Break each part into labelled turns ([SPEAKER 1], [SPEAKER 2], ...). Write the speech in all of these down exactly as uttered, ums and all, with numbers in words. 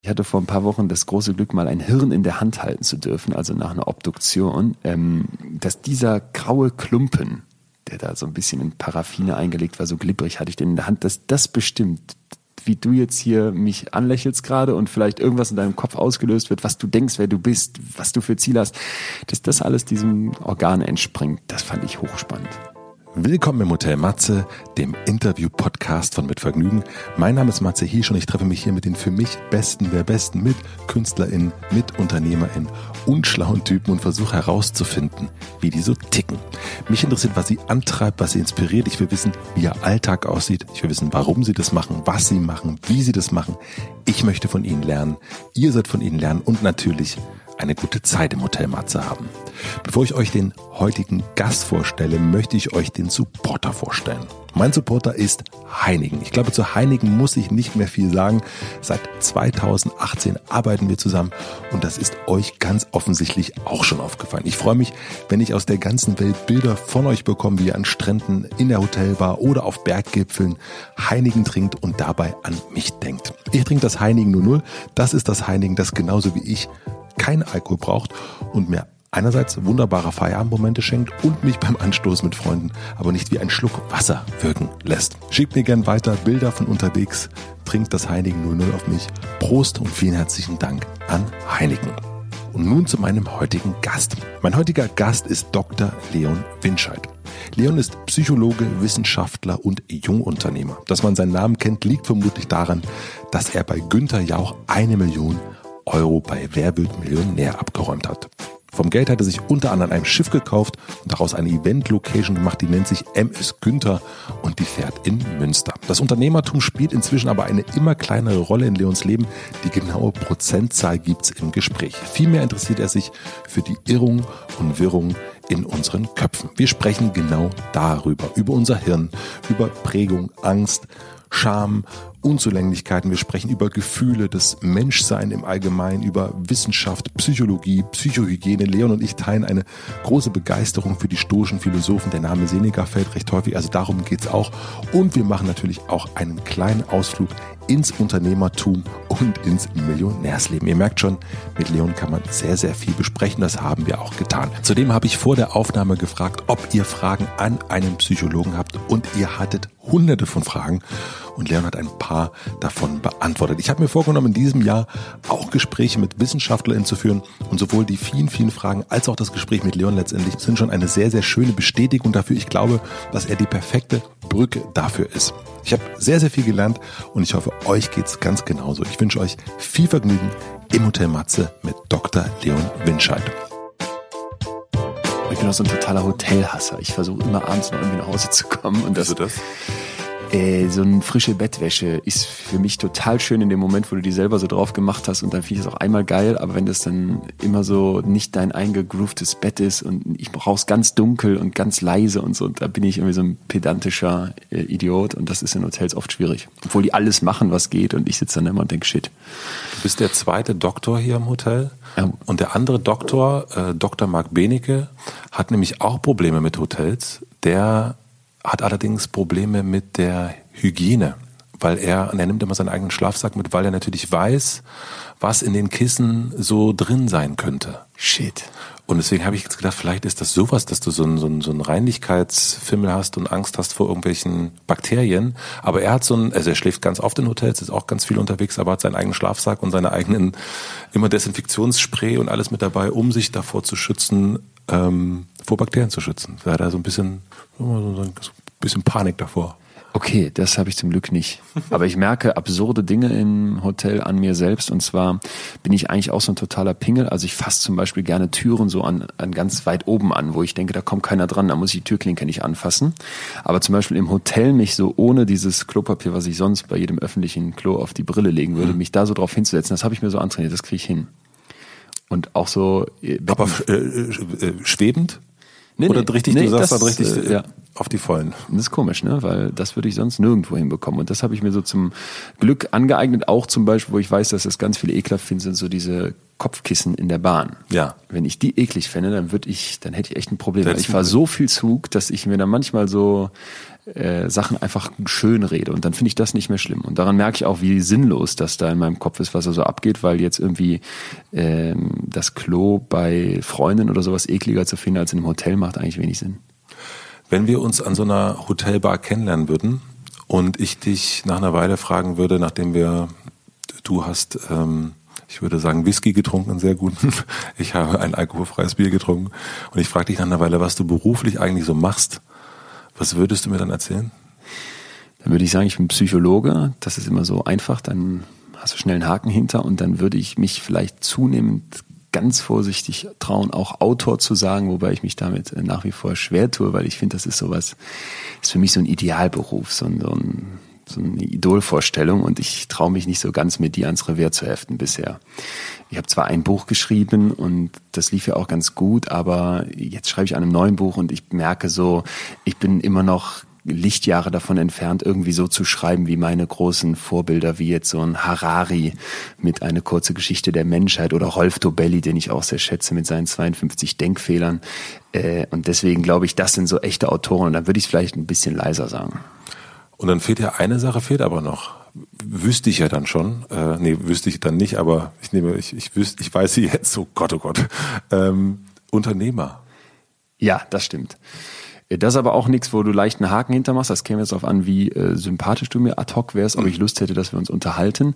[SPEAKER 1] Ich hatte vor ein paar Wochen das große Glück, mal ein Hirn in der Hand halten zu dürfen, also nach einer Obduktion, ähm, dass dieser graue Klumpen, der da so ein bisschen in Paraffine eingelegt war, so glibberig hatte ich den in der Hand, dass das bestimmt, wie du jetzt hier mich anlächelst gerade und vielleicht irgendwas in deinem Kopf ausgelöst wird, was du denkst, wer du bist, was du für Ziele hast, dass das alles diesem Organ entspringt, das fand ich hochspannend.
[SPEAKER 2] Willkommen im Hotel Matze, dem Interview-Podcast von Mit Vergnügen. Mein Name ist Matze Hirsch und ich treffe mich hier mit den für mich Besten der Besten, mit KünstlerInnen, mit UnternehmerInnen und schlauen Typen und versuche herauszufinden, wie die so ticken. Mich interessiert, was sie antreibt, was sie inspiriert. Ich will wissen, wie ihr Alltag aussieht. Ich will wissen, warum sie das machen, was sie machen, wie sie das machen. Ich möchte von ihnen lernen. Ihr sollt von ihnen lernen und natürlich eine gute Zeit im Hotel Matze haben. Bevor ich euch den heutigen Gast vorstelle, möchte ich euch den Supporter vorstellen. Mein Supporter ist Heineken. Ich glaube, zu Heineken muss ich nicht mehr viel sagen. Seit zweitausendachtzehn arbeiten wir zusammen und das ist euch ganz offensichtlich auch schon aufgefallen. Ich freue mich, wenn ich aus der ganzen Welt Bilder von euch bekomme, wie ihr an Stränden, in der Hotelbar oder auf Berggipfeln Heineken trinkt und dabei an mich denkt. Ich trinke das Heineken null null. Das ist das Heineken, das genauso wie ich keinen Alkohol braucht und mir einerseits wunderbare Feierabendmomente schenkt und mich beim Anstoß mit Freunden aber nicht wie ein Schluck Wasser wirken lässt. Schickt mir gern weiter Bilder von unterwegs, trinkt das Heineken null null auf mich. Prost und vielen herzlichen Dank an Heineken. Und nun zu meinem heutigen Gast. Mein heutiger Gast ist Doktor Leon Winscheid. Leon ist Psychologe, Wissenschaftler und Jungunternehmer. Dass man seinen Namen kennt, liegt vermutlich daran, dass er bei Günther Jauch eine Million Euro bei Wer wird Millionär abgeräumt hat. Vom Geld hat er sich unter anderem ein Schiff gekauft und daraus eine Event-Location gemacht, die nennt sich M S Günther und die fährt in Münster. Das Unternehmertum spielt inzwischen aber eine immer kleinere Rolle in Leons Leben. Die genaue Prozentzahl gibt's im Gespräch. Vielmehr interessiert er sich für die Irrung und Wirrung in unseren Köpfen. Wir sprechen genau darüber, über unser Hirn, über Prägung, Angst, Scham, Unzulänglichkeiten. Wir sprechen über Gefühle, das Menschsein im Allgemeinen, über Wissenschaft, Psychologie, Psychohygiene. Leon und ich teilen eine große Begeisterung für die stoischen Philosophen. Der Name Seneca fällt recht häufig, also darum geht's auch. Und wir machen natürlich auch einen kleinen Ausflug ins Unternehmertum und ins Millionärsleben. Ihr merkt schon, mit Leon kann man sehr, sehr viel besprechen. Das haben wir auch getan. Zudem habe ich vor der Aufnahme gefragt, ob ihr Fragen an einen Psychologen habt. Und ihr hattet hunderte von Fragen. Und Leon hat ein paar davon beantwortet. Ich habe mir vorgenommen, in diesem Jahr auch Gespräche mit WissenschaftlerInnen zu führen. Und sowohl die vielen, vielen Fragen als auch das Gespräch mit Leon letztendlich sind schon eine sehr, sehr schöne Bestätigung dafür. Ich glaube, dass er die perfekte Brücke dafür ist. Ich habe sehr, sehr viel gelernt und ich hoffe, euch geht's ganz genauso. Ich wünsche euch viel Vergnügen im Hotel Matze mit Doktor Leon Winscheid.
[SPEAKER 1] Ich bin auch so ein totaler Hotelhasser. Ich versuche immer abends noch irgendwie nach Hause zu kommen. Und das,
[SPEAKER 2] das?
[SPEAKER 1] Äh, so eine frische Bettwäsche ist für mich total schön in dem Moment, wo du die selber so drauf gemacht hast und dann finde ich das auch einmal geil, aber wenn das dann immer so nicht dein eingegroovtes Bett ist und ich brauche es ganz dunkel und ganz leise und so, und da bin ich irgendwie so ein pedantischer äh, Idiot und das ist in Hotels oft schwierig. Obwohl die alles machen, was geht und ich sitze dann immer und denke, shit.
[SPEAKER 2] Du bist der zweite Doktor hier im Hotel ja. Und der andere Doktor, äh, Doktor Marc Benecke, hat nämlich auch Probleme mit Hotels. Der hat allerdings Probleme mit der Hygiene, weil er, und er nimmt immer seinen eigenen Schlafsack mit, weil er natürlich weiß, was in den Kissen so drin sein könnte.
[SPEAKER 1] Shit.
[SPEAKER 2] Und deswegen habe ich jetzt gedacht, vielleicht ist das sowas, dass du so einen, so einen, so einen Reinlichkeitsfimmel hast und Angst hast vor irgendwelchen Bakterien. Aber er hat so einen, also er schläft ganz oft in Hotels, ist auch ganz viel unterwegs, aber hat seinen eigenen Schlafsack und seine eigenen immer Desinfektionsspray und alles mit dabei, um sich davor zu schützen, ähm, vor Bakterien zu schützen. Da hat er so ein bisschen, so ein bisschen Panik davor.
[SPEAKER 1] Okay, das habe ich zum Glück nicht. Aber ich merke absurde Dinge im Hotel an mir selbst. Und zwar bin ich eigentlich auch so ein totaler Pingel. Also ich fasse zum Beispiel gerne Türen so an, an ganz weit oben an, wo ich denke, da kommt keiner dran, da muss ich die Türklinke nicht anfassen. Aber zum Beispiel im Hotel mich so ohne dieses Klopapier, was ich sonst bei jedem öffentlichen Klo auf die Brille legen würde, mich da so drauf hinzusetzen, das habe ich mir so antrainiert, das kriege ich hin. Und auch so...
[SPEAKER 2] Aber äh, äh, schwebend?
[SPEAKER 1] Nee,
[SPEAKER 2] Oder
[SPEAKER 1] nee,
[SPEAKER 2] richtig,
[SPEAKER 1] nee,
[SPEAKER 2] du sagst
[SPEAKER 1] das,
[SPEAKER 2] dann richtig
[SPEAKER 1] äh, ja.
[SPEAKER 2] auf die Vollen.
[SPEAKER 1] Das ist komisch, ne? Weil das würde ich sonst nirgendwo hinbekommen. Und das habe ich mir so zum Glück angeeignet. Auch zum Beispiel, wo ich weiß, dass das ganz viele ekelhaft finden, sind so diese Kopfkissen in der Bahn.
[SPEAKER 2] Ja.
[SPEAKER 1] Wenn ich die eklig fände, dann würde ich, dann hätte ich echt ein Problem. Weil ich fahre so viel Zug, dass ich mir dann manchmal so äh, Sachen einfach schön rede und dann finde ich das nicht mehr schlimm. Und daran merke ich auch, wie sinnlos das da in meinem Kopf ist, was da so abgeht, weil jetzt irgendwie ähm, das Klo bei Freunden oder sowas ekliger zu finden als in einem Hotel macht eigentlich wenig Sinn.
[SPEAKER 2] Wenn wir uns an so einer Hotelbar kennenlernen würden und ich dich nach einer Weile fragen würde, nachdem wir, du hast, ähm, ich würde sagen, Whisky getrunken, einen sehr guten, ich habe ein alkoholfreies Bier getrunken und ich frage dich nach einer Weile, was du beruflich eigentlich so machst, was würdest du mir dann erzählen?
[SPEAKER 1] Dann würde ich sagen, ich bin Psychologe, das ist immer so einfach, dann hast du schnell einen Haken hinter und dann würde ich mich vielleicht zunehmend ganz vorsichtig trauen, auch Autor zu sagen, wobei ich mich damit nach wie vor schwer tue, weil ich finde, das ist sowas, ist für mich so ein Idealberuf, so ein, so ein, so eine Idolvorstellung und ich traue mich nicht so ganz, mir die ans Revier zu heften bisher. Ich habe zwar ein Buch geschrieben und das lief ja auch ganz gut, aber jetzt schreibe ich an einem neuen Buch und ich merke so, ich bin immer noch Lichtjahre davon entfernt, irgendwie so zu schreiben wie meine großen Vorbilder, wie jetzt so ein Harari mit Eine kurze Geschichte der Menschheit oder Rolf Dobelli, den ich auch sehr schätze mit seinen zweiundfünfzig Denkfehlern. Und deswegen glaube ich, das sind so echte Autoren und dann würde ich es vielleicht ein bisschen leiser sagen.
[SPEAKER 2] Und dann fehlt ja eine Sache, fehlt aber noch. Wüsste ich ja dann schon. Äh, nee, wüsste ich dann nicht, aber ich nehme, ich, ich wüsste, ich weiß sie jetzt, oh Gott, oh Gott. Ähm, Unternehmer.
[SPEAKER 1] Ja, das stimmt. Das ist aber auch nichts, wo du leicht einen Haken hintermachst. Das käme jetzt darauf an, wie äh, sympathisch du mir ad hoc wärst, ob ich Lust hätte, dass wir uns unterhalten.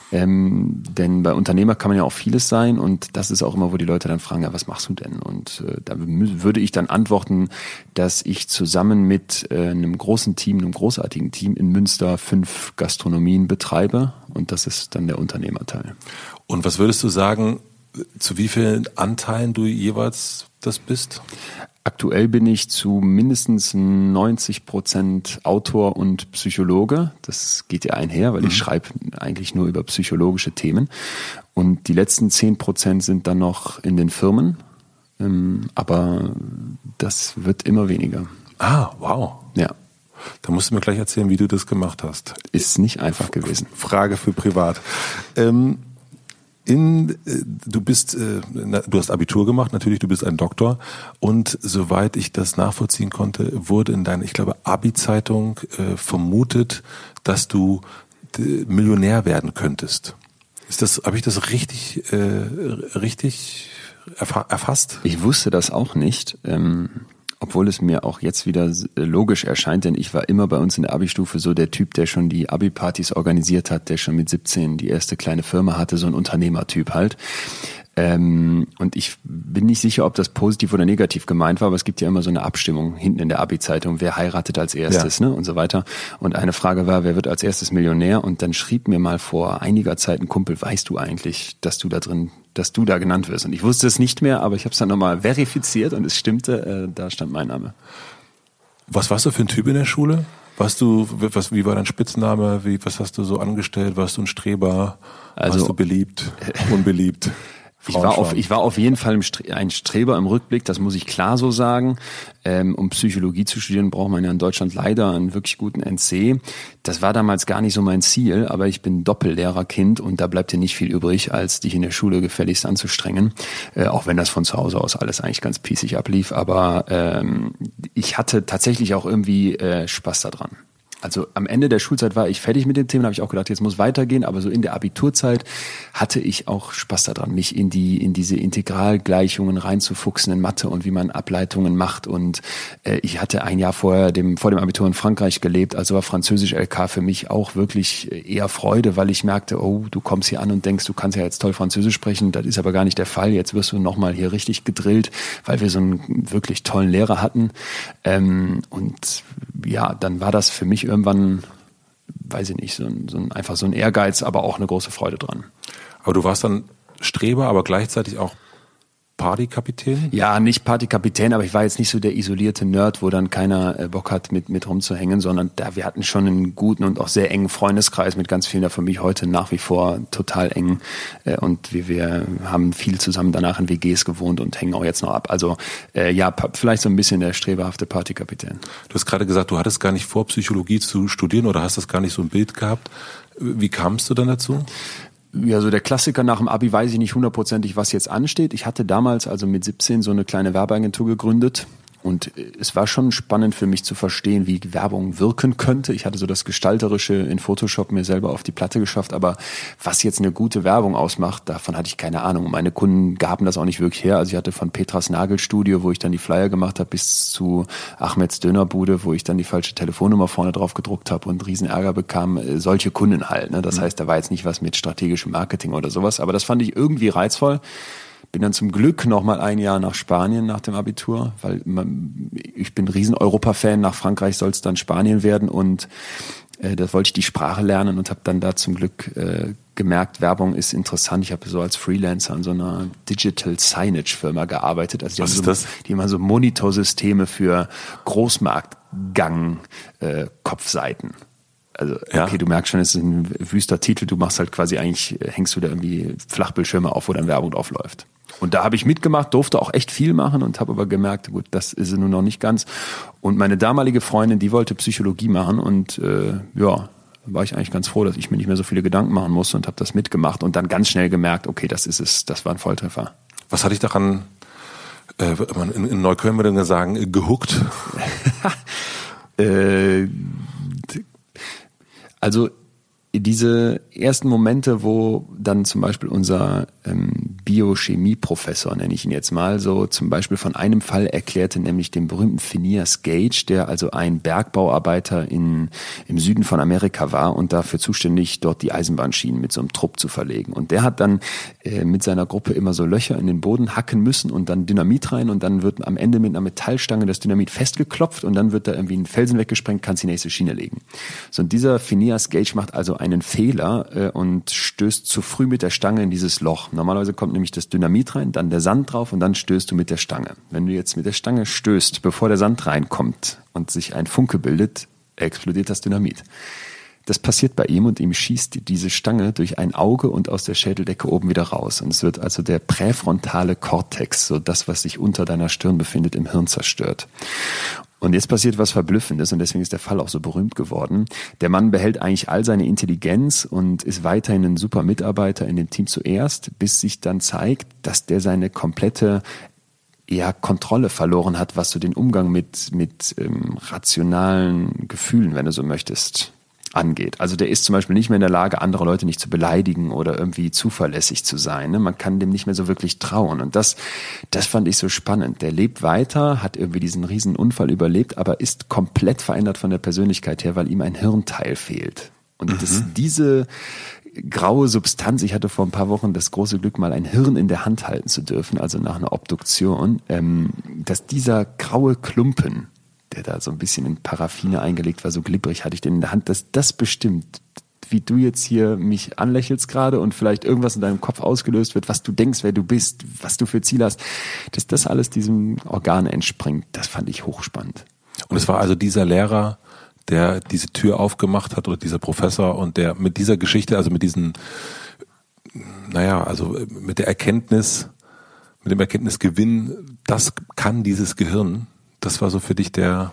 [SPEAKER 1] Ähm, denn bei Unternehmer kann man ja auch vieles sein und das ist auch immer, wo die Leute dann fragen, ja, was machst du denn? Und äh, da würde ich dann antworten, dass ich zusammen mit äh, einem großen Team, einem großartigen Team in Münster fünf Gastronomien betreibe und das ist dann der Unternehmerteil.
[SPEAKER 2] Und was würdest du sagen, zu wie vielen Anteilen du jeweils das bist?
[SPEAKER 1] Aktuell bin ich zu mindestens neunzig Prozent Autor und Psychologe. Das geht ja einher, weil ich schreibe eigentlich nur über psychologische Themen. Und die letzten zehn Prozent sind dann noch in den Firmen. Aber das wird immer weniger.
[SPEAKER 2] Ah, wow.
[SPEAKER 1] Ja.
[SPEAKER 2] Da musst du mir gleich erzählen, wie du das gemacht hast.
[SPEAKER 1] Ist nicht einfach gewesen.
[SPEAKER 2] Frage für privat. Ähm, In, du bist, du hast Abitur gemacht, natürlich, du bist ein Doktor und soweit ich das nachvollziehen konnte, wurde in deiner, ich glaube, Abi-Zeitung äh, vermutet, dass du äh, Millionär werden könntest. Ist das, habe ich das richtig, äh, richtig erfa- erfasst?
[SPEAKER 1] Ich wusste das auch nicht. Ähm Obwohl es mir auch jetzt wieder logisch erscheint, denn ich war immer bei uns in der Abi-Stufe so der Typ, der schon die Abi-Partys organisiert hat, der schon mit siebzehn die erste kleine Firma hatte, so ein Unternehmertyp halt. Ähm, und ich bin nicht sicher, ob das positiv oder negativ gemeint war, aber es gibt ja immer so eine Abstimmung hinten in der Abi-Zeitung, wer heiratet als erstes, ja, ne, und so weiter. Und eine Frage war, wer wird als erstes Millionär? Und dann schrieb mir mal vor einiger Zeit ein Kumpel, weißt du eigentlich, dass du da drin, dass du da genannt wirst? Und ich wusste es nicht mehr, aber ich habe es dann nochmal verifiziert und es stimmte, äh, da stand mein Name.
[SPEAKER 2] Was warst du für ein Typ in der Schule? Warst du, was, wie war dein Spitzname? Wie, was hast du so angestellt? Warst du ein Streber?
[SPEAKER 1] Also,
[SPEAKER 2] warst du beliebt? Unbeliebt?
[SPEAKER 1] Ich war, auf, ich war auf jeden Fall ein Streber im Rückblick, das muss ich klar so sagen. Ähm, um Psychologie zu studieren, braucht man ja in Deutschland leider einen wirklich guten N C. Das war damals gar nicht so mein Ziel, aber ich bin Doppellehrerkind und da bleibt dir nicht viel übrig, als dich in der Schule gefälligst anzustrengen. Äh, auch wenn das von zu Hause aus alles eigentlich ganz pießig ablief. Aber ähm, ich hatte tatsächlich auch irgendwie äh, Spaß daran. Also am Ende der Schulzeit war ich fertig mit dem Thema, habe ich auch gedacht, jetzt muss weitergehen, aber so in der Abiturzeit hatte ich auch Spaß daran, mich in die in diese Integralgleichungen reinzufuchsen in Mathe und wie man Ableitungen macht und äh, ich hatte ein Jahr vorher dem vor dem Abitur in Frankreich gelebt, also war Französisch L K für mich auch wirklich eher Freude, weil ich merkte, oh, du kommst hier an und denkst, du kannst ja jetzt toll Französisch sprechen, das ist aber gar nicht der Fall, jetzt wirst du nochmal hier richtig gedrillt, weil wir so einen wirklich tollen Lehrer hatten ähm, und ja, dann war das für mich irgendwann, weiß ich nicht, so ein, so ein, einfach so ein Ehrgeiz, aber auch eine große Freude dran.
[SPEAKER 2] Aber du warst dann Streber, aber gleichzeitig auch Partykapitän?
[SPEAKER 1] Ja, nicht Partykapitän, aber ich war jetzt nicht so der isolierte Nerd, wo dann keiner äh, Bock hat, mit mit rumzuhängen, sondern da wir hatten schon einen guten und auch sehr engen Freundeskreis mit ganz vielen, der für mich heute nach wie vor total eng äh, und wir, wir haben viel zusammen danach in W Gs gewohnt und hängen auch jetzt noch ab. Also äh, ja, pa- vielleicht so ein bisschen der streberhafte Partykapitän.
[SPEAKER 2] Du hast gerade gesagt, du hattest gar nicht vor, Psychologie zu studieren oder hast das gar nicht so ein Bild gehabt. Wie kamst du dann dazu?
[SPEAKER 1] Ja, so der Klassiker nach dem Abi weiß ich nicht hundertprozentig, was jetzt ansteht. Ich hatte damals also mit siebzehn so eine kleine Werbeagentur gegründet Und es war schon spannend für mich zu verstehen, wie Werbung wirken könnte. Ich hatte so das Gestalterische in Photoshop mir selber auf die Platte geschafft, aber was jetzt eine gute Werbung ausmacht, davon hatte ich keine Ahnung. Meine Kunden gaben das auch nicht wirklich her. Also ich hatte von Petras Nagelstudio, wo ich dann die Flyer gemacht habe, bis zu Ahmeds Dönerbude, wo ich dann die falsche Telefonnummer vorne drauf gedruckt habe und riesen Ärger bekam. Solche Kunden halt. Ne? Das heißt, da war jetzt nicht was mit strategischem Marketing oder sowas, aber das fand ich irgendwie reizvoll. Bin dann zum Glück noch mal ein Jahr nach Spanien nach dem Abitur, weil man, ich bin ein riesen Europa-Fan, nach Frankreich soll es dann Spanien werden und äh, da wollte ich die Sprache lernen und habe dann da zum Glück äh, gemerkt, Werbung ist interessant. Ich habe so als Freelancer an so einer Digital Signage Firma gearbeitet. Also die
[SPEAKER 2] Was
[SPEAKER 1] haben
[SPEAKER 2] ist
[SPEAKER 1] so,
[SPEAKER 2] das?
[SPEAKER 1] Die haben so Monitorsysteme für Großmarktgang äh, Kopfseiten. Also, okay, ja. Du merkst schon, es ist ein wüster Titel, du machst halt quasi eigentlich, hängst du da irgendwie Flachbildschirme auf, wo dann Werbung drauf läuft. Und da habe ich mitgemacht, durfte auch echt viel machen und habe aber gemerkt, gut, das ist nun noch nicht ganz. Und meine damalige Freundin, die wollte Psychologie machen und äh, ja, war ich eigentlich ganz froh, dass ich mir nicht mehr so viele Gedanken machen musste und habe das mitgemacht und dann ganz schnell gemerkt, okay, das ist es, das war ein Volltreffer.
[SPEAKER 2] Was hatte ich daran, äh, in, in Neukölln würde man sagen, gehuckt?
[SPEAKER 1] äh, also diese ersten Momente, wo dann zum Beispiel unser ähm, Biochemie-Professor, nenne ich ihn jetzt mal, so zum Beispiel von einem Fall erklärte, nämlich den berühmten Phineas Gage, der also ein Bergbauarbeiter in, im Süden von Amerika war und dafür zuständig, dort die Eisenbahnschienen mit so einem Trupp zu verlegen. Und der hat dann äh, mit seiner Gruppe immer so Löcher in den Boden hacken müssen und dann Dynamit rein und dann wird am Ende mit einer Metallstange das Dynamit festgeklopft und dann wird da irgendwie ein Felsen weggesprengt, kannst die nächste Schiene legen. So, und dieser Phineas Gage macht also einen Fehler äh, und stößt zu früh mit der Stange in dieses Loch. Normalerweise kommt nämlich das Dynamit rein, dann der Sand drauf und dann stößt du mit der Stange. Wenn du jetzt mit der Stange stößt, bevor der Sand reinkommt und sich ein Funke bildet, explodiert das Dynamit. Das passiert bei ihm und ihm schießt diese Stange durch ein Auge und aus der Schädeldecke oben wieder raus. Und es wird also der präfrontale Kortex, so das, was sich unter deiner Stirn befindet, im Hirn zerstört. Und jetzt passiert was Verblüffendes und deswegen ist der Fall auch so berühmt geworden. Der Mann behält eigentlich all seine Intelligenz und ist weiterhin ein super Mitarbeiter in dem Team zuerst, bis sich dann zeigt, dass der seine komplette ja, Kontrolle verloren hat, was so den Umgang mit, mit ähm, rationalen Gefühlen, wenn du so möchtest, angeht. Also der ist zum Beispiel nicht mehr in der Lage, andere Leute nicht zu beleidigen oder irgendwie zuverlässig zu sein. Ne? Man kann dem nicht mehr so wirklich trauen. Und das, das fand ich so spannend. Der lebt weiter, hat irgendwie diesen riesen Unfall überlebt, aber ist komplett verändert von der Persönlichkeit her, weil ihm ein Hirnteil fehlt. Und mhm. das, diese graue Substanz, ich hatte vor ein paar Wochen das große Glück, mal ein Hirn in der Hand halten zu dürfen, also nach einer Obduktion, ähm, dass dieser graue Klumpen, der da so ein bisschen in Paraffine eingelegt war, so glibberig hatte ich den in der Hand, dass das bestimmt, wie du jetzt hier mich anlächelst gerade und vielleicht irgendwas in deinem Kopf ausgelöst wird, was du denkst, wer du bist, was du für Ziel hast, dass das alles diesem Organ entspringt, das fand ich hochspannend.
[SPEAKER 2] Und es war also dieser Lehrer, der diese Tür aufgemacht hat oder dieser Professor und der mit dieser Geschichte, also mit diesen, naja, also mit der Erkenntnis, mit dem Erkenntnisgewinn, das kann dieses Gehirn. Das war so für dich der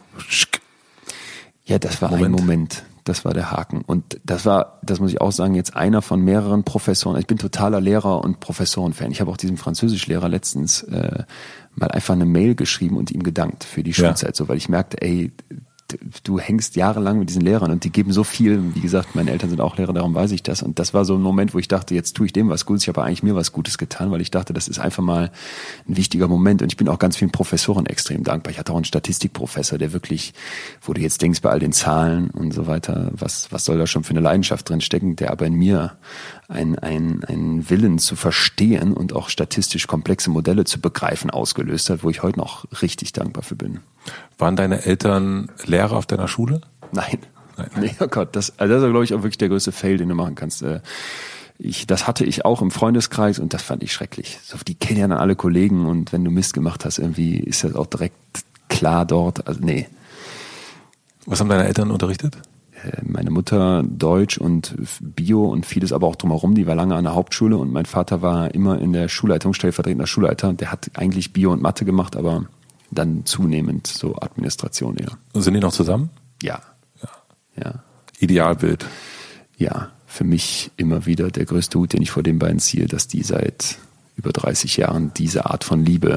[SPEAKER 1] Ja, das war
[SPEAKER 2] Moment.
[SPEAKER 1] ein Moment. Das war der Haken. Und das war, das muss ich auch sagen, jetzt einer von mehreren Professoren. Ich bin totaler Lehrer- und Professoren-Fan. Ich habe auch diesem Französischlehrer letztens äh, mal einfach eine Mail geschrieben und ihm gedankt für die Schulzeit, ja. so, weil ich merkte, ey, du hängst jahrelang mit diesen Lehrern und die geben so viel. Wie gesagt, meine Eltern sind auch Lehrer, darum weiß ich das. Und das war so ein Moment, wo ich dachte, jetzt tue ich dem was Gutes. Ich habe eigentlich mir was Gutes getan, weil ich dachte, das ist einfach mal ein wichtiger Moment. Und ich bin auch ganz vielen Professoren extrem dankbar. Ich hatte auch einen Statistikprofessor, der wirklich, wo du jetzt denkst, bei all den Zahlen und so weiter, was, was soll da schon für eine Leidenschaft drin stecken, der aber in mir ein, ein, ein Willen zu verstehen und auch statistisch komplexe Modelle zu begreifen ausgelöst hat, wo ich heute noch richtig dankbar für bin.
[SPEAKER 2] Waren deine Eltern Lehrer auf deiner Schule?
[SPEAKER 1] Nein. Nein. Nee, oh Gott, das, also das ist, glaube ich, auch wirklich der größte Fail, den du machen kannst. Ich, das hatte ich auch im Freundeskreis und das fand ich schrecklich. So, die kennen ja dann alle Kollegen und wenn du Mist gemacht hast, irgendwie ist das auch direkt klar dort. Also, nee.
[SPEAKER 2] Was haben deine Eltern unterrichtet?
[SPEAKER 1] Meine Mutter Deutsch und Bio und vieles aber auch drumherum. Die war lange an der Hauptschule und mein Vater war immer in der Schulleitung, stellvertretender Schulleiter. Der hat eigentlich Bio und Mathe gemacht, aber dann zunehmend so Administration eher.
[SPEAKER 2] Und sind die noch zusammen?
[SPEAKER 1] Ja.
[SPEAKER 2] Ja.
[SPEAKER 1] ja.
[SPEAKER 2] Idealbild.
[SPEAKER 1] Ja, für mich immer wieder der größte Hut, den ich vor den beiden ziehe, dass die seit über dreißig Jahren diese Art von Liebe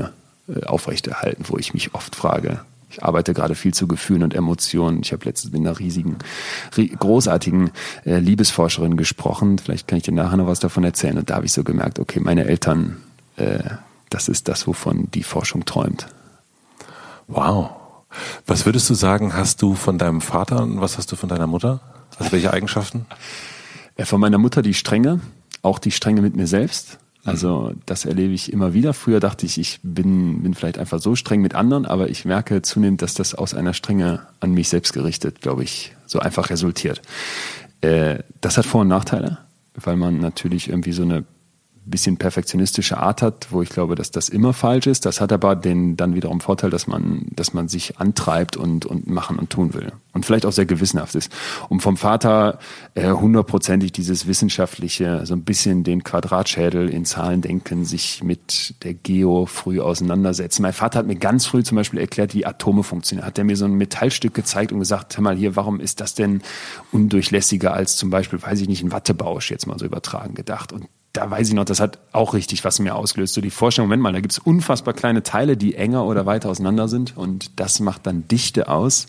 [SPEAKER 1] äh, aufrechterhalten, wo ich mich oft frage. Ich arbeite gerade viel zu Gefühlen und Emotionen. Ich habe letztens mit einer riesigen, großartigen äh, Liebesforscherin gesprochen. Vielleicht kann ich dir nachher noch was davon erzählen. Und da habe ich so gemerkt, okay, meine Eltern, äh, das ist das, wovon die Forschung träumt.
[SPEAKER 2] Wow. Was würdest du sagen, hast du von deinem Vater und was hast du von deiner Mutter? Also welche Eigenschaften?
[SPEAKER 1] Äh, von meiner Mutter die Strenge, auch die Strenge mit mir selbst. Also das erlebe ich immer wieder. Früher dachte ich, ich bin, bin vielleicht einfach so streng mit anderen, aber ich merke zunehmend, dass das aus einer Strenge an mich selbst gerichtet, glaube ich, so einfach resultiert. Äh, das hat Vor- und Nachteile, weil man natürlich irgendwie so eine bisschen perfektionistische Art hat, wo ich glaube, dass das immer falsch ist. Das hat aber den dann wiederum Vorteil, dass man, dass man sich antreibt und, und machen und tun will. Und vielleicht auch sehr gewissenhaft ist. Und vom Vater äh, hundertprozentig dieses wissenschaftliche, so ein bisschen den Quadratschädel in Zahlen denken, sich mit der Geo früh auseinandersetzen. Mein Vater hat mir ganz früh zum Beispiel erklärt, wie Atome funktionieren. Hat er mir so ein Metallstück gezeigt und gesagt, hör mal hier, warum ist das denn undurchlässiger als zum Beispiel, weiß ich nicht, ein Wattebausch, jetzt mal so übertragen gedacht. Und da weiß ich noch, das hat auch richtig was in mir ausgelöst. So die Vorstellung, Moment mal, da gibt es unfassbar kleine Teile, die enger oder weiter auseinander sind und das macht dann Dichte aus.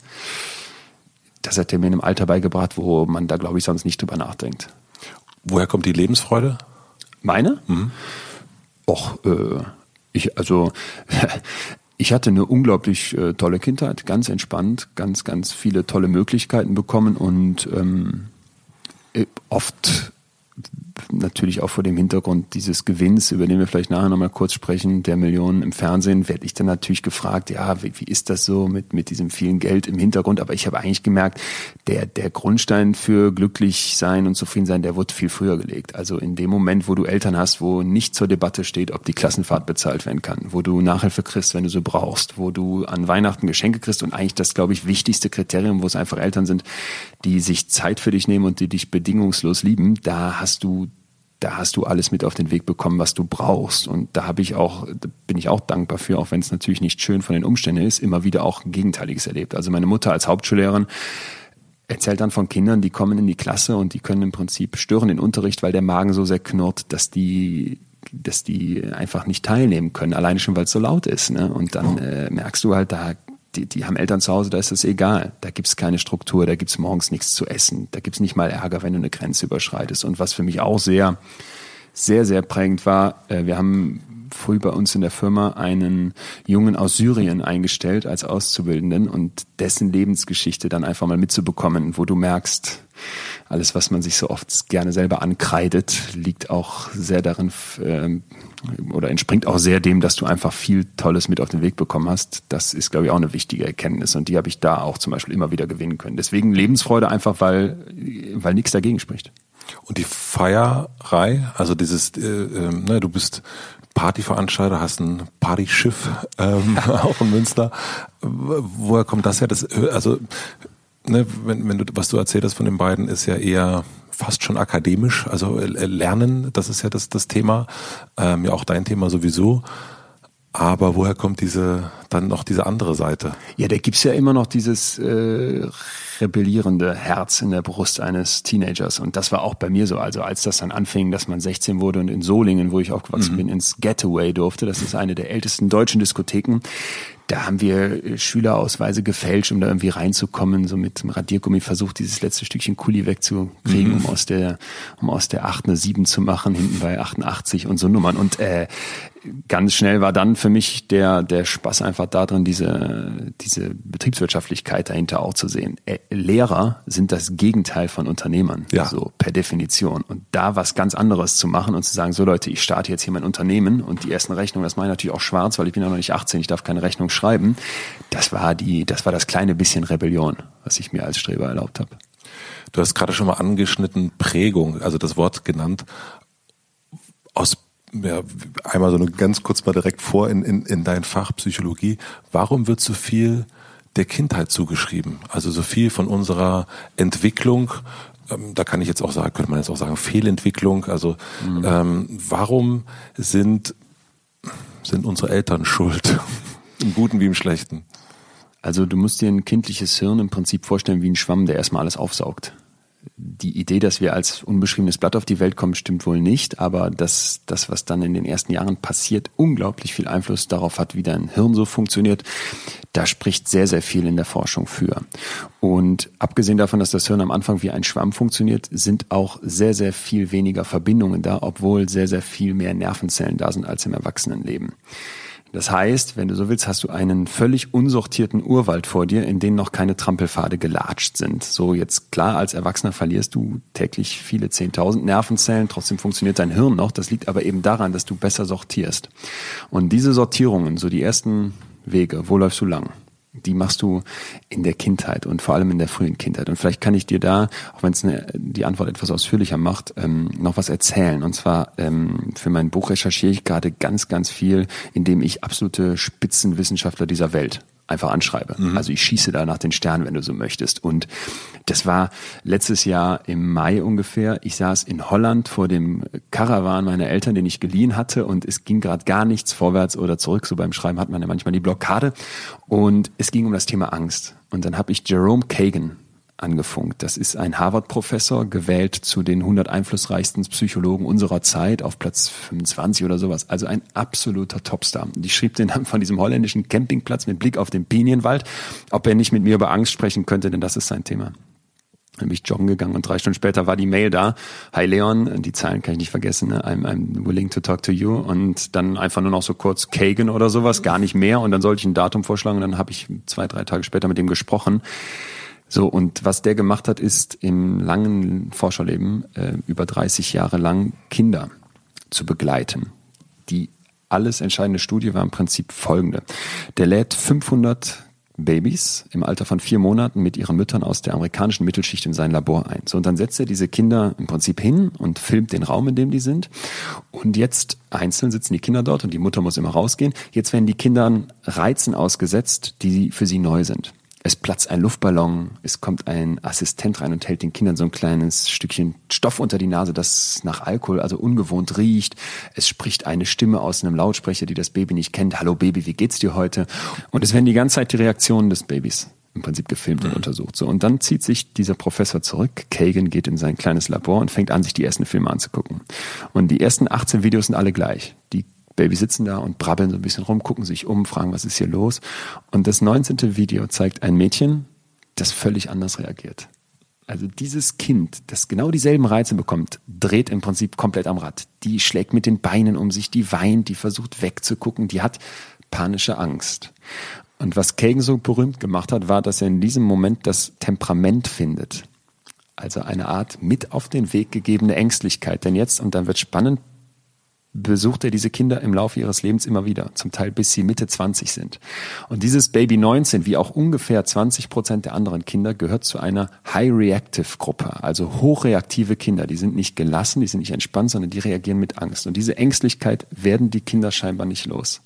[SPEAKER 1] Das hat er mir in einem Alter beigebracht, wo man da, glaube ich, sonst nicht drüber nachdenkt.
[SPEAKER 2] Woher kommt die Lebensfreude?
[SPEAKER 1] Meine?
[SPEAKER 2] Mhm.
[SPEAKER 1] Och, äh, ich, also, ich hatte eine unglaublich äh, tolle Kindheit, ganz entspannt, ganz, ganz viele tolle Möglichkeiten bekommen und ähm, oft natürlich auch vor dem Hintergrund dieses Gewinns, über den wir vielleicht nachher nochmal kurz sprechen, der Millionen im Fernsehen, werde ich dann natürlich gefragt, ja, wie, wie ist das so mit, mit diesem vielen Geld im Hintergrund? Aber ich habe eigentlich gemerkt, der, der Grundstein für glücklich sein und zufrieden sein, der wurde viel früher gelegt. Also in dem Moment, wo du Eltern hast, wo nicht zur Debatte steht, ob die Klassenfahrt bezahlt werden kann, wo du Nachhilfe kriegst, wenn du so brauchst, wo du an Weihnachten Geschenke kriegst und eigentlich das, glaube ich, wichtigste Kriterium, wo es einfach Eltern sind, die sich Zeit für dich nehmen und die dich bedingungslos lieben, da hast du Da hast du alles mit auf den Weg bekommen, was du brauchst. Und da habe ich auch, da bin ich auch dankbar für, auch wenn es natürlich nicht schön von den Umständen ist, immer wieder auch Gegenteiliges erlebt. Also meine Mutter als Hauptschullehrerin erzählt dann von Kindern, die kommen in die Klasse und die können im Prinzip stören den Unterricht, weil der Magen so sehr knurrt, dass die, dass die einfach nicht teilnehmen können, alleine schon, weil es so laut ist. Ne? Und dann äh, merkst du halt, da Die, die haben Eltern zu Hause, da ist es egal. Da gibt es keine Struktur, da gibt es morgens nichts zu essen. Da gibt es nicht mal Ärger, wenn du eine Grenze überschreitest. Und was für mich auch sehr, sehr, sehr prägend war, äh, wir haben früh bei uns in der Firma einen Jungen aus Syrien eingestellt als Auszubildenden und dessen Lebensgeschichte dann einfach mal mitzubekommen, wo du merkst, alles, was man sich so oft gerne selber ankreidet, liegt auch sehr darin äh, oder entspringt auch sehr dem, dass du einfach viel Tolles mit auf den Weg bekommen hast. Das ist, glaube ich, auch eine wichtige Erkenntnis und die habe ich da auch zum Beispiel immer wieder gewinnen können. Deswegen Lebensfreude einfach, weil, weil nichts dagegen spricht.
[SPEAKER 2] Und die Feierei, also dieses, äh, äh, ne, du bist Partyveranstalter, hast ein Partyschiff ähm, auch in Münster. Woher kommt das her? Das, also ne, wenn, wenn du, was du erzählt hast von den beiden, ist ja eher fast schon akademisch. Also äh, Lernen, das ist ja das, das Thema, ähm, ja auch dein Thema sowieso. Aber woher kommt diese dann noch diese andere Seite?
[SPEAKER 1] Ja, da gibt's ja immer noch dieses äh, rebellierende Herz in der Brust eines Teenagers. Und das war auch bei mir so. Also als das dann anfing, dass man sechzehn wurde und in Solingen, wo ich aufgewachsen mhm. bin, ins Getaway durfte. Das ist eine der ältesten deutschen Diskotheken. Da haben wir Schülerausweise gefälscht, um da irgendwie reinzukommen, so mit dem Radiergummi versucht, dieses letzte Stückchen Kuli wegzukriegen, mhm. um aus der, um aus der acht eine sieben zu machen, hinten bei achtundachtzig und so Nummern. Und äh, ganz schnell war dann für mich der der Spaß einfach da drin, diese diese Betriebswirtschaftlichkeit dahinter auch zu sehen. Äh, Lehrer sind das Gegenteil von Unternehmern,
[SPEAKER 2] ja.
[SPEAKER 1] so per Definition. Und da was ganz anderes zu machen und zu sagen, so Leute, ich starte jetzt hier mein Unternehmen und die ersten Rechnungen, das mache ich natürlich auch schwarz, weil ich bin ja noch nicht achtzehn, ich darf keine Rechnung schreiben. Das war die, das war das kleine bisschen Rebellion, was ich mir als Streber erlaubt habe.
[SPEAKER 2] Du hast gerade schon mal angeschnitten Prägung, also das Wort genannt. Aus ja, einmal so eine ganz kurz mal direkt vor in, in, in dein Fach Psychologie. Warum wird so viel der Kindheit zugeschrieben? Also so viel von unserer Entwicklung, ähm, da kann ich jetzt auch sagen, könnte man jetzt auch sagen, Fehlentwicklung. Also mhm. ähm, warum sind, sind unsere Eltern schuld? Im Guten wie im Schlechten.
[SPEAKER 1] Also du musst dir ein kindliches Hirn im Prinzip vorstellen wie ein Schwamm, der erstmal alles aufsaugt. die Idee, dass wir als unbeschriebenes Blatt auf die Welt kommen, stimmt wohl nicht, aber dass das, was dann in den ersten Jahren passiert, unglaublich viel Einfluss darauf hat, wie dein Hirn so funktioniert, da spricht sehr, sehr viel in der Forschung für. Und abgesehen davon, dass das Hirn am Anfang wie ein Schwamm funktioniert, sind auch sehr, sehr viel weniger Verbindungen da, obwohl sehr, sehr viel mehr Nervenzellen da sind als im Erwachsenenleben. Das heißt, wenn du so willst, hast du einen völlig unsortierten Urwald vor dir, in den noch keine Trampelpfade gelatscht sind. So jetzt klar, als Erwachsener verlierst du täglich viele zehntausend Nervenzellen, trotzdem funktioniert dein Hirn noch. Das liegt aber eben daran, dass du besser sortierst. Und diese Sortierungen, so die ersten Wege, wo läufst du lang? Die machst du in der Kindheit und vor allem in der frühen Kindheit. Und vielleicht kann ich dir da, auch wenn es eine, die Antwort etwas ausführlicher macht, ähm, noch was erzählen. Und zwar ähm, für mein Buch recherchiere ich gerade ganz, ganz viel, indem ich absolute Spitzenwissenschaftler dieser Welt einfach anschreibe. Mhm. Also ich schieße da nach den Sternen, wenn du so möchtest. Und das war letztes Jahr im Mai ungefähr. Ich saß in Holland vor dem Karawan meiner Eltern, den ich geliehen hatte, und es ging gerade gar nichts vorwärts oder zurück. So beim Schreiben hat man ja manchmal die Blockade. Und es ging um das Thema Angst. Und dann habe ich Jerome Kagan angefunkt. Das ist ein Harvard-Professor, gewählt zu den hundert einflussreichsten Psychologen unserer Zeit, auf Platz fünfundzwanzig oder sowas. Also ein absoluter Topstar. Und ich schrieb den dann von diesem holländischen Campingplatz mit Blick auf den Pinienwald, ob er nicht mit mir über Angst sprechen könnte, denn das ist sein Thema. Dann bin ich joggen gegangen und drei Stunden später war die Mail da. Hi Leon, die Zeilen kann ich nicht vergessen, ne? I'm, I'm willing to talk to you. Und dann einfach nur noch so kurz Kagan oder sowas, gar nicht mehr. Und dann sollte ich ein Datum vorschlagen und dann habe ich zwei, drei Tage später mit ihm gesprochen. So, und was der gemacht hat, ist im langen Forscherleben äh, über dreißig Jahre lang Kinder zu begleiten. Die alles entscheidende Studie war im Prinzip folgende. Der lädt fünfhundert Babys im Alter von vier Monaten mit ihren Müttern aus der amerikanischen Mittelschicht in sein Labor ein. So, und dann setzt er diese Kinder im Prinzip hin und filmt den Raum, in dem die sind. Und jetzt einzeln sitzen die Kinder dort und die Mutter muss immer rausgehen. Jetzt werden die Kinder Reizen ausgesetzt, die für sie neu sind. Es platzt ein Luftballon, es kommt ein Assistent rein und hält den Kindern so ein kleines Stückchen Stoff unter die Nase, das nach Alkohol, also ungewohnt riecht. Es spricht eine Stimme aus einem Lautsprecher, die das Baby nicht kennt. Hallo Baby, wie geht's dir heute? Und es werden die ganze Zeit die Reaktionen des Babys im Prinzip gefilmt und untersucht. So, und dann zieht sich dieser Professor zurück. Kagan geht in sein kleines Labor und fängt an, sich die ersten Filme anzugucken. Und die ersten achtzehn Videos sind alle gleich. Die Babys sitzen da und brabbeln so ein bisschen rum, gucken sich um, fragen, was ist hier los? Und das neunzehnte Video zeigt ein Mädchen, das völlig anders reagiert. Also dieses Kind, das genau dieselben Reize bekommt, dreht im Prinzip komplett am Rad. Die schlägt mit den Beinen um sich, die weint, die versucht wegzugucken, die hat panische Angst. Und was Kagan so berühmt gemacht hat, war, dass er in diesem Moment das Temperament findet. Also eine Art mit auf den Weg gegebene Ängstlichkeit. Denn jetzt, und dann wird spannend, besucht er diese Kinder im Laufe ihres Lebens immer wieder, zum Teil bis sie Mitte zwanzig sind. Und dieses Baby neunzehn, wie auch ungefähr zwanzig Prozent der anderen Kinder, gehört zu einer High-Reactive-Gruppe, also hochreaktive Kinder. Die sind nicht gelassen, die sind nicht entspannt, sondern die reagieren mit Angst. Und diese Ängstlichkeit werden die Kinder scheinbar nicht los.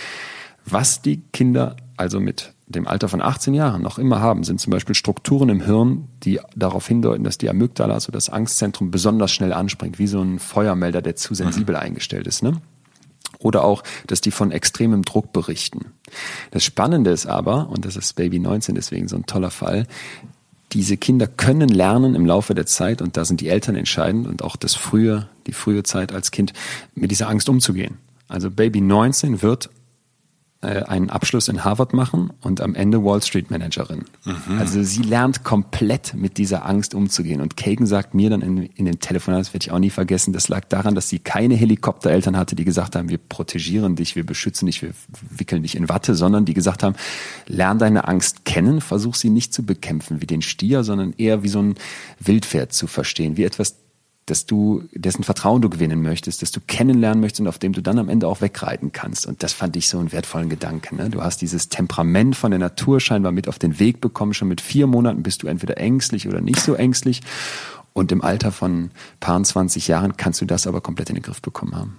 [SPEAKER 1] Was die Kinder also mit dem Alter von achtzehn Jahren noch immer haben, sind zum Beispiel Strukturen im Hirn, die darauf hindeuten, dass die Amygdala, also das Angstzentrum, besonders schnell anspringt, wie so ein Feuermelder, der zu sensibel eingestellt ist, ne? Oder auch, dass die von extremem Druck berichten. Das Spannende ist aber, und das ist Baby neunzehn deswegen so ein toller Fall, diese Kinder können lernen im Laufe der Zeit, und da sind die Eltern entscheidend und auch das frühe, die frühe Zeit als Kind, mit dieser Angst umzugehen. Also Baby neunzehn wird einen Abschluss in Harvard machen und am Ende Wall Street Managerin. Mhm. Also sie lernt komplett mit dieser Angst umzugehen. Und Kagan sagt mir dann in, in den Telefonaten, das werde ich auch nie vergessen, das lag daran, dass sie keine Helikoptereltern hatte, die gesagt haben, wir protegieren dich, wir beschützen dich, wir wickeln dich in Watte, sondern die gesagt haben, lern deine Angst kennen, versuch sie nicht zu bekämpfen wie den Stier, sondern eher wie so ein Wildpferd zu verstehen, wie etwas, dass du, dessen Vertrauen du gewinnen möchtest, dass du kennenlernen möchtest und auf dem du dann am Ende auch wegreiten kannst. Und das fand ich so einen wertvollen Gedanken. Ne? Du hast dieses Temperament von der Natur scheinbar mit auf den Weg bekommen. Schon mit vier Monaten bist du entweder ängstlich oder nicht so ängstlich. Und im Alter von paar zwanzig Jahren kannst du das aber komplett in den Griff bekommen haben.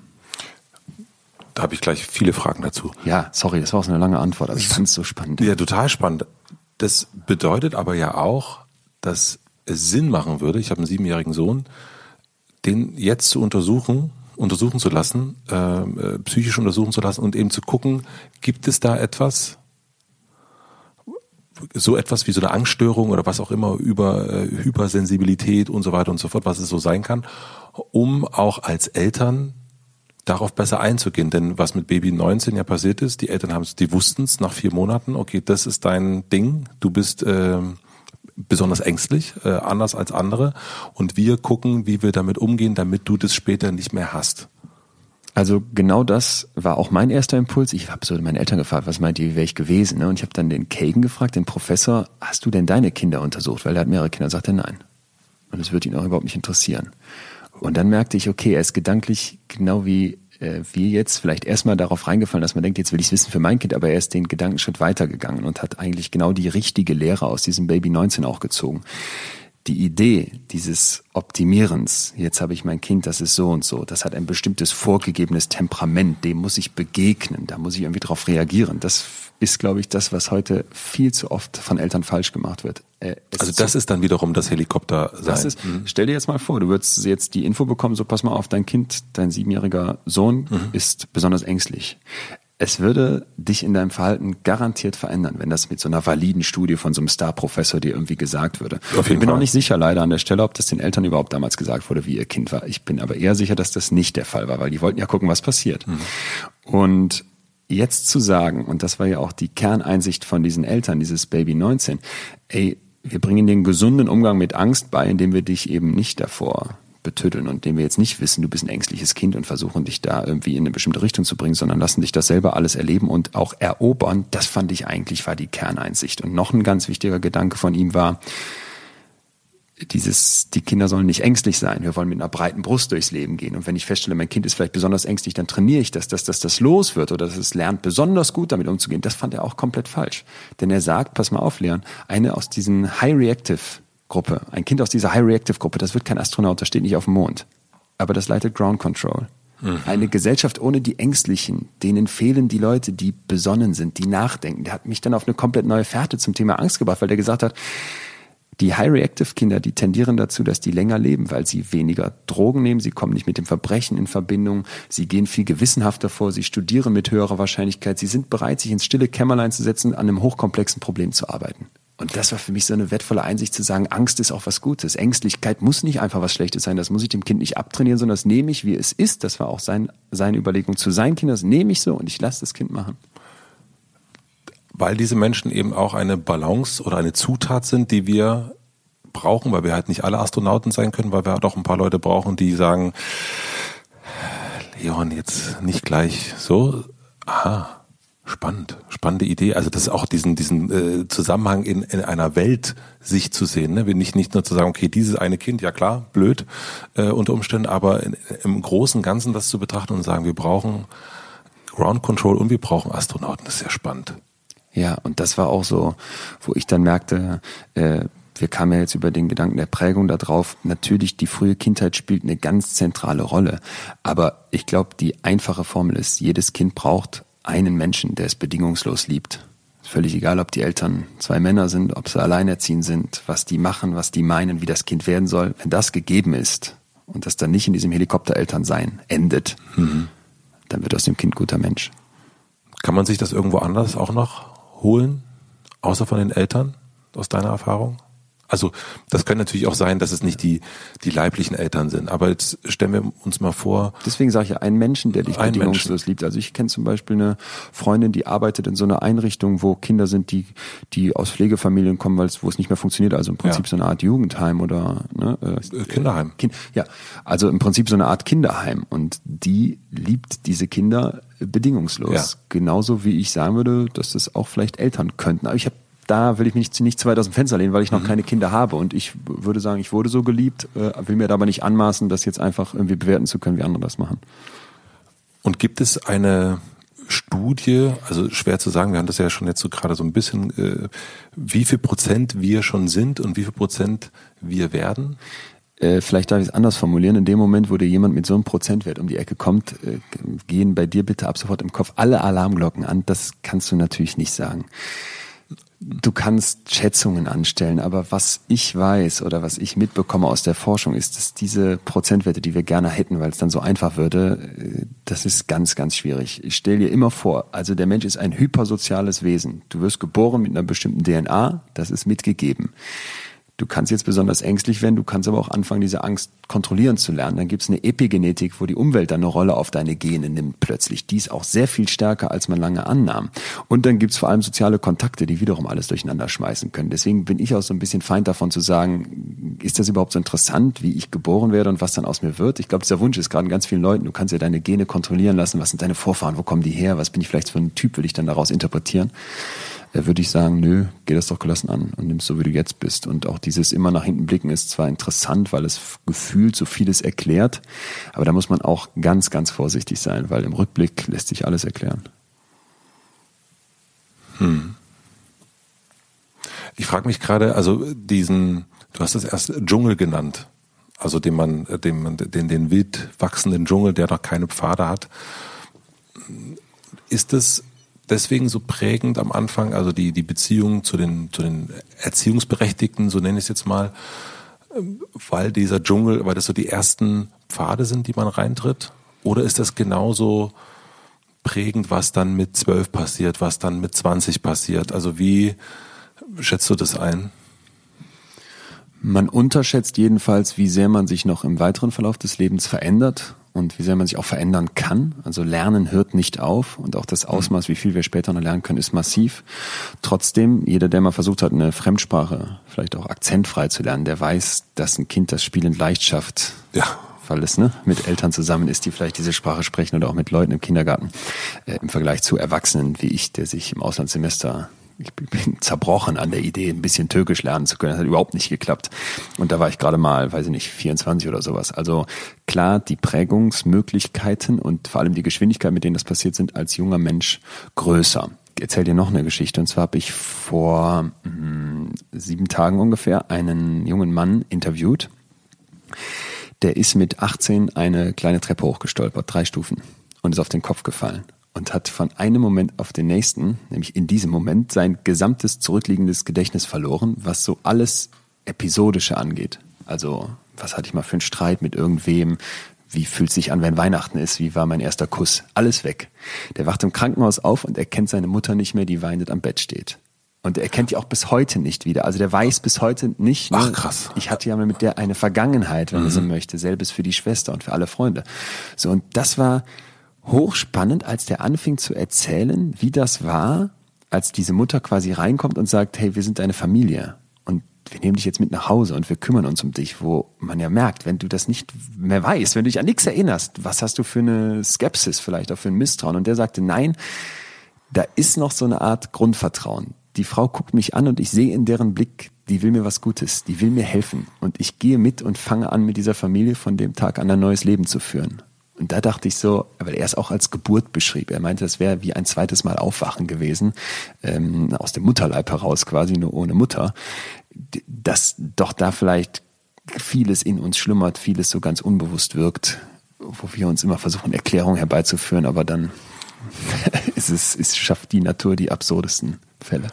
[SPEAKER 2] Da habe ich gleich viele Fragen dazu.
[SPEAKER 1] Ja, sorry, das war so eine lange Antwort, aber ich fand es so spannend.
[SPEAKER 2] Ja, total spannend. Das bedeutet aber ja auch, dass es Sinn machen würde, ich habe einen siebenjährigen Sohn, den jetzt zu untersuchen, untersuchen zu lassen, äh, psychisch untersuchen zu lassen und eben zu gucken, gibt es da etwas, so etwas wie so eine Angststörung oder was auch immer über äh, Hypersensibilität und so weiter und so fort, was es so sein kann, um auch als Eltern darauf besser einzugehen. Denn was mit Baby neunzehn ja passiert ist, die Eltern haben es, die wussten es nach vier Monaten, okay, das ist dein Ding, du bist äh, besonders ängstlich, äh, anders als andere, und wir gucken, wie wir damit umgehen, damit du das später nicht mehr hast.
[SPEAKER 1] Also genau das war auch mein erster Impuls. Ich habe so meine Eltern gefragt, was meint ihr, wie wäre ich gewesen? Und ich habe dann den Kagan gefragt, den Professor, hast du denn deine Kinder untersucht? Weil er hat mehrere Kinder. Und sagte nein. Und es würde ihn auch überhaupt nicht interessieren. Und dann merkte ich, okay, er ist gedanklich genau wie äh, wir jetzt vielleicht erstmal darauf reingefallen, dass man denkt, jetzt will ich es wissen für mein Kind, aber er ist den Gedankenschritt weitergegangen und hat eigentlich genau die richtige Lehre aus diesem Baby neunzehn auch gezogen. Die Idee dieses Optimierens, jetzt habe ich mein Kind, das ist so und so, das hat ein bestimmtes vorgegebenes Temperament, dem muss ich begegnen, da muss ich irgendwie drauf reagieren. Das ist, glaube ich, das, was heute viel zu oft von Eltern falsch gemacht wird. Äh,
[SPEAKER 2] also das so, ist dann wiederum das Helikopter sein.
[SPEAKER 1] Das ist, mhm. Stell dir jetzt mal vor, du würdest jetzt die Info bekommen, so pass mal auf, dein Kind, dein siebenjähriger Sohn mhm. ist besonders ängstlich. Es würde dich in deinem Verhalten garantiert verändern, wenn das mit so einer validen Studie von so einem Star-Professor dir irgendwie gesagt würde.
[SPEAKER 2] Auf jeden
[SPEAKER 1] ich bin
[SPEAKER 2] Fall.
[SPEAKER 1] auch nicht sicher leider an der Stelle, ob das den Eltern überhaupt damals gesagt wurde, wie ihr Kind war. Ich bin aber eher sicher, dass das nicht der Fall war, weil die wollten ja gucken, was passiert. Mhm. Und jetzt zu sagen, und das war ja auch die Kerneinsicht von diesen Eltern, dieses Baby neunzehn, ey, wir bringen den gesunden Umgang mit Angst bei, indem wir dich eben nicht davor betütteln und dem wir jetzt nicht wissen, du bist ein ängstliches Kind und versuchen dich da irgendwie in eine bestimmte Richtung zu bringen, sondern lassen dich das selber alles erleben und auch erobern. Das fand ich eigentlich war die Kerneinsicht. Und noch ein ganz wichtiger Gedanke von ihm war, dieses, die Kinder sollen nicht ängstlich sein. Wir wollen mit einer breiten Brust durchs Leben gehen. Und wenn ich feststelle, mein Kind ist vielleicht besonders ängstlich, dann trainiere ich das, dass, dass das los wird oder dass es lernt, besonders gut damit umzugehen. Das fand er auch komplett falsch. Denn er sagt, pass mal auf, Leon, eine aus diesen High-Reactive Gruppe, ein Kind aus dieser High-Reactive-Gruppe, das wird kein Astronaut, das steht nicht auf dem Mond. Aber das leitet Ground Control. Mhm. Eine Gesellschaft ohne die Ängstlichen, denen fehlen die Leute, die besonnen sind, die nachdenken. Der hat mich dann auf eine komplett neue Fährte zum Thema Angst gebracht, weil der gesagt hat, die High-Reactive-Kinder, die tendieren dazu, dass die länger leben, weil sie weniger Drogen nehmen, sie kommen nicht mit dem Verbrechen in Verbindung, sie gehen viel gewissenhafter vor, sie studieren mit höherer Wahrscheinlichkeit, sie sind bereit, sich ins stille Kämmerlein zu setzen, an einem hochkomplexen Problem zu arbeiten. Und das war für mich so eine wertvolle Einsicht zu sagen, Angst ist auch was Gutes. Ängstlichkeit muss nicht einfach was Schlechtes sein. Das muss ich dem Kind nicht abtrainieren, sondern das nehme ich, wie es ist. Das war auch sein, seine Überlegung zu seinen Kindern. Das nehme ich so und ich lasse das Kind machen.
[SPEAKER 2] Weil diese Menschen eben auch eine Balance oder eine Zutat sind, die wir brauchen, weil wir halt nicht alle Astronauten sein können, weil wir halt auch ein paar Leute brauchen, die sagen, Leon, jetzt nicht gleich so, aha. Spannend, spannende Idee. Also das ist auch diesen diesen äh, Zusammenhang in, in einer Welt sich zu sehen. Ne? Nicht nicht nur zu sagen, okay, dieses eine Kind, ja klar, blöd äh, unter Umständen, aber in, im Großen und Ganzen das zu betrachten und sagen, wir brauchen Ground Control und wir brauchen Astronauten. Das ist sehr spannend.
[SPEAKER 1] Ja, und das war auch so, wo ich dann merkte, äh, wir kamen ja jetzt über den Gedanken der Prägung da drauf. Natürlich, die frühe Kindheit spielt eine ganz zentrale Rolle. Aber ich glaube, die einfache Formel ist, jedes Kind braucht einen Menschen, der es bedingungslos liebt. Völlig egal, ob die Eltern zwei Männer sind, ob sie alleinerziehend sind, was die machen, was die meinen, wie das Kind werden soll. Wenn das gegeben ist und das dann nicht in diesem Helikopterelternsein endet, mhm. dann wird aus dem Kind guter Mensch.
[SPEAKER 2] Kann man sich das irgendwo anders auch noch holen, außer von den Eltern, aus deiner Erfahrung? Also das kann natürlich auch sein, dass es nicht die die leiblichen Eltern sind. Aber jetzt stellen wir uns mal vor.
[SPEAKER 1] Deswegen sage ich ja, einen Menschen, der dich bedingungslos liebt. Also ich kenne zum Beispiel eine Freundin, die arbeitet in so einer Einrichtung, wo Kinder sind, die die aus Pflegefamilien kommen, weil es wo es nicht mehr funktioniert. Also im Prinzip ja. so eine Art Jugendheim oder ne,
[SPEAKER 2] äh, Kinderheim.
[SPEAKER 1] Kind, ja, also im Prinzip so eine Art Kinderheim. Und die liebt diese Kinder bedingungslos. Ja. Genauso wie ich sagen würde, dass das auch vielleicht Eltern könnten. Aber ich habe Da will ich mich nicht, nicht zu weit aus dem Fenster lehnen, weil ich noch mhm. keine Kinder habe. Und ich würde sagen, ich wurde so geliebt, äh, will mir da aber nicht anmaßen, das jetzt einfach irgendwie bewerten zu können, wie andere das machen.
[SPEAKER 2] Und gibt es eine Studie, also schwer zu sagen, wir haben das ja schon jetzt so gerade so ein bisschen, äh, wie viel Prozent wir schon sind und wie viel Prozent wir werden?
[SPEAKER 1] Äh, vielleicht darf ich es anders formulieren. In dem Moment, wo dir jemand mit so einem Prozentwert um die Ecke kommt, äh, gehen bei dir bitte ab sofort im Kopf alle Alarmglocken an. Das kannst du natürlich nicht sagen. Du kannst Schätzungen anstellen, aber was ich weiß oder was ich mitbekomme aus der Forschung ist, dass diese Prozentwerte, die wir gerne hätten, weil es dann so einfach würde, das ist ganz, ganz schwierig. Ich stelle dir immer vor, also der Mensch ist ein hypersoziales Wesen. Du wirst geboren mit einer bestimmten D N A, das ist mitgegeben. Du kannst jetzt besonders ängstlich werden, du kannst aber auch anfangen, diese Angst kontrollieren zu lernen. Dann gibt es eine Epigenetik, wo die Umwelt dann eine Rolle auf deine Gene nimmt plötzlich. Die ist auch sehr viel stärker, als man lange annahm. Und dann gibt es vor allem soziale Kontakte, die wiederum alles durcheinander schmeißen können. Deswegen bin ich auch so ein bisschen Feind davon zu sagen, ist das überhaupt so interessant, wie ich geboren werde und was dann aus mir wird? Ich glaube, dieser Wunsch ist gerade in ganz vielen Leuten, du kannst ja deine Gene kontrollieren lassen, was sind deine Vorfahren, wo kommen die her, was bin ich vielleicht für ein Typ, will ich dann daraus interpretieren? Würde ich sagen, nö, geh das doch gelassen an und nimm's so, wie du jetzt bist. Und auch dieses immer nach hinten blicken ist zwar interessant, weil es gefühlt so vieles erklärt, aber da muss man auch ganz, ganz vorsichtig sein, weil im Rückblick lässt sich alles erklären.
[SPEAKER 2] Hm. Ich frage mich gerade, also diesen, du hast das erst Dschungel genannt, also den man, den, den, den wild wachsenden Dschungel, der noch keine Pfade hat. Ist es deswegen so prägend am Anfang, also die, die Beziehung zu den, zu den Erziehungsberechtigten, so nenne ich es jetzt mal, weil dieser Dschungel, weil das so die ersten Pfade sind, die man reintritt? Oder ist das genauso prägend, was dann mit zwölf passiert, was dann mit zwanzig passiert? Also wie schätzt du das ein?
[SPEAKER 1] Man unterschätzt jedenfalls, wie sehr man sich noch im weiteren Verlauf des Lebens verändert. Und wie sehr man sich auch verändern kann. Also Lernen hört nicht auf und auch das Ausmaß, wie viel wir später noch lernen können, ist massiv. Trotzdem, jeder, der mal versucht hat, eine Fremdsprache vielleicht auch akzentfrei zu lernen, der weiß, dass ein Kind das spielend leicht schafft.
[SPEAKER 2] Ja.
[SPEAKER 1] Weil es ne, mit Eltern zusammen ist, die vielleicht diese Sprache sprechen oder auch mit Leuten im Kindergarten. Äh, im Vergleich zu Erwachsenen wie ich, der sich im Auslandssemester, ich bin zerbrochen an der Idee, ein bisschen Türkisch lernen zu können. Das hat überhaupt nicht geklappt. Und da war ich gerade mal, weiß ich nicht, vierundzwanzig oder sowas. Also klar, die Prägungsmöglichkeiten und vor allem die Geschwindigkeit, mit denen das passiert, sind als junger Mensch größer. Ich erzähle dir noch eine Geschichte. Und zwar habe ich vor mh, sieben Tagen ungefähr einen jungen Mann interviewt. Der ist mit achtzehn eine kleine Treppe hochgestolpert, drei Stufen, und ist auf den Kopf gefallen. Und hat von einem Moment auf den nächsten, nämlich in diesem Moment, sein gesamtes zurückliegendes Gedächtnis verloren, was so alles Episodische angeht. Also, was hatte ich mal für einen Streit mit irgendwem? Wie fühlt es sich an, wenn Weihnachten ist? Wie war mein erster Kuss? Alles weg. Der wacht im Krankenhaus auf und erkennt seine Mutter nicht mehr, die weinend am Bett steht. Und er erkennt die auch bis heute nicht wieder. Also der weiß bis heute nicht.
[SPEAKER 2] Ach, krass.
[SPEAKER 1] Ich hatte ja mit der eine Vergangenheit, wenn man so möchte. Selbes für die Schwester und für alle Freunde. So, und das war hochspannend, als der anfing zu erzählen, wie das war, als diese Mutter quasi reinkommt und sagt, hey, wir sind deine Familie und wir nehmen dich jetzt mit nach Hause und wir kümmern uns um dich, wo man ja merkt, wenn du das nicht mehr weißt, wenn du dich an nichts erinnerst, was hast du für eine Skepsis vielleicht, auch für ein Misstrauen? Und der sagte, nein, da ist noch so eine Art Grundvertrauen. Die Frau guckt mich an und ich sehe in deren Blick, die will mir was Gutes, die will mir helfen und ich gehe mit und fange an, mit dieser Familie von dem Tag an ein neues Leben zu führen. Und da dachte ich so, weil er es auch als Geburt beschrieb. Er meinte, das wäre wie ein zweites Mal Aufwachen gewesen, ähm, aus dem Mutterleib heraus quasi, nur ohne Mutter. Dass doch da vielleicht vieles in uns schlummert, vieles so ganz unbewusst wirkt, wo wir uns immer versuchen, Erklärungen herbeizuführen, aber dann ist es, es schafft die Natur die absurdesten Fälle.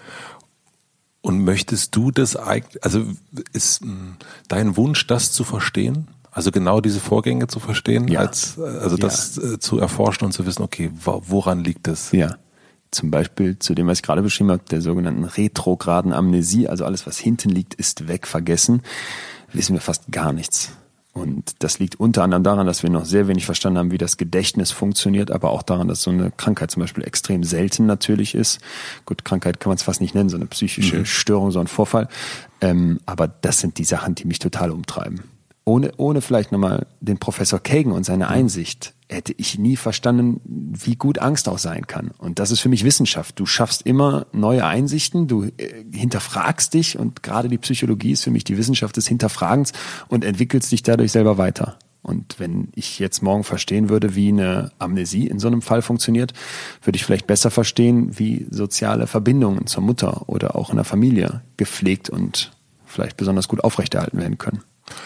[SPEAKER 2] Und möchtest du das eigentlich, also ist dein Wunsch, das zu verstehen? Also genau diese Vorgänge zu verstehen,
[SPEAKER 1] ja.
[SPEAKER 2] als, also das
[SPEAKER 1] ja.
[SPEAKER 2] zu erforschen und zu wissen, okay, woran liegt es?
[SPEAKER 1] Ja, zum Beispiel zu dem, was ich gerade beschrieben habe, der sogenannten retrograden Amnesie, also alles, was hinten liegt, ist weg, vergessen, wissen wir fast gar nichts. Und das liegt unter anderem daran, dass wir noch sehr wenig verstanden haben, wie das Gedächtnis funktioniert, aber auch daran, dass so eine Krankheit zum Beispiel extrem selten natürlich ist. Gut, Krankheit kann man es fast nicht nennen, so eine psychische mhm. Störung, so ein Vorfall. Ähm, aber das sind die Sachen, die mich total umtreiben. Ohne, ohne vielleicht nochmal den Professor Kagan und seine Einsicht hätte ich nie verstanden, wie gut Angst auch sein kann. Und das ist für mich Wissenschaft. Du schaffst immer neue Einsichten, du äh, hinterfragst dich und gerade die Psychologie ist für mich die Wissenschaft des Hinterfragens und entwickelst dich dadurch selber weiter. Und wenn ich jetzt morgen verstehen würde, wie eine Amnesie in so einem Fall funktioniert, würde ich vielleicht besser verstehen, wie soziale Verbindungen zur Mutter oder auch in der Familie gepflegt und vielleicht besonders gut aufrechterhalten werden können.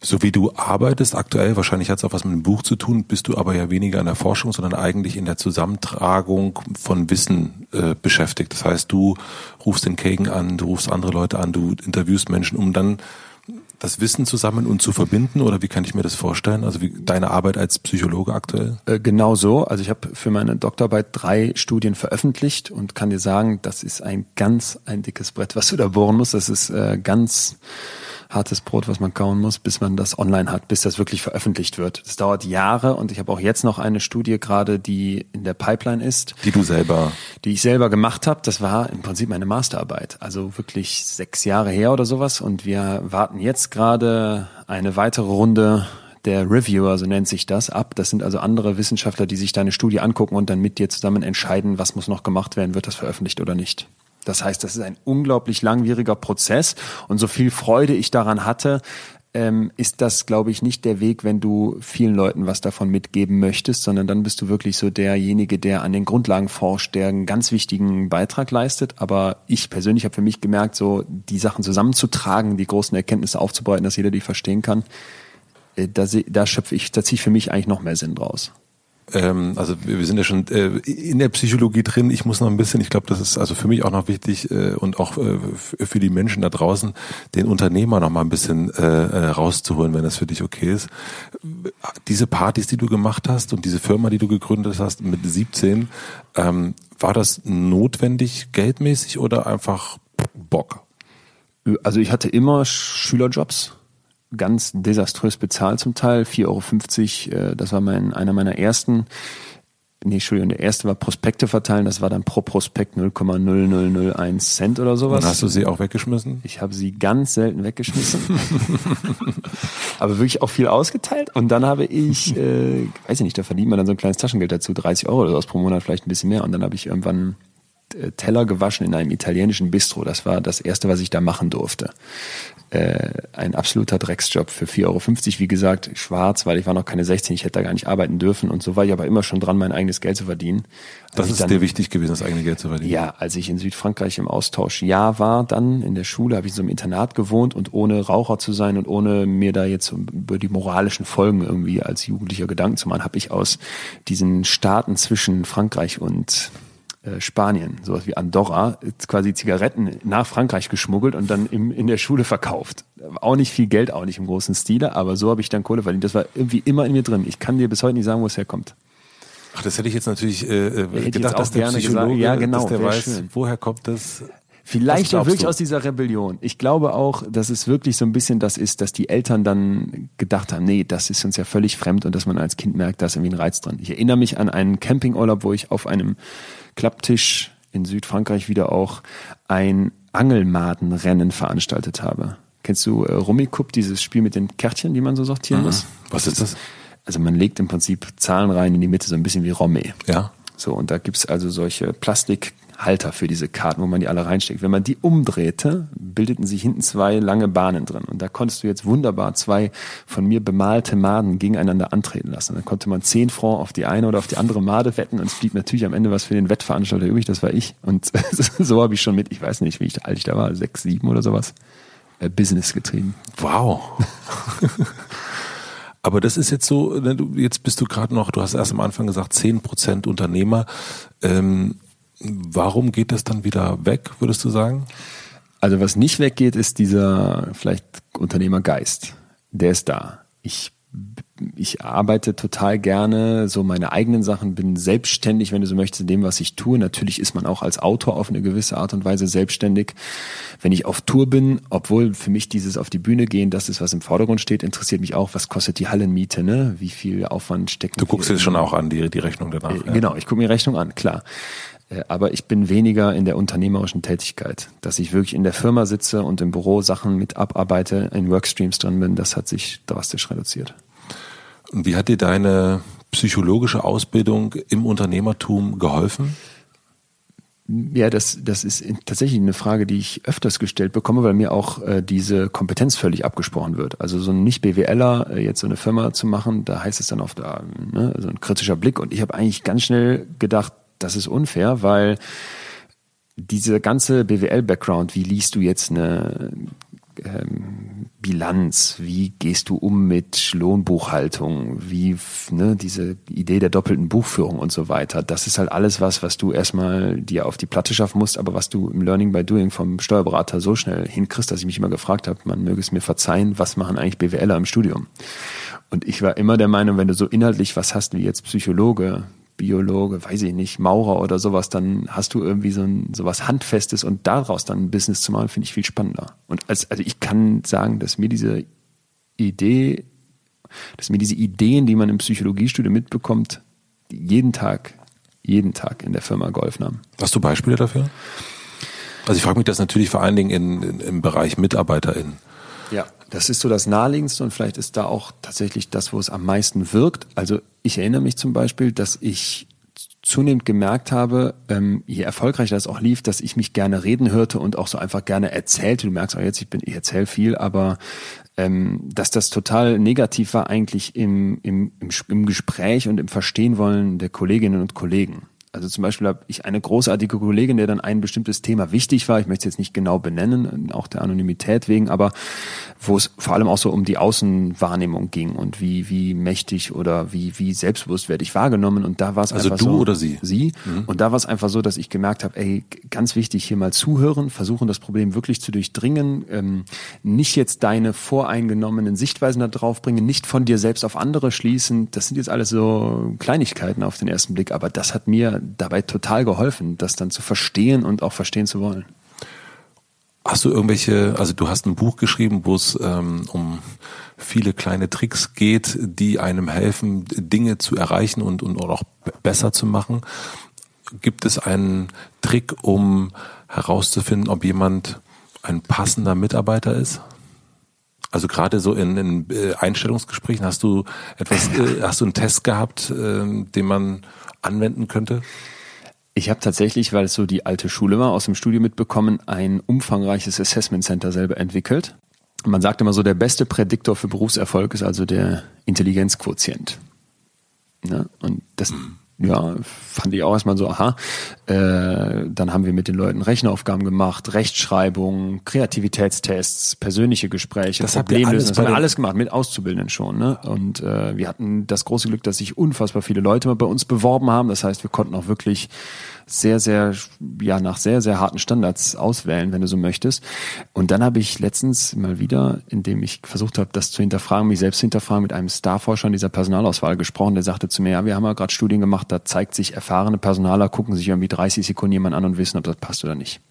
[SPEAKER 2] So wie du arbeitest aktuell, wahrscheinlich hat es auch was mit dem Buch zu tun, bist du aber ja weniger in der Forschung, sondern eigentlich in der Zusammentragung von Wissen äh, beschäftigt. Das heißt, du rufst den Kagan an, du rufst andere Leute an, du interviewst Menschen, um dann das Wissen zu sammeln und zu verbinden, oder wie kann ich mir das vorstellen? Also wie deine Arbeit als Psychologe aktuell?
[SPEAKER 1] Äh, genau so. Also ich habe für meine Doktorarbeit drei Studien veröffentlicht und kann dir sagen, das ist ein ganz ein dickes Brett, was du da bohren musst. Das ist äh, ganz hartes Brot, was man kauen muss, bis man das online hat, bis das wirklich veröffentlicht wird. Das dauert Jahre und ich habe auch jetzt noch eine Studie gerade, die in der Pipeline ist.
[SPEAKER 2] Die du selber?
[SPEAKER 1] Die ich selber gemacht habe. Das war im Prinzip meine Masterarbeit. Also wirklich sechs Jahre her oder sowas. Und wir warten jetzt gerade eine weitere Runde der Reviewer, so nennt sich das, ab. Das sind also andere Wissenschaftler, die sich deine Studie angucken und dann mit dir zusammen entscheiden, was muss noch gemacht werden, wird das veröffentlicht oder nicht. Das heißt, das ist ein unglaublich langwieriger Prozess und so viel Freude ich daran hatte, ähm, ist das, glaube ich, nicht der Weg, wenn du vielen Leuten was davon mitgeben möchtest, sondern dann bist du wirklich so derjenige, der an den Grundlagen forscht, der einen ganz wichtigen Beitrag leistet. Aber ich persönlich habe für mich gemerkt, so die Sachen zusammenzutragen, die großen Erkenntnisse aufzubereiten, dass jeder die verstehen kann, äh, da, da schöpfe ich, da ziehe ich für mich eigentlich noch mehr Sinn draus.
[SPEAKER 2] Ähm, also wir sind ja schon äh, in der Psychologie drin. Ich muss noch ein bisschen, ich glaube, das ist also für mich auch noch wichtig äh, und auch äh, für die Menschen da draußen, den Unternehmer noch mal ein bisschen äh, rauszuholen, wenn das für dich okay ist. Diese Partys, die du gemacht hast und diese Firma, die du gegründet hast mit siebzehn, ähm, war das notwendig geldmäßig oder einfach Bock?
[SPEAKER 1] Also ich hatte immer Schülerjobs. Ganz desaströs bezahlt zum Teil, vier Euro fünfzig, äh, das war mein einer meiner ersten, nee, Entschuldigung, der erste war Prospekte verteilen, das war dann pro Prospekt null Komma null null null eins Cent oder sowas.
[SPEAKER 2] Und hast du sie auch weggeschmissen?
[SPEAKER 1] Ich habe sie ganz selten weggeschmissen, aber wirklich auch viel ausgeteilt und dann habe ich, äh, weiß ich nicht, da verdient man dann so ein kleines Taschengeld dazu, dreißig Euro oder was pro Monat, vielleicht ein bisschen mehr und dann habe ich irgendwann Teller gewaschen in einem italienischen Bistro. Das war das Erste, was ich da machen durfte. Äh, ein absoluter Drecksjob für vier Euro fünfzig, wie gesagt, schwarz, weil ich war noch keine sechzehn, ich hätte da gar nicht arbeiten dürfen und so war ich aber immer schon dran, mein eigenes Geld zu verdienen.
[SPEAKER 2] Das ist dann, dir wichtig gewesen, das eigene Geld zu verdienen? Ja,
[SPEAKER 1] als ich in Südfrankreich im Austauschjahr war, dann in der Schule, habe ich in so einem Internat gewohnt und ohne Raucher zu sein und ohne mir da jetzt über die moralischen Folgen irgendwie als Jugendlicher Gedanken zu machen, habe ich aus diesen Staaten zwischen Frankreich und Spanien, sowas wie Andorra, quasi Zigaretten nach Frankreich geschmuggelt und dann im, in der Schule verkauft. Auch nicht viel Geld, auch nicht im großen Stile, aber so habe ich dann Kohle verdient. Das war irgendwie immer in mir drin. Ich kann dir bis heute nicht sagen, wo es herkommt.
[SPEAKER 2] Ach, das hätte ich jetzt natürlich äh,
[SPEAKER 1] hätte
[SPEAKER 2] gedacht, dass der Psychologe,
[SPEAKER 1] gesagt, ja, genau,
[SPEAKER 2] dass der weiß,
[SPEAKER 1] schön.
[SPEAKER 2] Woher kommt das?
[SPEAKER 1] Vielleicht auch wirklich du? Aus dieser Rebellion. Ich glaube auch, dass es wirklich so ein bisschen das ist, dass die Eltern dann gedacht haben, nee, das ist uns ja völlig fremd und dass man als Kind merkt, da ist irgendwie ein Reiz dran. Ich erinnere mich an einen Campingurlaub, wo ich auf einem Klapptisch in Südfrankreich wieder auch ein Angelmadenrennen veranstaltet habe. Kennst du äh, Rummikub, dieses Spiel mit den Kärtchen, die man so sortieren mhm. muss?
[SPEAKER 2] Was ist das?
[SPEAKER 1] Also man legt im Prinzip Zahlen rein in die Mitte, so ein bisschen wie Romme.
[SPEAKER 2] Ja.
[SPEAKER 1] So, und da gibt's also solche Plastikhalter für diese Karten, wo man die alle reinsteckt. Wenn man die umdrehte, bildeten sich hinten zwei lange Bahnen drin. Und da konntest du jetzt wunderbar zwei von mir bemalte Maden gegeneinander antreten lassen. Dann konnte man zehn Francs auf die eine oder auf die andere Made wetten und es blieb natürlich am Ende was für den Wettveranstalter übrig, das war ich. Und so habe ich schon mit, ich weiß nicht, wie alt ich da war, sechs, sieben oder sowas, äh, Business getrieben.
[SPEAKER 2] Wow. Aber das ist jetzt so, jetzt bist du gerade noch, du hast erst am Anfang gesagt, zehn Prozent Unternehmer. Ähm, warum geht das dann wieder weg, würdest du sagen?
[SPEAKER 1] Also was nicht weggeht, ist dieser vielleicht Unternehmergeist. Der ist da. Ich Ich arbeite total gerne so meine eigenen Sachen, bin selbstständig, wenn du so möchtest, in dem, was ich tue. Natürlich ist man auch als Autor auf eine gewisse Art und Weise selbstständig. Wenn ich auf Tour bin, obwohl für mich dieses auf die Bühne gehen, das ist, was im Vordergrund steht, interessiert mich auch, was kostet die Hallenmiete, ne? Wie viel Aufwand steckt.
[SPEAKER 2] Du guckst dir schon auch an, die, die Rechnung danach.
[SPEAKER 1] Äh, ja. Genau, ich gucke mir die Rechnung an, klar. Aber ich bin weniger in der unternehmerischen Tätigkeit. Dass ich wirklich in der Firma sitze und im Büro Sachen mit abarbeite, in Workstreams drin bin, das hat sich drastisch reduziert.
[SPEAKER 2] Und wie hat dir deine psychologische Ausbildung im Unternehmertum geholfen?
[SPEAKER 1] Ja, das, das ist tatsächlich eine Frage, die ich öfters gestellt bekomme, weil mir auch äh, diese Kompetenz völlig abgesprochen wird. Also so ein Nicht-BWLer äh, jetzt so eine Firma zu machen, da heißt es dann oft, äh, ne, so ein kritischer Blick. Und ich habe eigentlich ganz schnell gedacht, das ist unfair, weil diese ganze B W L-Background, wie liest du jetzt eine ähm, Bilanz, wie gehst du um mit Lohnbuchhaltung, wie, ne, diese Idee der doppelten Buchführung und so weiter. Das ist halt alles was, was du erstmal dir auf die Platte schaffen musst, aber was du im Learning by Doing vom Steuerberater so schnell hinkriegst, dass ich mich immer gefragt habe, man möge es mir verzeihen, was machen eigentlich BWLer im Studium? Und ich war immer der Meinung, wenn du so inhaltlich was hast wie jetzt Psychologe, Biologe, weiß ich nicht, Maurer oder sowas, dann hast du irgendwie so ein sowas Handfestes und daraus dann ein Business zu machen, finde ich viel spannender. Und als, also ich kann sagen, dass mir diese Idee, dass mir diese Ideen, die man im Psychologiestudium mitbekommt, jeden Tag, jeden Tag in der Firma geholfen haben.
[SPEAKER 2] Hast du Beispiele dafür? Also ich frage mich das natürlich vor allen Dingen in, in, im Bereich MitarbeiterInnen.
[SPEAKER 1] Ja, das ist so das Naheliegendste und vielleicht ist da auch tatsächlich das, wo es am meisten wirkt. Also ich erinnere mich zum Beispiel, dass ich zunehmend gemerkt habe, ähm, je erfolgreicher das auch lief, dass ich mich gerne reden hörte und auch so einfach gerne erzählte. Du merkst auch jetzt, ich bin, ich erzähle viel, aber ähm, dass das total negativ war eigentlich im, im, im, im Gespräch und im Verstehen wollen der Kolleginnen und Kollegen. Also zum Beispiel habe ich eine großartige Kollegin, der dann ein bestimmtes Thema wichtig war. Ich möchte es jetzt nicht genau benennen, auch der Anonymität wegen, aber wo es vor allem auch so um die Außenwahrnehmung ging und wie wie mächtig oder wie wie selbstbewusst werde ich wahrgenommen. Und da war es
[SPEAKER 2] also
[SPEAKER 1] einfach
[SPEAKER 2] du
[SPEAKER 1] so.
[SPEAKER 2] Also du oder sie?
[SPEAKER 1] Sie.
[SPEAKER 2] Mhm.
[SPEAKER 1] Und da war es einfach so, dass ich gemerkt habe, ey, ganz wichtig, hier mal zuhören, versuchen das Problem wirklich zu durchdringen, ähm, nicht jetzt deine voreingenommenen Sichtweisen da drauf bringen, nicht von dir selbst auf andere schließen. Das sind jetzt alles so Kleinigkeiten auf den ersten Blick, aber das hat mir dabei total geholfen, das dann zu verstehen und auch verstehen zu wollen.
[SPEAKER 2] Hast du irgendwelche, also du hast ein Buch geschrieben, wo es ähm, um viele kleine Tricks geht, die einem helfen, Dinge zu erreichen und, und auch besser zu machen. Gibt es einen Trick, um herauszufinden, ob jemand ein passender Mitarbeiter ist? Also gerade so in, in Einstellungsgesprächen, hast du etwas, äh, hast du einen Test gehabt, äh, den man anwenden könnte?
[SPEAKER 1] Ich habe tatsächlich, weil es so die alte Schule war, aus dem Studium mitbekommen, ein umfangreiches Assessment Center selber entwickelt. Man sagt immer so, der beste Prädiktor für Berufserfolg ist also der Intelligenzquotient. Ja, und das ja, fand ich auch erstmal so, aha. Äh, dann haben wir mit den Leuten Rechenaufgaben gemacht, Rechtschreibung, Kreativitätstests, persönliche Gespräche,
[SPEAKER 2] das Problemlösen.
[SPEAKER 1] Das haben wir alles gemacht, mit Auszubildenden schon. Ne? Und äh, wir hatten das große Glück, dass sich unfassbar viele Leute bei uns beworben haben. Das heißt, wir konnten auch wirklich sehr, sehr, ja, nach sehr, sehr harten Standards auswählen, wenn du so möchtest. Und dann habe ich letztens mal wieder, indem ich versucht habe, das zu hinterfragen, mich selbst zu hinterfragen, mit einem Starforscher in dieser Personalauswahl gesprochen, der sagte zu mir, ja, wir haben ja gerade Studien gemacht, da zeigt sich, erfahrene Personaler gucken sich irgendwie dreißig Sekunden jemand an und wissen, ob das passt oder nicht.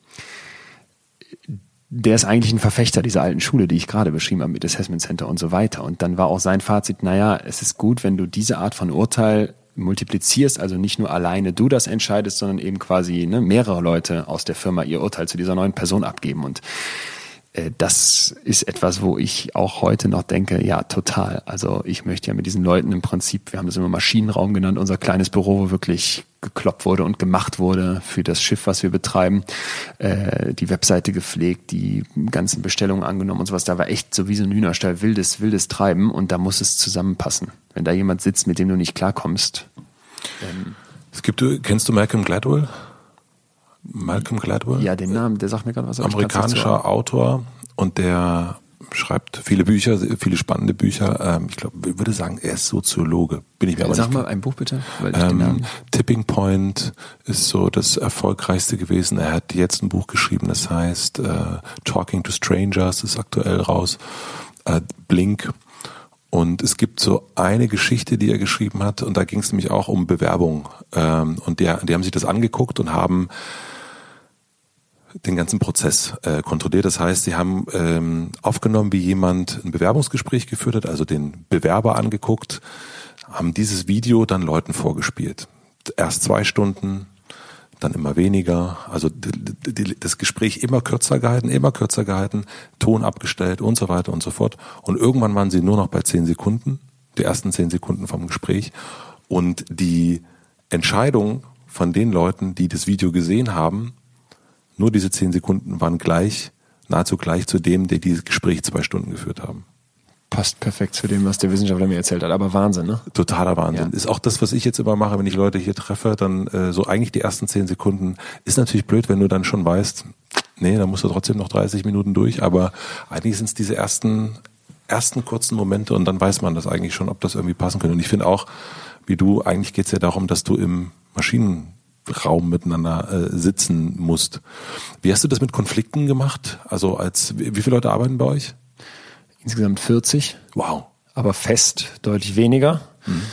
[SPEAKER 1] Der ist eigentlich ein Verfechter dieser alten Schule, die ich gerade beschrieben habe mit Assessment Center und so weiter. Und dann war auch sein Fazit, naja, es ist gut, wenn du diese Art von Urteil multiplizierst, also nicht nur alleine du das entscheidest, sondern eben quasi ne, mehrere Leute aus der Firma ihr Urteil zu dieser neuen Person abgeben. Und äh, das ist etwas, wo ich auch heute noch denke, ja, total. Also ich möchte ja mit diesen Leuten im Prinzip, wir haben das immer Maschinenraum genannt, unser kleines Büro, wo wirklich gekloppt wurde und gemacht wurde für das Schiff, was wir betreiben, äh, die Webseite gepflegt, die ganzen Bestellungen angenommen und sowas. Da war echt so wie so ein Hühnerstall, wildes, wildes Treiben und da muss es zusammenpassen. Wenn da jemand sitzt, mit dem du nicht klarkommst. Ähm,
[SPEAKER 2] es gibt, kennst du Malcolm Gladwell? Malcolm Gladwell?
[SPEAKER 1] Ja, den Namen, der sagt mir gerade was.
[SPEAKER 2] Amerikanischer Autor und der schreibt viele Bücher, viele spannende Bücher. Ich glaube, ich würde sagen, er ist Soziologe. Bin ich mir aber
[SPEAKER 1] Sag
[SPEAKER 2] nicht
[SPEAKER 1] mal ein Buch bitte. Weil
[SPEAKER 2] ich
[SPEAKER 1] ähm,
[SPEAKER 2] den Namen Tipping Point ist so das erfolgreichste gewesen. Er hat jetzt ein Buch geschrieben, das heißt äh, Talking to Strangers, ist aktuell raus. Äh, Blink. Und es gibt so eine Geschichte, die er geschrieben hat, und da ging es nämlich auch um Bewerbung. Ähm, und die, die haben sich das angeguckt und haben den ganzen Prozess äh, kontrolliert. Das heißt, sie haben ähm, aufgenommen, wie jemand ein Bewerbungsgespräch geführt hat, also den Bewerber angeguckt, haben dieses Video dann Leuten vorgespielt. Erst zwei Stunden, dann immer weniger, also die, die, das Gespräch immer kürzer gehalten, immer kürzer gehalten, Ton abgestellt und so weiter und so fort. Und irgendwann waren sie nur noch bei zehn Sekunden, die ersten zehn Sekunden vom Gespräch. Und die Entscheidung von den Leuten, die das Video gesehen haben, nur diese zehn Sekunden waren gleich, nahezu gleich zu dem, der dieses Gespräch zwei Stunden geführt haben.
[SPEAKER 1] Passt perfekt zu dem, was der Wissenschaftler mir erzählt hat, aber Wahnsinn, ne?
[SPEAKER 2] Totaler Wahnsinn.
[SPEAKER 1] Ja.
[SPEAKER 2] Ist auch das, was ich jetzt immer mache, wenn ich Leute hier treffe, dann äh, so eigentlich die ersten zehn Sekunden. Ist natürlich blöd, wenn du dann schon weißt, Nee, da musst du trotzdem noch dreißig Minuten durch, aber eigentlich sind es diese ersten, ersten kurzen Momente und dann weiß man das eigentlich schon, ob das irgendwie passen könnte. Und ich finde auch, wie du, eigentlich geht es ja darum, dass du im Maschinenraum miteinander äh, sitzen musst. Wie hast du das mit Konflikten gemacht? Also als, wie, wie viele Leute arbeiten bei euch?
[SPEAKER 1] Insgesamt vierzig.
[SPEAKER 2] Wow.
[SPEAKER 1] Aber fest deutlich weniger.
[SPEAKER 2] Mhm.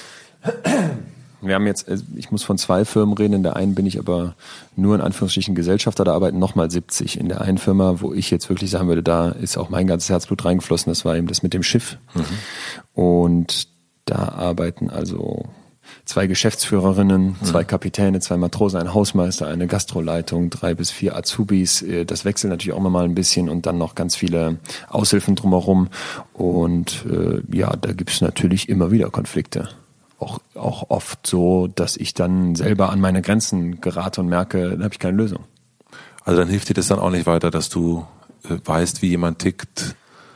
[SPEAKER 1] Wir haben jetzt, ich muss von zwei Firmen reden, in der einen bin ich aber nur in Anführungsstrichen Gesellschafter, da arbeiten nochmal siebzig. In der einen Firma, wo ich jetzt wirklich sagen würde, da ist auch mein ganzes Herzblut reingeflossen, das war eben das mit dem Schiff. Mhm. Und da arbeiten also zwei Geschäftsführerinnen, mhm. zwei Kapitäne, zwei Matrosen, ein Hausmeister, eine Gastroleitung, drei bis vier Azubis. Das wechselt natürlich auch mal ein bisschen und dann noch ganz viele Aushilfen drumherum. Und äh, ja, da gibt es natürlich immer wieder Konflikte. Auch, auch oft so, dass ich dann selber an meine Grenzen gerate und merke, da habe ich keine Lösung.
[SPEAKER 2] Also dann hilft dir das dann auch nicht weiter, dass du äh, weißt, wie jemand tickt?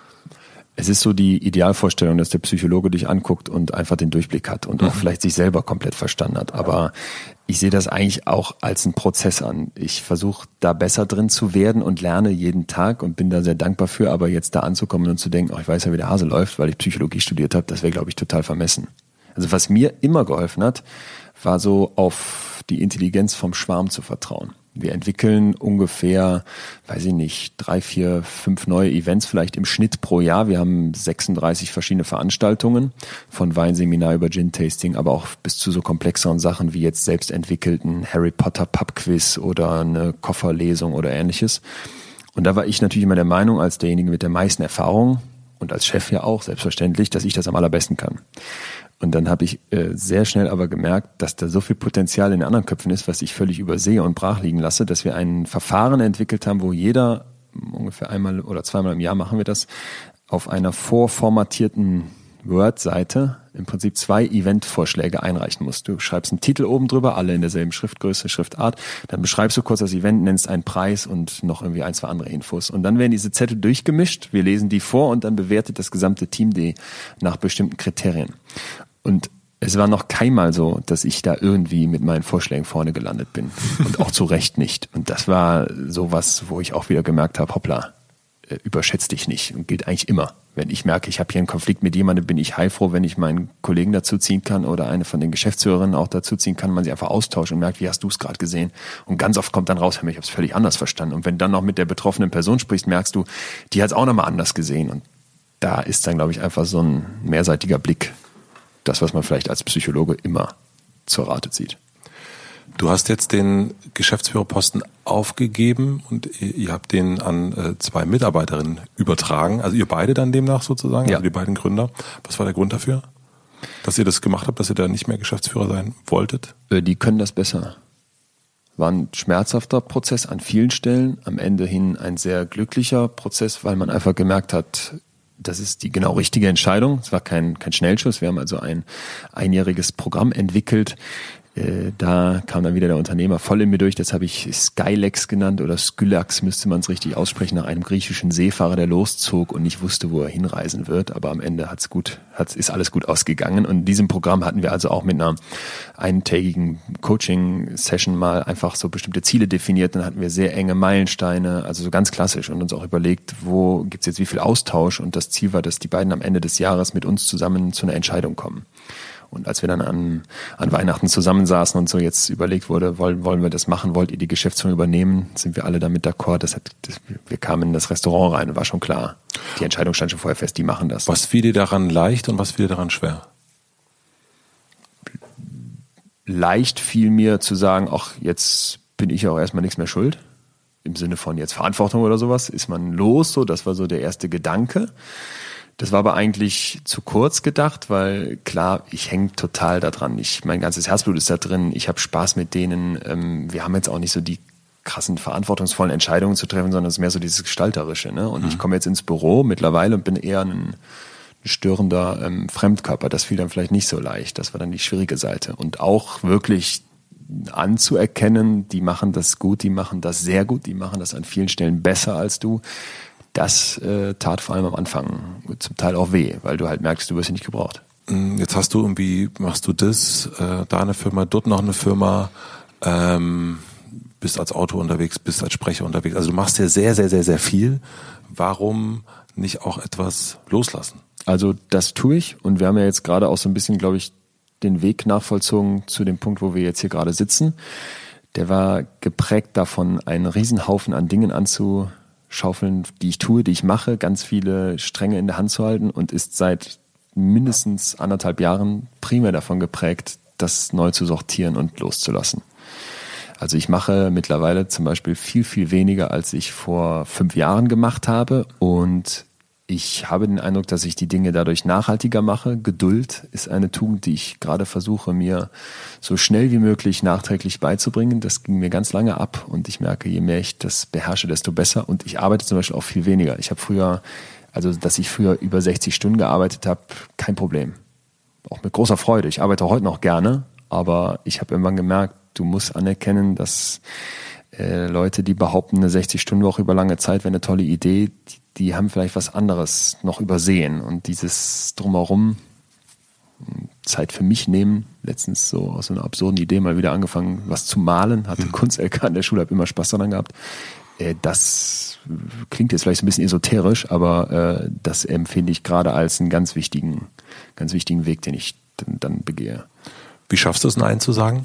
[SPEAKER 1] Es ist so die Idealvorstellung, dass der Psychologe dich anguckt und einfach den Durchblick hat und mhm. auch vielleicht sich selber komplett verstanden hat. Aber ich sehe das eigentlich auch als einen Prozess an. Ich versuche da besser drin zu werden und lerne jeden Tag und bin da sehr dankbar für. Aber jetzt da anzukommen und zu denken, oh, ich weiß ja, wie der Hase läuft, weil ich Psychologie studiert habe, das wäre, glaube ich, total vermessen. Also was mir immer geholfen hat, war so auf die Intelligenz vom Schwarm zu vertrauen. Wir entwickeln ungefähr, weiß ich nicht, drei, vier, fünf neue Events vielleicht im Schnitt pro Jahr. Wir haben sechsunddreißig verschiedene Veranstaltungen, von Weinseminar über Gin-Tasting, aber auch bis zu so komplexeren Sachen wie jetzt selbst entwickelten Harry Potter Pub-Quiz oder eine Kofferlesung oder ähnliches. Und da war ich natürlich immer der Meinung, als derjenige mit der meisten Erfahrung und als Chef ja auch selbstverständlich, dass ich das am allerbesten kann. Und dann habe ich äh, sehr schnell aber gemerkt, dass da so viel Potenzial in den anderen Köpfen ist, was ich völlig übersehe und brach liegen lasse, dass wir ein Verfahren entwickelt haben, wo jeder, ungefähr einmal oder zweimal im Jahr machen wir das, auf einer vorformatierten Word-Seite im Prinzip zwei Event-Vorschläge einreichen muss. Du schreibst einen Titel oben drüber, alle in derselben Schriftgröße, Schriftart, dann beschreibst du kurz das Event, nennst einen Preis und noch irgendwie ein, zwei andere Infos. Und dann werden diese Zettel durchgemischt, wir lesen die vor und dann bewertet das gesamte Team die nach bestimmten Kriterien. Und es war noch keinmal so, dass ich da irgendwie mit meinen Vorschlägen vorne gelandet bin. Und auch zu Recht nicht. Und das war sowas, wo ich auch wieder gemerkt habe, hoppla, überschätz dich nicht. Und gilt eigentlich immer. Wenn ich merke, ich habe hier einen Konflikt mit jemandem, bin ich heilfroh, wenn ich meinen Kollegen dazu ziehen kann oder eine von den Geschäftsführerinnen auch dazu ziehen kann, man sich einfach austauscht und merkt, wie hast du es gerade gesehen? Und ganz oft kommt dann raus, ich habe es völlig anders verstanden. Und wenn du dann noch mit der betroffenen Person sprichst, merkst du, die hat es auch nochmal anders gesehen. Und da ist dann, glaube ich, einfach so ein mehrseitiger Blick. Das, was man vielleicht als Psychologe immer zur Rate zieht.
[SPEAKER 2] Du hast jetzt den Geschäftsführerposten aufgegeben und ihr habt den an äh, zwei Mitarbeiterinnen übertragen. Also ihr beide dann demnach sozusagen,
[SPEAKER 1] ja.
[SPEAKER 2] Also die beiden Gründer. Was war der Grund dafür, dass ihr das gemacht habt, dass ihr da nicht mehr Geschäftsführer sein wolltet?
[SPEAKER 1] Die können das besser. War ein schmerzhafter Prozess an vielen Stellen. Am Ende hin ein sehr glücklicher Prozess, weil man einfach gemerkt hat, das ist die genau richtige Entscheidung. Es war kein, kein Schnellschuss. Wir haben also ein einjähriges Programm entwickelt. Äh, da kam dann wieder der Unternehmer voll in mir durch. Das habe ich Skylex genannt oder Skylax müsste man es richtig aussprechen, nach einem griechischen Seefahrer, der loszog und nicht wusste, wo er hinreisen wird. Aber am Ende hat's gut, hat's, ist alles gut ausgegangen. Und in diesem Programm hatten wir also auch mit einer eintägigen Coaching-Session mal einfach so bestimmte Ziele definiert. Dann hatten wir sehr enge Meilensteine, also so ganz klassisch und uns auch überlegt, wo gibt's jetzt wie viel Austausch. Und das Ziel war, dass die beiden am Ende des Jahres mit uns zusammen zu einer Entscheidung kommen. Und als wir dann an, an Weihnachten zusammensaßen und so jetzt überlegt wurde, wollen, wollen wir das machen, wollt ihr die Geschäftsführung übernehmen, sind wir alle damit d'accord. Das hat, das, wir kamen in das Restaurant rein und war schon klar. Die Entscheidung stand schon vorher fest, die machen das.
[SPEAKER 2] Was fiel dir daran leicht und was fiel dir daran schwer?
[SPEAKER 1] Leicht fiel mir zu sagen, ach, jetzt bin ich auch erstmal nichts mehr schuld. Im Sinne von jetzt Verantwortung oder sowas, ist man los, so, das war so der erste Gedanke. Das war aber eigentlich zu kurz gedacht, weil klar, ich hänge total da dran. Ich, mein ganzes Herzblut ist da drin. Ich habe Spaß mit denen. Ähm, wir haben jetzt auch nicht so die krassen, verantwortungsvollen Entscheidungen zu treffen, sondern es ist mehr so dieses Gestalterische. Ne? Und mhm. ich komme jetzt ins Büro mittlerweile und bin eher ein, ein störender ähm, Fremdkörper. Das fiel dann vielleicht nicht so leicht. Das war dann die schwierige Seite. Und auch wirklich anzuerkennen, die machen das gut, die machen das sehr gut, die machen das an vielen Stellen besser als du. Das äh, tat vor allem am Anfang zum Teil auch weh, weil du halt merkst, du wirst ja nicht gebraucht.
[SPEAKER 2] Jetzt hast du irgendwie, machst du das, äh, da eine Firma, dort noch eine Firma. Ähm, bist als Autor unterwegs, bist als Sprecher unterwegs. Also du machst ja sehr, sehr, sehr, sehr viel. Warum nicht auch etwas loslassen?
[SPEAKER 1] Also das tue ich und wir haben ja jetzt gerade auch so ein bisschen, glaube ich, den Weg nachvollzogen zu dem Punkt, wo wir jetzt hier gerade sitzen. Der war geprägt davon, einen Riesenhaufen an Dingen anzuschaufeln, die ich tue, die ich mache, ganz viele Stränge in der Hand zu halten und ist seit mindestens anderthalb Jahren primär davon geprägt, das neu zu sortieren und loszulassen. Also ich mache mittlerweile zum Beispiel viel, viel weniger, als ich vor fünf Jahren gemacht habe und ich habe den Eindruck, dass ich die Dinge dadurch nachhaltiger mache. Geduld ist eine Tugend, die ich gerade versuche, mir so schnell wie möglich nachträglich beizubringen. Das ging mir ganz lange ab und ich merke, je mehr ich das beherrsche, desto besser. Und ich arbeite zum Beispiel auch viel weniger. Ich habe früher, also dass ich früher über sechzig Stunden gearbeitet habe, kein Problem. Auch mit großer Freude. Ich arbeite heute noch gerne, aber ich habe irgendwann gemerkt, du musst anerkennen, dass äh, Leute, die behaupten, eine sechzig-Stunden-Woche über lange Zeit wäre eine tolle Idee, die, die haben vielleicht was anderes noch übersehen. Und dieses Drumherum, Zeit für mich nehmen, letztens so aus so einer absurden Idee mal wieder angefangen, was zu malen, hatte mhm. Kunst-L K an der Schule, habe immer Spaß daran gehabt. Äh, das klingt jetzt vielleicht so ein bisschen esoterisch, aber äh, das empfinde ich gerade als einen ganz wichtigen, ganz wichtigen Weg, den ich dann, dann begehe.
[SPEAKER 2] Wie schaffst du es, Nein zu sagen?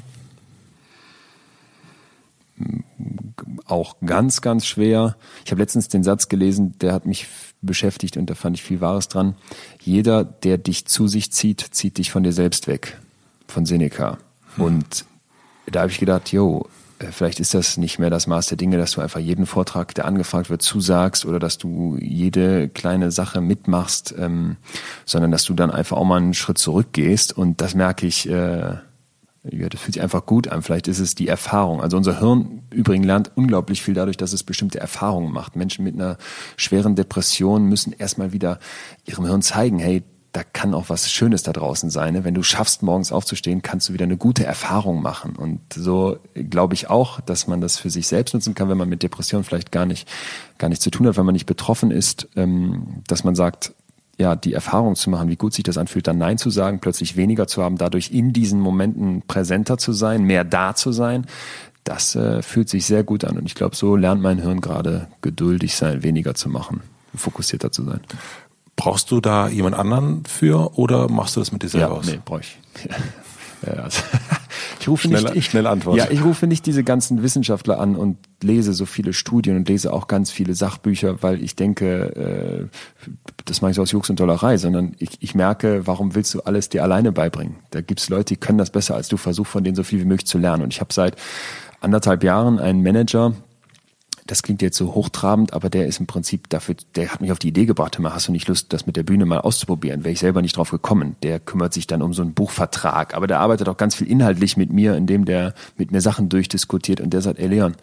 [SPEAKER 1] Auch ganz, ganz schwer. Ich habe letztens den Satz gelesen, der hat mich beschäftigt und da fand ich viel Wahres dran. Jeder, der dich zu sich zieht, zieht dich von dir selbst weg. Von Seneca. Hm. Und da habe ich gedacht, jo, vielleicht ist das nicht mehr das Maß der Dinge, dass du einfach jeden Vortrag, der angefragt wird, zusagst oder dass du jede kleine Sache mitmachst, ähm, sondern dass du dann einfach auch mal einen Schritt zurückgehst. Und das merke ich, äh, ja, das fühlt sich einfach gut an. Vielleicht ist es die Erfahrung. Also unser Hirn übrigens lernt unglaublich viel dadurch, dass es bestimmte Erfahrungen macht. Menschen mit einer schweren Depression müssen erstmal wieder ihrem Hirn zeigen, hey, da kann auch was Schönes da draußen sein. Wenn du schaffst, morgens aufzustehen, kannst du wieder eine gute Erfahrung machen. Und so glaube ich auch, dass man das für sich selbst nutzen kann, wenn man mit Depression vielleicht gar nicht, gar nichts zu tun hat, weil man nicht betroffen ist, dass man sagt, ja, die Erfahrung zu machen, wie gut sich das anfühlt, dann Nein zu sagen, plötzlich weniger zu haben, dadurch in diesen Momenten präsenter zu sein, mehr da zu sein, das äh, fühlt sich sehr gut an. Und ich glaube, so lernt mein Hirn gerade geduldig sein, weniger zu machen, fokussierter zu sein.
[SPEAKER 2] Brauchst du da jemand anderen für oder machst du das mit dir selber
[SPEAKER 1] ja,
[SPEAKER 2] aus?
[SPEAKER 1] Nee, brauche ich. Ja, also, ich rufe
[SPEAKER 2] schnelle,
[SPEAKER 1] nicht, ich,
[SPEAKER 2] schnelle Antwort.
[SPEAKER 1] Ja, ich rufe nicht diese ganzen Wissenschaftler an und lese so viele Studien und lese auch ganz viele Sachbücher, weil ich denke, äh, das mache ich so aus Jux und Dollerei, sondern ich, ich merke, warum willst du alles dir alleine beibringen? Da gibt es Leute, die können das besser als du, versuch von denen so viel wie möglich zu lernen. Und ich habe seit anderthalb Jahren einen Manager, das klingt jetzt so hochtrabend, aber der ist im Prinzip dafür, der hat mich auf die Idee gebracht, immer hast du nicht Lust, das mit der Bühne mal auszuprobieren? Wäre ich selber nicht drauf gekommen. Der kümmert sich dann um so einen Buchvertrag, aber der arbeitet auch ganz viel inhaltlich mit mir, indem der mit mir Sachen durchdiskutiert und der sagt, ey Leon,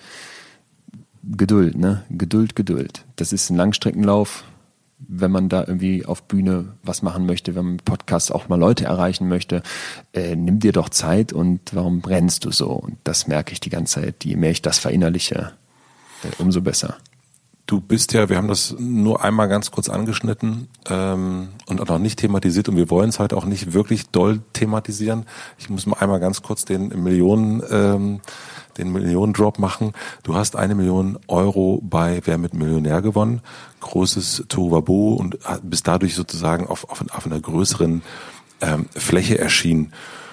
[SPEAKER 1] Geduld, ne? Geduld, Geduld. Das ist ein Langstreckenlauf, wenn man da irgendwie auf Bühne was machen möchte, wenn man mit Podcasts auch mal Leute erreichen möchte, äh, nimm dir doch Zeit und warum brennst du so? Und das merke ich die ganze Zeit, je mehr ich das verinnerliche, umso besser.
[SPEAKER 2] Du bist ja, wir haben das nur einmal ganz kurz angeschnitten ähm, und auch noch nicht thematisiert und wir wollen es heute auch nicht wirklich doll thematisieren. Ich muss mal einmal ganz kurz den Millionen, ähm, den Millionendrop machen. Du hast eine Million Euro bei Wer wird Millionär gewonnen, großes Tohuwabohu und bist dadurch sozusagen auf, auf, auf einer größeren ähm, Fläche erschienen.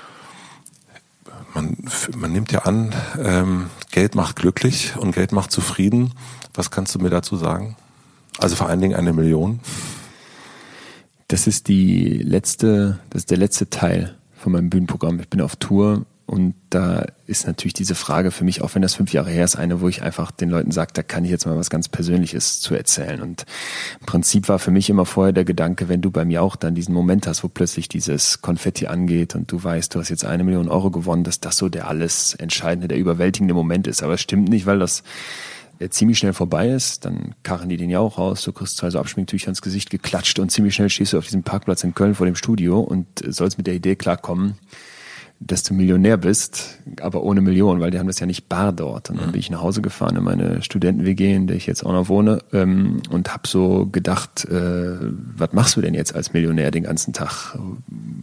[SPEAKER 2] Man, man nimmt ja an, ähm, Geld macht glücklich und Geld macht zufrieden. Was kannst du mir dazu sagen? Also vor allen Dingen eine Million.
[SPEAKER 1] Das ist die letzte, das ist der letzte Teil von meinem Bühnenprogramm. Ich bin auf Tour und da ist natürlich diese Frage für mich, auch wenn das fünf Jahre her ist, eine, wo ich einfach den Leuten sage, da kann ich jetzt mal was ganz Persönliches zu erzählen. Und im Prinzip war für mich immer vorher der Gedanke, wenn du bei mir auch dann diesen Moment hast, wo plötzlich dieses Konfetti angeht und du weißt, du hast jetzt eine Million Euro gewonnen, dass das so der alles entscheidende, der überwältigende Moment ist. Aber es stimmt nicht, weil das ziemlich schnell vorbei ist, dann karren die den ja auch raus, du kriegst zwei so Abschminktücher ins Gesicht geklatscht und ziemlich schnell stehst du auf diesem Parkplatz in Köln vor dem Studio und sollst mit der Idee klarkommen, dass du Millionär bist, aber ohne Million, weil die haben das ja nicht bar dort. Und dann bin ich nach Hause gefahren in meine Studenten-W G, in der ich jetzt auch noch wohne, ähm, und habe so gedacht, äh, was machst du denn jetzt als Millionär den ganzen Tag?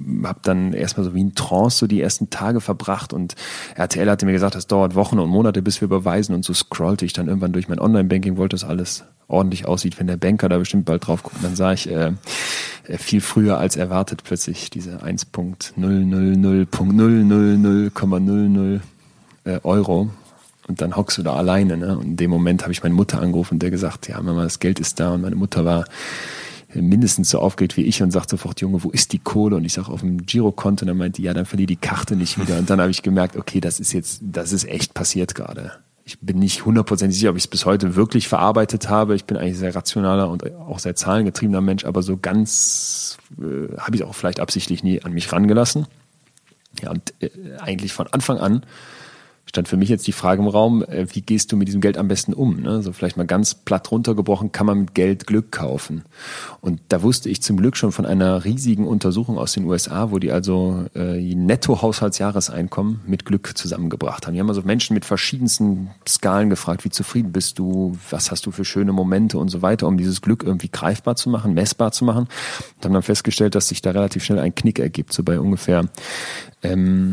[SPEAKER 1] habe dann erstmal so wie in Trance so die ersten Tage verbracht und R T L hatte mir gesagt, das dauert Wochen und Monate, bis wir überweisen und so scrollte ich dann irgendwann durch mein Online-Banking, wollte, dass alles ordentlich aussieht, wenn der Banker da bestimmt bald drauf guckt. Dann sah ich äh, viel früher als erwartet plötzlich diese eins Komma null null null null null null Komma null null äh, Euro. Und dann hockst du da alleine, ne? Und in dem Moment habe ich meine Mutter angerufen und der gesagt, ja Mama, das Geld ist da. Und meine Mutter war mindestens so aufgeregt wie ich und sagt sofort, Junge, wo ist die Kohle? Und ich sage, auf dem Girokonto. Und dann meinte die, ja, dann verliere die Karte nicht wieder. Und dann habe ich gemerkt, okay, das ist jetzt, das ist echt passiert gerade. Ich bin nicht hundertprozentig sicher, ob ich es bis heute wirklich verarbeitet habe. Ich bin eigentlich sehr rationaler und auch sehr zahlengetriebener Mensch, aber so ganz äh, habe ich auch vielleicht absichtlich nie an mich rangelassen. Ja, und äh, eigentlich von Anfang an stand für mich jetzt die Frage im Raum, wie gehst du mit diesem Geld am besten um? Ne? So vielleicht mal ganz platt runtergebrochen, kann man mit Geld Glück kaufen? Und da wusste ich zum Glück schon von einer riesigen Untersuchung aus den U S A, wo die also äh, Netto-Haushaltsjahreseinkommen mit Glück zusammengebracht haben. Die haben also Menschen mit verschiedensten Skalen gefragt, wie zufrieden bist du, was hast du für schöne Momente und so weiter, um dieses Glück irgendwie greifbar zu machen, messbar zu machen. Und haben dann festgestellt, dass sich da relativ schnell ein Knick ergibt, so bei ungefähr ähm,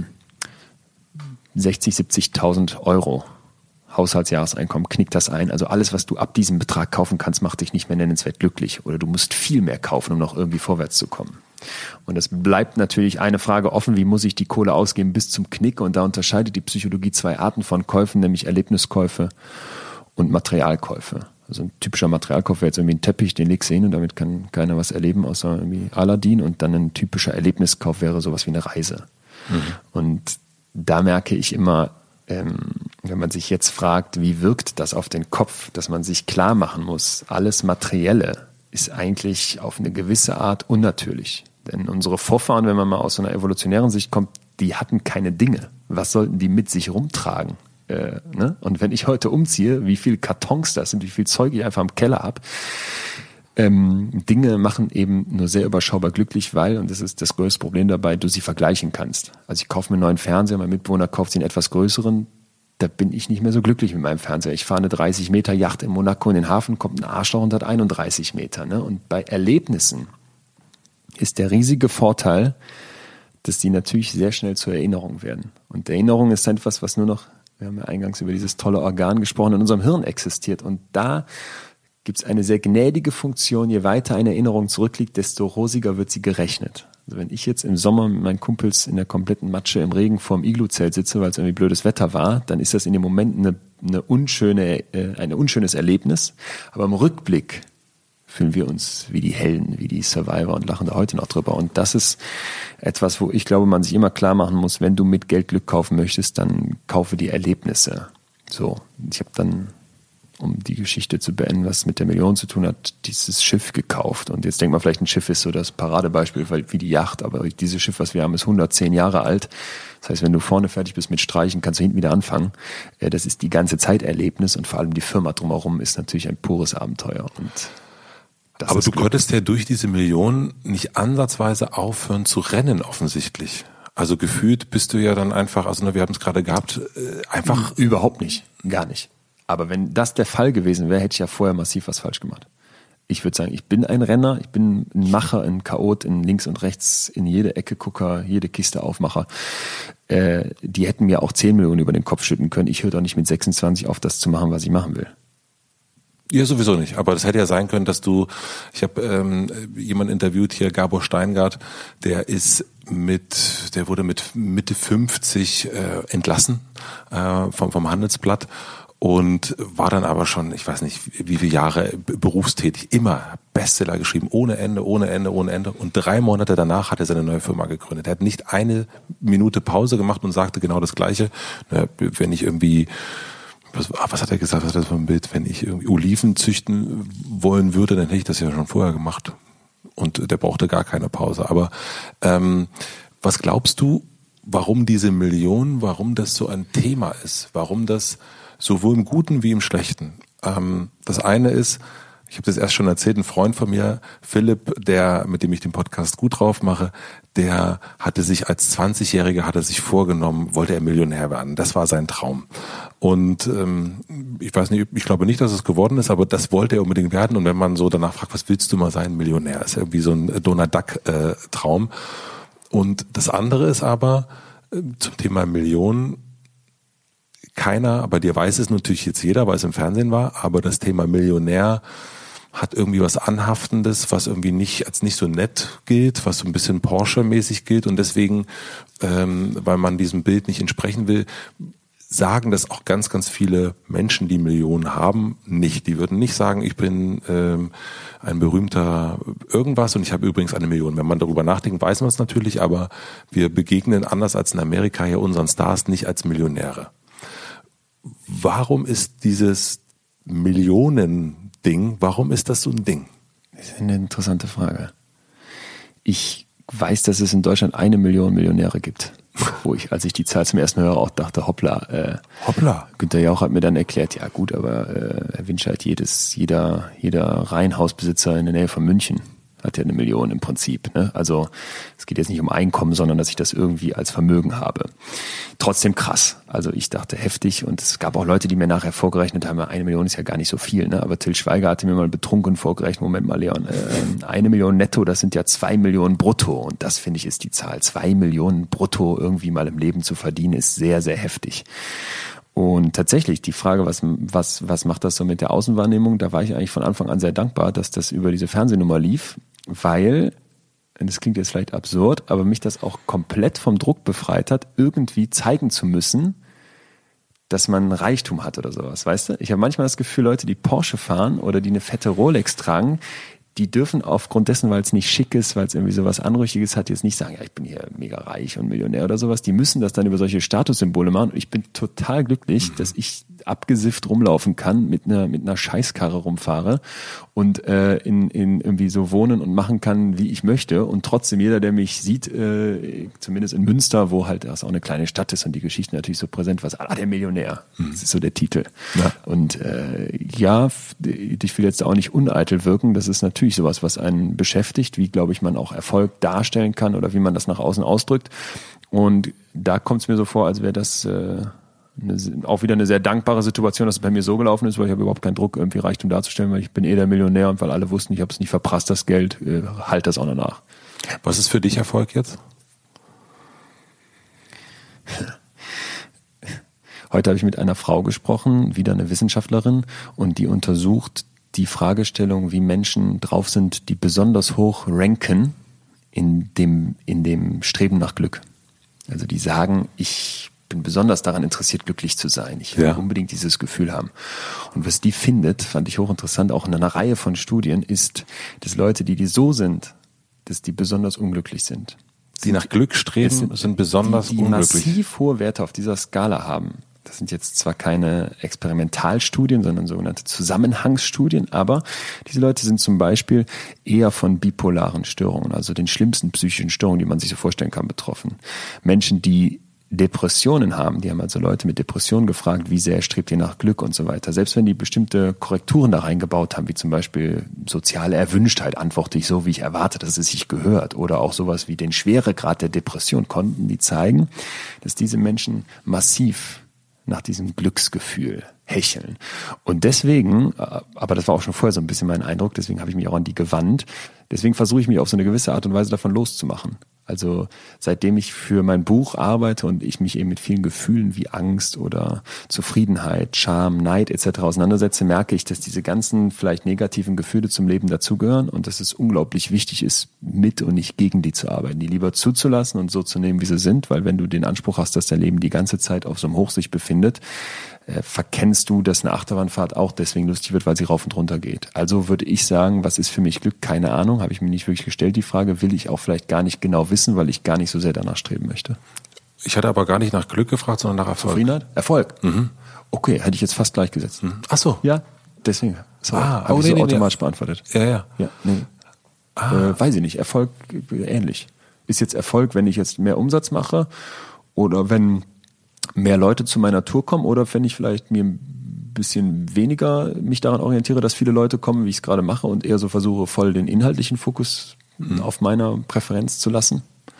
[SPEAKER 1] sechzig, siebzigtausend Euro Haushaltsjahreseinkommen knickt das ein. Also alles, was du ab diesem Betrag kaufen kannst, macht dich nicht mehr nennenswert glücklich. Oder du musst viel mehr kaufen, um noch irgendwie vorwärts zu kommen. Und es bleibt natürlich eine Frage offen, wie muss ich die Kohle ausgeben bis zum Knick? Und da unterscheidet die Psychologie zwei Arten von Käufen, nämlich Erlebniskäufe und Materialkäufe. Also ein typischer Materialkauf wäre jetzt irgendwie ein Teppich, den legst du hin und damit kann keiner was erleben, außer irgendwie Aladdin. Und dann ein typischer Erlebniskauf wäre sowas wie eine Reise. Mhm. Und da merke ich immer, ähm, wenn man sich jetzt fragt, wie wirkt das auf den Kopf, dass man sich klar machen muss, alles Materielle ist eigentlich auf eine gewisse Art unnatürlich. Denn unsere Vorfahren, wenn man mal aus so einer evolutionären Sicht kommt, die hatten keine Dinge. Was sollten die mit sich rumtragen? Äh, ne? Und wenn ich heute umziehe, wie viele Kartons das sind, wie viel Zeug ich einfach im Keller habe, Ähm, Dinge machen eben nur sehr überschaubar glücklich, weil, und das ist das größte Problem dabei, du sie vergleichen kannst. Also ich kaufe mir einen neuen Fernseher, mein Mitbewohner kauft sich einen etwas größeren, da bin ich nicht mehr so glücklich mit meinem Fernseher. Ich fahre eine dreißig Meter Yacht in Monaco in den Hafen, kommt ein Arschloch und hat einunddreißig Meter. Ne? Und bei Erlebnissen ist der riesige Vorteil, dass die natürlich sehr schnell zur Erinnerung werden. Und Erinnerung ist etwas, was nur noch, wir haben ja eingangs über dieses tolle Organ gesprochen, in unserem Hirn existiert. Und da gibt es eine sehr gnädige Funktion, je weiter eine Erinnerung zurückliegt, desto rosiger wird sie gerechnet. Also wenn ich jetzt im Sommer mit meinen Kumpels in der kompletten Matsche im Regen vorm Iglu-Zelt sitze, weil es irgendwie blödes Wetter war, dann ist das in dem Moment eine, eine unschöne, äh, ein unschönes Erlebnis. Aber im Rückblick fühlen wir uns wie die Helden, wie die Survivor und lachen da heute noch drüber. Und das ist etwas, wo ich glaube, man sich immer klar machen muss, wenn du mit Geld Glück kaufen möchtest, dann kaufe die Erlebnisse. So, ich habe dann, um die Geschichte zu beenden, was mit der Million zu tun hat, dieses Schiff gekauft. Und jetzt denkt man vielleicht, ein Schiff ist so das Paradebeispiel, weil wie die Yacht, aber dieses Schiff, was wir haben, ist hundertzehn Jahre alt. Das heißt, wenn du vorne fertig bist mit Streichen, kannst du hinten wieder anfangen. Das ist die ganze Zeit Erlebnis und vor allem die Firma drumherum ist natürlich ein pures Abenteuer. Und das
[SPEAKER 2] aber du
[SPEAKER 1] Glück.
[SPEAKER 2] Konntest ja durch diese Million nicht ansatzweise aufhören zu rennen, offensichtlich. Also gefühlt bist du ja dann einfach, also wir haben es gerade gehabt, einfach...
[SPEAKER 1] Überhaupt nicht, gar nicht. Aber wenn das der Fall gewesen wäre, hätte ich ja vorher massiv was falsch gemacht. Ich würde sagen, ich bin ein Renner, ich bin ein Macher, ein Chaot, ein links und rechts in jede Ecke Gucker, jede Kiste Aufmacher. Äh, die hätten mir auch zehn Millionen über den Kopf schütten können. Ich höre doch nicht mit sechsundzwanzig auf, das zu machen, was ich machen will.
[SPEAKER 2] Ja, sowieso nicht. Aber das hätte ja sein können, dass du, ich habe ähm, jemanden interviewt hier, Gabor Steingart, der ist mit, der wurde mit Mitte fünfzig äh, entlassen äh, vom, vom Handelsblatt. Und war dann aber schon, ich weiß nicht, wie viele Jahre berufstätig, immer Bestseller geschrieben, ohne Ende, ohne Ende, ohne Ende. Und drei Monate danach hat er seine neue Firma gegründet. Er hat nicht eine Minute Pause gemacht und sagte genau das Gleiche. Wenn ich irgendwie, was, was hat er gesagt, was hat das für ein Bild? Wenn ich irgendwie Oliven züchten wollen würde, dann hätte ich das ja schon vorher gemacht. Und der brauchte gar keine Pause. Aber ähm, was glaubst du, warum diese Million, warum das so ein Thema ist? Warum das sowohl im Guten wie im Schlechten. Ähm, das eine ist, ich habe das erst schon erzählt, ein Freund von mir, Philipp, der, mit dem ich den Podcast gut drauf mache, der hatte sich als zwanzigjähriger hat er sich vorgenommen, wollte er Millionär werden. Das war sein Traum. Und ähm, ich weiß nicht, ich glaube nicht, dass es geworden ist, aber das wollte er unbedingt werden. Und wenn man so danach fragt, was willst du mal sein, Millionär, ist irgendwie so ein Donald Duck äh, Traum. Und das andere ist aber äh, zum Thema Millionen, keiner, bei dir weiß es natürlich jetzt jeder, weil es im Fernsehen war, aber das Thema Millionär hat irgendwie was Anhaftendes, was irgendwie nicht als nicht so nett gilt, was so ein bisschen Porsche-mäßig gilt und deswegen, ähm, weil man diesem Bild nicht entsprechen will, sagen das auch ganz, ganz viele Menschen, die Millionen haben, nicht. Die würden nicht sagen, ich bin ähm, ein berühmter irgendwas und ich habe übrigens eine Million. Wenn man darüber nachdenkt, weiß man es natürlich, aber wir begegnen anders als in Amerika hier unseren Stars nicht als Millionäre. Warum ist dieses Millionen-Ding, warum ist das so ein Ding?
[SPEAKER 1] Das ist eine interessante Frage. Ich weiß, dass es in Deutschland eine Million Millionäre gibt. Wo ich, als ich die Zahl zum ersten Mal höre, auch dachte, hoppla. Äh,
[SPEAKER 2] hoppla.
[SPEAKER 1] Günther Jauch hat mir dann erklärt, ja gut, aber äh, Herr Winscheid, jedes, jeder, jeder Reihenhausbesitzer in der Nähe von München hat ja eine Million im Prinzip. Ne? Also es geht jetzt nicht um Einkommen, sondern dass ich das irgendwie als Vermögen habe. Trotzdem krass. Also ich dachte heftig und es gab auch Leute, die mir nachher vorgerechnet haben, eine Million ist ja gar nicht so viel. Ne? Aber Till Schweiger hatte mir mal betrunken vorgerechnet, Moment mal Leon, äh, eine Million netto, das sind ja zwei Millionen brutto. Und das finde ich ist die Zahl. Zwei Millionen brutto irgendwie mal im Leben zu verdienen, ist sehr, sehr heftig. Und tatsächlich die Frage, was, was, was macht das so mit der Außenwahrnehmung? Da war ich eigentlich von Anfang an sehr dankbar, dass das über diese Fernsehnummer lief, weil, und das klingt jetzt vielleicht absurd, aber mich das auch komplett vom Druck befreit hat, irgendwie zeigen zu müssen, dass man Reichtum hat oder sowas, weißt du? Ich habe manchmal das Gefühl, Leute, die Porsche fahren oder die eine fette Rolex tragen, die dürfen aufgrund dessen, weil es nicht schick ist, weil es irgendwie sowas Anrüchiges hat, jetzt nicht sagen, ja, ich bin hier mega reich und Millionär oder sowas. Die müssen das dann über solche Statussymbole machen. Und ich bin total glücklich, mhm. dass ich abgesifft rumlaufen kann, mit einer mit einer Scheißkarre rumfahre und äh, in in irgendwie so wohnen und machen kann, wie ich möchte. Und trotzdem jeder, der mich sieht, äh, zumindest in Münster, wo halt das auch eine kleine Stadt ist und die Geschichte natürlich so präsent war, ah, der Millionär. Mhm. Das ist so der Titel. Ja. Und äh, ja, ich will jetzt auch nicht uneitel wirken. Das ist natürlich sowas, was einen beschäftigt, wie, glaube ich, man auch Erfolg darstellen kann oder wie man das nach außen ausdrückt. Und da kommt es mir so vor, als wäre das äh, eine, auch wieder eine sehr dankbare Situation, dass es bei mir so gelaufen ist, weil ich habe überhaupt keinen Druck, irgendwie Reichtum darzustellen, weil ich bin eh der Millionär und weil alle wussten, ich habe es nicht verprasst, das Geld, äh, halt das auch noch nach.
[SPEAKER 2] Was ist für dich Erfolg jetzt?
[SPEAKER 1] Heute habe ich mit einer Frau gesprochen, wieder eine Wissenschaftlerin, und die untersucht die Fragestellung, wie Menschen drauf sind, die besonders hoch ranken in dem, in dem Streben nach Glück. Also die sagen, ich bin besonders daran interessiert, glücklich zu sein. Ich will ja. unbedingt dieses Gefühl haben. Und was die findet, fand ich hochinteressant, auch in einer Reihe von Studien, ist, dass Leute, die, die so sind, dass die besonders unglücklich sind.
[SPEAKER 2] Die nach Glück streben, sind, sind besonders
[SPEAKER 1] die, die
[SPEAKER 2] unglücklich.
[SPEAKER 1] Die massiv hohe Werte auf dieser Skala haben. Das sind jetzt zwar keine Experimentalstudien, sondern sogenannte Zusammenhangsstudien, aber diese Leute sind zum Beispiel eher von bipolaren Störungen, also den schlimmsten psychischen Störungen, die man sich so vorstellen kann, betroffen. Menschen, die Depressionen haben, die haben also Leute mit Depressionen gefragt, wie sehr strebt ihr nach Glück und so weiter. Selbst wenn die bestimmte Korrekturen da reingebaut haben, wie zum Beispiel soziale Erwünschtheit, antworte ich so, wie ich erwarte, dass es sich gehört, oder auch sowas wie den Schweregrad der Depression, konnten die zeigen, dass diese Menschen massiv nach diesem Glücksgefühl hecheln. Und deswegen, aber das war auch schon vorher so ein bisschen mein Eindruck, deswegen habe ich mich auch an die gewandt, deswegen versuche ich mich auf so eine gewisse Art und Weise davon loszumachen. Also seitdem ich für mein Buch arbeite und ich mich eben mit vielen Gefühlen wie Angst oder Zufriedenheit, Scham, Neid et cetera auseinandersetze, merke ich, dass diese ganzen vielleicht negativen Gefühle zum Leben dazugehören und dass es unglaublich wichtig ist, mit und nicht gegen die zu arbeiten, die lieber zuzulassen und so zu nehmen, wie sie sind, weil wenn du den Anspruch hast, dass dein Leben die ganze Zeit auf so einem Hoch sich befindet, äh, verkennst du, dass eine Achterbahnfahrt auch deswegen lustig wird, weil sie rauf und runter geht. Also würde ich sagen, was ist für mich Glück? Keine Ahnung, habe ich mir nicht wirklich gestellt. Die Frage will ich auch vielleicht gar nicht genau wissen, weil ich gar nicht so sehr danach streben möchte.
[SPEAKER 2] Ich hatte aber gar nicht nach Glück gefragt, sondern nach Erfolg.
[SPEAKER 1] Zufriedenheit? Erfolg. Mhm. Okay, hätte ich jetzt fast gleichgesetzt. Mhm.
[SPEAKER 2] Ach so.
[SPEAKER 1] Ja, deswegen. So,
[SPEAKER 2] ah,
[SPEAKER 1] habe
[SPEAKER 2] oh,
[SPEAKER 1] ich
[SPEAKER 2] nee,
[SPEAKER 1] so
[SPEAKER 2] nee,
[SPEAKER 1] automatisch
[SPEAKER 2] nee.
[SPEAKER 1] beantwortet.
[SPEAKER 2] Ja, ja.
[SPEAKER 1] ja nee.
[SPEAKER 2] ah.
[SPEAKER 1] äh, weiß ich nicht. Erfolg äh, ähnlich. Ist jetzt Erfolg, wenn ich jetzt mehr Umsatz mache oder wenn mehr Leute zu meiner Tour kommen oder wenn ich vielleicht mir ein bisschen weniger mich daran orientiere, dass viele Leute kommen, wie ich es gerade mache und eher so versuche, voll den inhaltlichen Fokus mhm. auf meiner Präferenz zu lassen.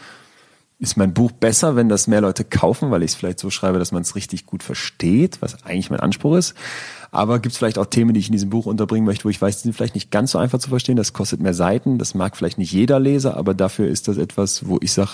[SPEAKER 1] Ist mein Buch besser, wenn das mehr Leute kaufen, weil ich es vielleicht so schreibe, dass man es richtig gut versteht, was eigentlich mein Anspruch ist. Aber gibt es vielleicht auch Themen, die ich in diesem Buch unterbringen möchte, wo ich weiß, die sind vielleicht nicht ganz so einfach zu verstehen. Das kostet mehr Seiten, das mag vielleicht nicht jeder Leser, aber dafür ist das etwas, wo ich sage,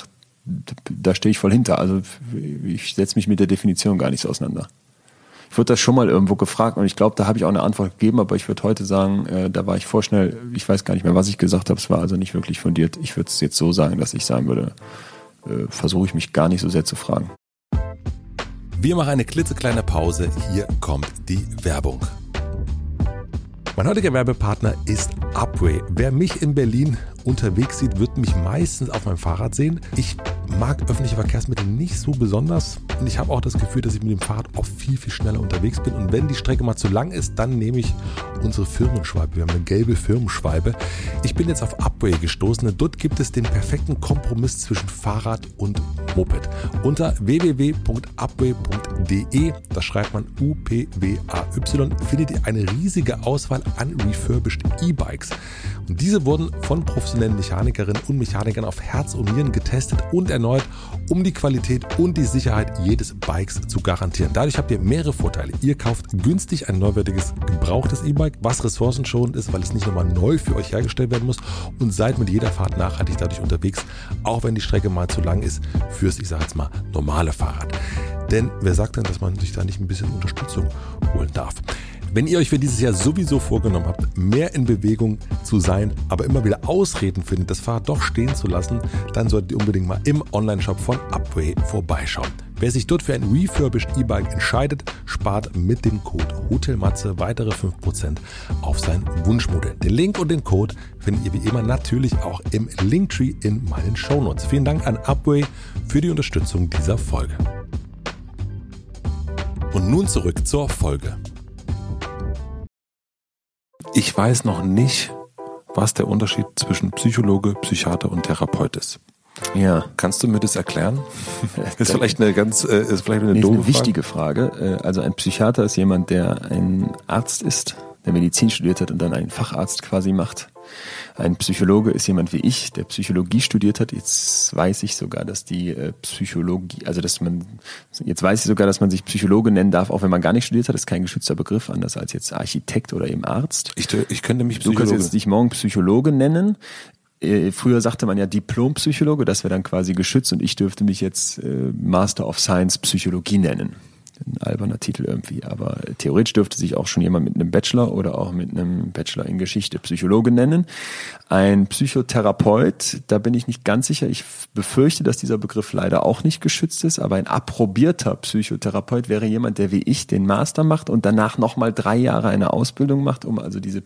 [SPEAKER 1] da stehe ich voll hinter. Also ich setze mich mit der Definition gar nicht so auseinander. Ich wurde das schon mal irgendwo gefragt und ich glaube, da habe ich auch eine Antwort gegeben, aber ich würde heute sagen, äh, da war ich vorschnell, ich weiß gar nicht mehr, was ich gesagt habe, es war also nicht wirklich fundiert. Ich würde es jetzt so sagen, dass ich sagen würde, äh, versuche ich mich gar nicht so sehr zu fragen.
[SPEAKER 2] Wir machen eine klitzekleine Pause, hier kommt die Werbung. Mein heutiger Werbepartner ist Upway. Wer mich in Berlin unterwegs sieht, wird mich meistens auf meinem Fahrrad sehen. Ich mag öffentliche Verkehrsmittel nicht so besonders und ich habe auch das Gefühl, dass ich mit dem Fahrrad oft viel, viel schneller unterwegs bin. Und wenn die Strecke mal zu lang ist, dann nehme ich unsere Firmenschwalbe. Wir haben eine gelbe Firmenschwalbe. Ich bin jetzt auf Upway gestoßen und dort gibt es den perfekten Kompromiss zwischen Fahrrad und Moped. Unter w w w punkt upway punkt d e, das schreibt man U P W A Y, findet ihr eine riesige Auswahl an refurbished E-Bikes. Und diese wurden von professionellen Mechanikerinnen und Mechanikern auf Herz und Nieren getestet und erneut, um die Qualität und die Sicherheit jedes Bikes zu garantieren. Dadurch habt ihr mehrere Vorteile. Ihr kauft günstig ein neuwertiges, gebrauchtes E-Bike, was ressourcenschonend ist, weil es nicht nochmal neu für euch hergestellt werden muss, und seid mit jeder Fahrt nachhaltig dadurch unterwegs, auch wenn die Strecke mal zu lang ist fürs, ich sage jetzt mal, normale Fahrrad. Denn wer sagt denn, dass man sich da nicht ein bisschen Unterstützung holen darf? Wenn ihr euch für dieses Jahr sowieso vorgenommen habt, mehr in Bewegung zu sein, aber immer wieder Ausreden findet, das Fahrrad doch stehen zu lassen, dann solltet ihr unbedingt mal im Onlineshop von Upway vorbeischauen. Wer sich dort für ein refurbished E-Bike entscheidet, spart mit dem Code HOTELMATZE weitere fünf Prozent auf sein Wunschmodell. Den Link und den Code findet ihr wie immer natürlich auch im Linktree in meinen Shownotes. Vielen Dank an Upway für die Unterstützung dieser Folge. Und nun zurück zur Folge. Ich weiß noch nicht, was der Unterschied zwischen Psychologe, Psychiater und Therapeut ist.
[SPEAKER 1] Ja.
[SPEAKER 2] Kannst du mir das erklären? Das ist vielleicht eine ganz, äh, ist vielleicht eine
[SPEAKER 1] nee,
[SPEAKER 2] doofe
[SPEAKER 1] ist eine wichtige Frage. Frage. Also ein Psychiater ist jemand, der ein Arzt ist, der Medizin studiert hat und dann einen Facharzt quasi macht. Ein Psychologe ist jemand wie ich, der Psychologie studiert hat. Jetzt weiß ich sogar, dass die äh, Psychologie, also dass man, jetzt weiß ich sogar, dass man sich Psychologe nennen darf, auch wenn man gar nicht studiert hat. Das ist kein geschützter Begriff, anders als jetzt Architekt oder eben Arzt.
[SPEAKER 2] Ich, ich könnte mich Psychologe.
[SPEAKER 1] Du kannst jetzt dich morgen Psychologe nennen. Äh, früher sagte man ja Diplompsychologe, das wäre dann quasi geschützt, und ich dürfte mich jetzt äh, Master of Science Psychologie nennen. Ein alberner Titel irgendwie, aber theoretisch dürfte sich auch schon jemand mit einem Bachelor oder auch mit einem Bachelor in Geschichte Psychologe nennen. Ein Psychotherapeut, da bin ich nicht ganz sicher. Ich befürchte, dass dieser Begriff leider auch nicht geschützt ist, aber ein approbierter Psychotherapeut wäre jemand, der wie ich den Master macht und danach nochmal drei Jahre eine Ausbildung macht, um also diese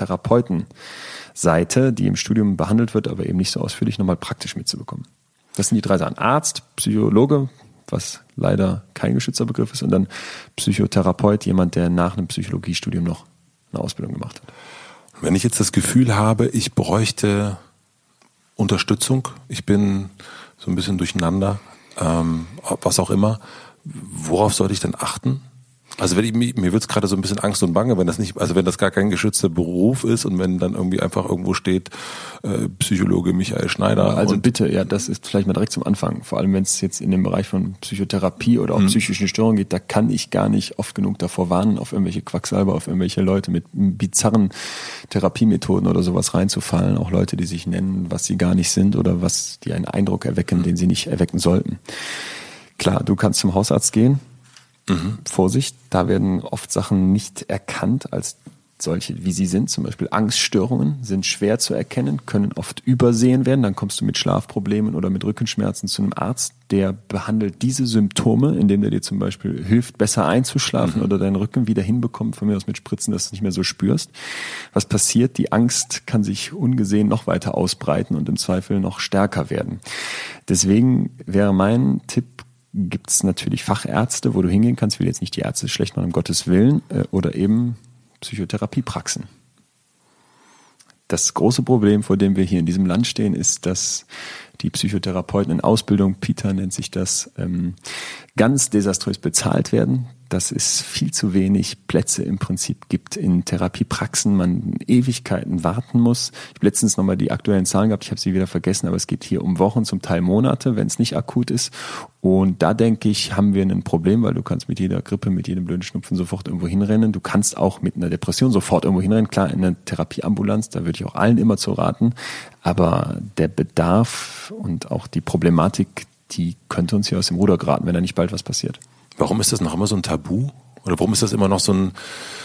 [SPEAKER 1] Psychotherapeutenseite, die im Studium behandelt wird, aber eben nicht so ausführlich, nochmal praktisch mitzubekommen. Das sind die drei Sachen. Arzt, Psychologe, was leider kein geschützter Begriff ist, und dann Psychotherapeut, jemand, der nach einem Psychologiestudium noch eine Ausbildung gemacht hat.
[SPEAKER 2] Wenn ich jetzt das Gefühl habe, ich bräuchte Unterstützung, ich bin so ein bisschen durcheinander, ähm, was auch immer, worauf sollte ich denn achten? Also wenn ich, mir wird es gerade so ein bisschen Angst und Bange, wenn das nicht, also wenn das gar kein geschützter Beruf ist und wenn dann irgendwie einfach irgendwo steht, äh, Psychologe Michael Schneider.
[SPEAKER 1] Also bitte, ja, das ist vielleicht mal direkt zum Anfang. Vor allem, wenn es jetzt in den Bereich von Psychotherapie oder auch hm. psychischen Störungen geht, da kann ich gar nicht oft genug davor warnen, auf irgendwelche Quacksalber, auf irgendwelche Leute mit bizarren Therapiemethoden oder sowas reinzufallen. Auch Leute, die sich nennen, was sie gar nicht sind oder was die einen Eindruck erwecken, hm. den sie nicht erwecken sollten. Klar, du kannst zum Hausarzt gehen. Mhm. Vorsicht, da werden oft Sachen nicht erkannt als solche, wie sie sind. Zum Beispiel Angststörungen sind schwer zu erkennen, können oft übersehen werden. Dann kommst du mit Schlafproblemen oder mit Rückenschmerzen zu einem Arzt, der behandelt diese Symptome, indem der dir zum Beispiel hilft, besser einzuschlafen mhm. oder deinen Rücken wieder hinbekommt, von mir aus mit Spritzen, dass du es nicht mehr so spürst. Was passiert? Die Angst kann sich ungesehen noch weiter ausbreiten und im Zweifel noch stärker werden. Deswegen wäre mein Tipp, gibt es natürlich Fachärzte, wo du hingehen kannst. Ich will jetzt nicht die Ärzte schlecht machen, um Gottes Willen, äh, oder eben Psychotherapiepraxen. Das große Problem, vor dem wir hier in diesem Land stehen, ist, dass die Psychotherapeuten in Ausbildung, Peter nennt sich das, ähm, ganz desaströs bezahlt werden. Dass es viel zu wenig Plätze im Prinzip gibt in Therapiepraxen, man Ewigkeiten warten muss. Ich habe letztens nochmal die aktuellen Zahlen gehabt, ich habe sie wieder vergessen, aber es geht hier um Wochen, zum Teil Monate, wenn es nicht akut ist. Und da denke ich, haben wir ein Problem, weil du kannst mit jeder Grippe, mit jedem blöden Schnupfen sofort irgendwo hinrennen. Du kannst auch mit einer Depression sofort irgendwo hinrennen. Klar, in einer Therapieambulanz, da würde ich auch allen immer zu raten. Aber der Bedarf und auch die Problematik, die könnte uns hier aus dem Ruder geraten, wenn da nicht bald was passiert.
[SPEAKER 2] Warum ist das noch immer so ein Tabu? Oder warum ist das immer noch so ein,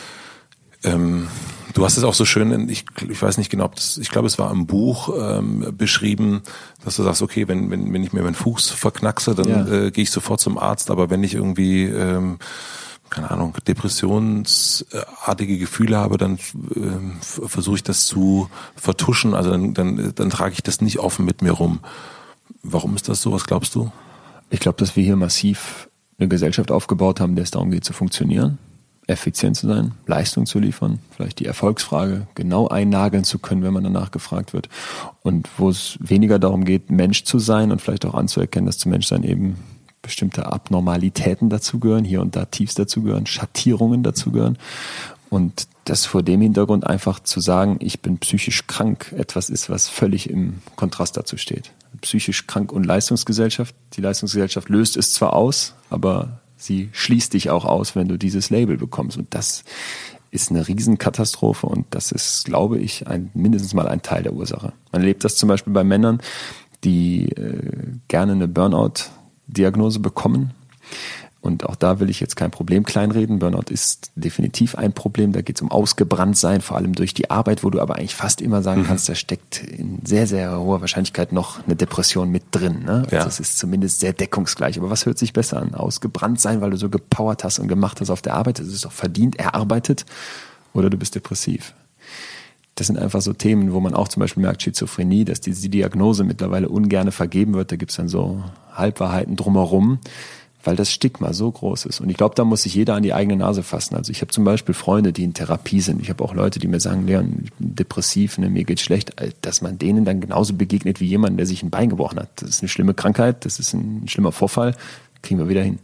[SPEAKER 2] ähm, du hast es auch so schön, in, ich, ich weiß nicht genau, ob das, ich glaube, es war im Buch ähm, beschrieben, dass du sagst, okay, wenn, wenn, wenn ich mir meinen Fuß verknackse, dann ja. äh, gehe ich sofort zum Arzt, aber wenn ich irgendwie, ähm, keine Ahnung, depressionsartige Gefühle habe, dann ähm, versuche ich das zu vertuschen, also dann, dann, dann trage ich das nicht offen mit mir rum. Warum ist das so? Was glaubst du?
[SPEAKER 1] Ich glaube, dass wir hier massiv eine Gesellschaft aufgebaut haben, der es darum geht zu funktionieren, effizient zu sein, Leistung zu liefern, vielleicht die Erfolgsfrage genau einnageln zu können, wenn man danach gefragt wird. Und wo es weniger darum geht, Mensch zu sein und vielleicht auch anzuerkennen, dass zum Menschsein eben bestimmte Abnormalitäten dazugehören, hier und da Tiefs dazugehören, Schattierungen dazugehören. Und das vor dem Hintergrund einfach zu sagen, ich bin psychisch krank, etwas ist, was völlig im Kontrast dazu steht. Psychisch krank und Leistungsgesellschaft. Die Leistungsgesellschaft löst es zwar aus, aber sie schließt dich auch aus, wenn du dieses Label bekommst. Und das ist eine Riesenkatastrophe und das ist, glaube ich, ein, mindestens mal ein Teil der Ursache. Man erlebt das zum Beispiel bei Männern, die äh, gerne eine Burnout-Diagnose bekommen. Und auch da will ich jetzt kein Problem kleinreden. Burnout ist definitiv ein Problem. Da geht es um Ausgebranntsein, vor allem durch die Arbeit, wo du aber eigentlich fast immer sagen kannst, da steckt in sehr, sehr hoher Wahrscheinlichkeit noch eine Depression mit drin. Ne? Also
[SPEAKER 2] ja.
[SPEAKER 1] es ist zumindest sehr deckungsgleich. Aber was hört sich besser an? Ausgebrannt sein, weil du so gepowert hast und gemacht hast auf der Arbeit. Das ist doch verdient, erarbeitet. Oder du bist depressiv. Das sind einfach so Themen, wo man auch zum Beispiel merkt, Schizophrenie, dass diese Diagnose mittlerweile ungerne vergeben wird. Da gibt es dann so Halbwahrheiten drumherum, weil das Stigma so groß ist. Und ich glaube, da muss sich jeder an die eigene Nase fassen. Also ich habe zum Beispiel Freunde, die in Therapie sind. Ich habe auch Leute, die mir sagen, Leon, ich bin depressiv, ne, mir geht's schlecht. Dass man denen dann genauso begegnet wie jemand, der sich ein Bein gebrochen hat. Das ist eine schlimme Krankheit, das ist ein schlimmer Vorfall. Kriegen wir wieder hin.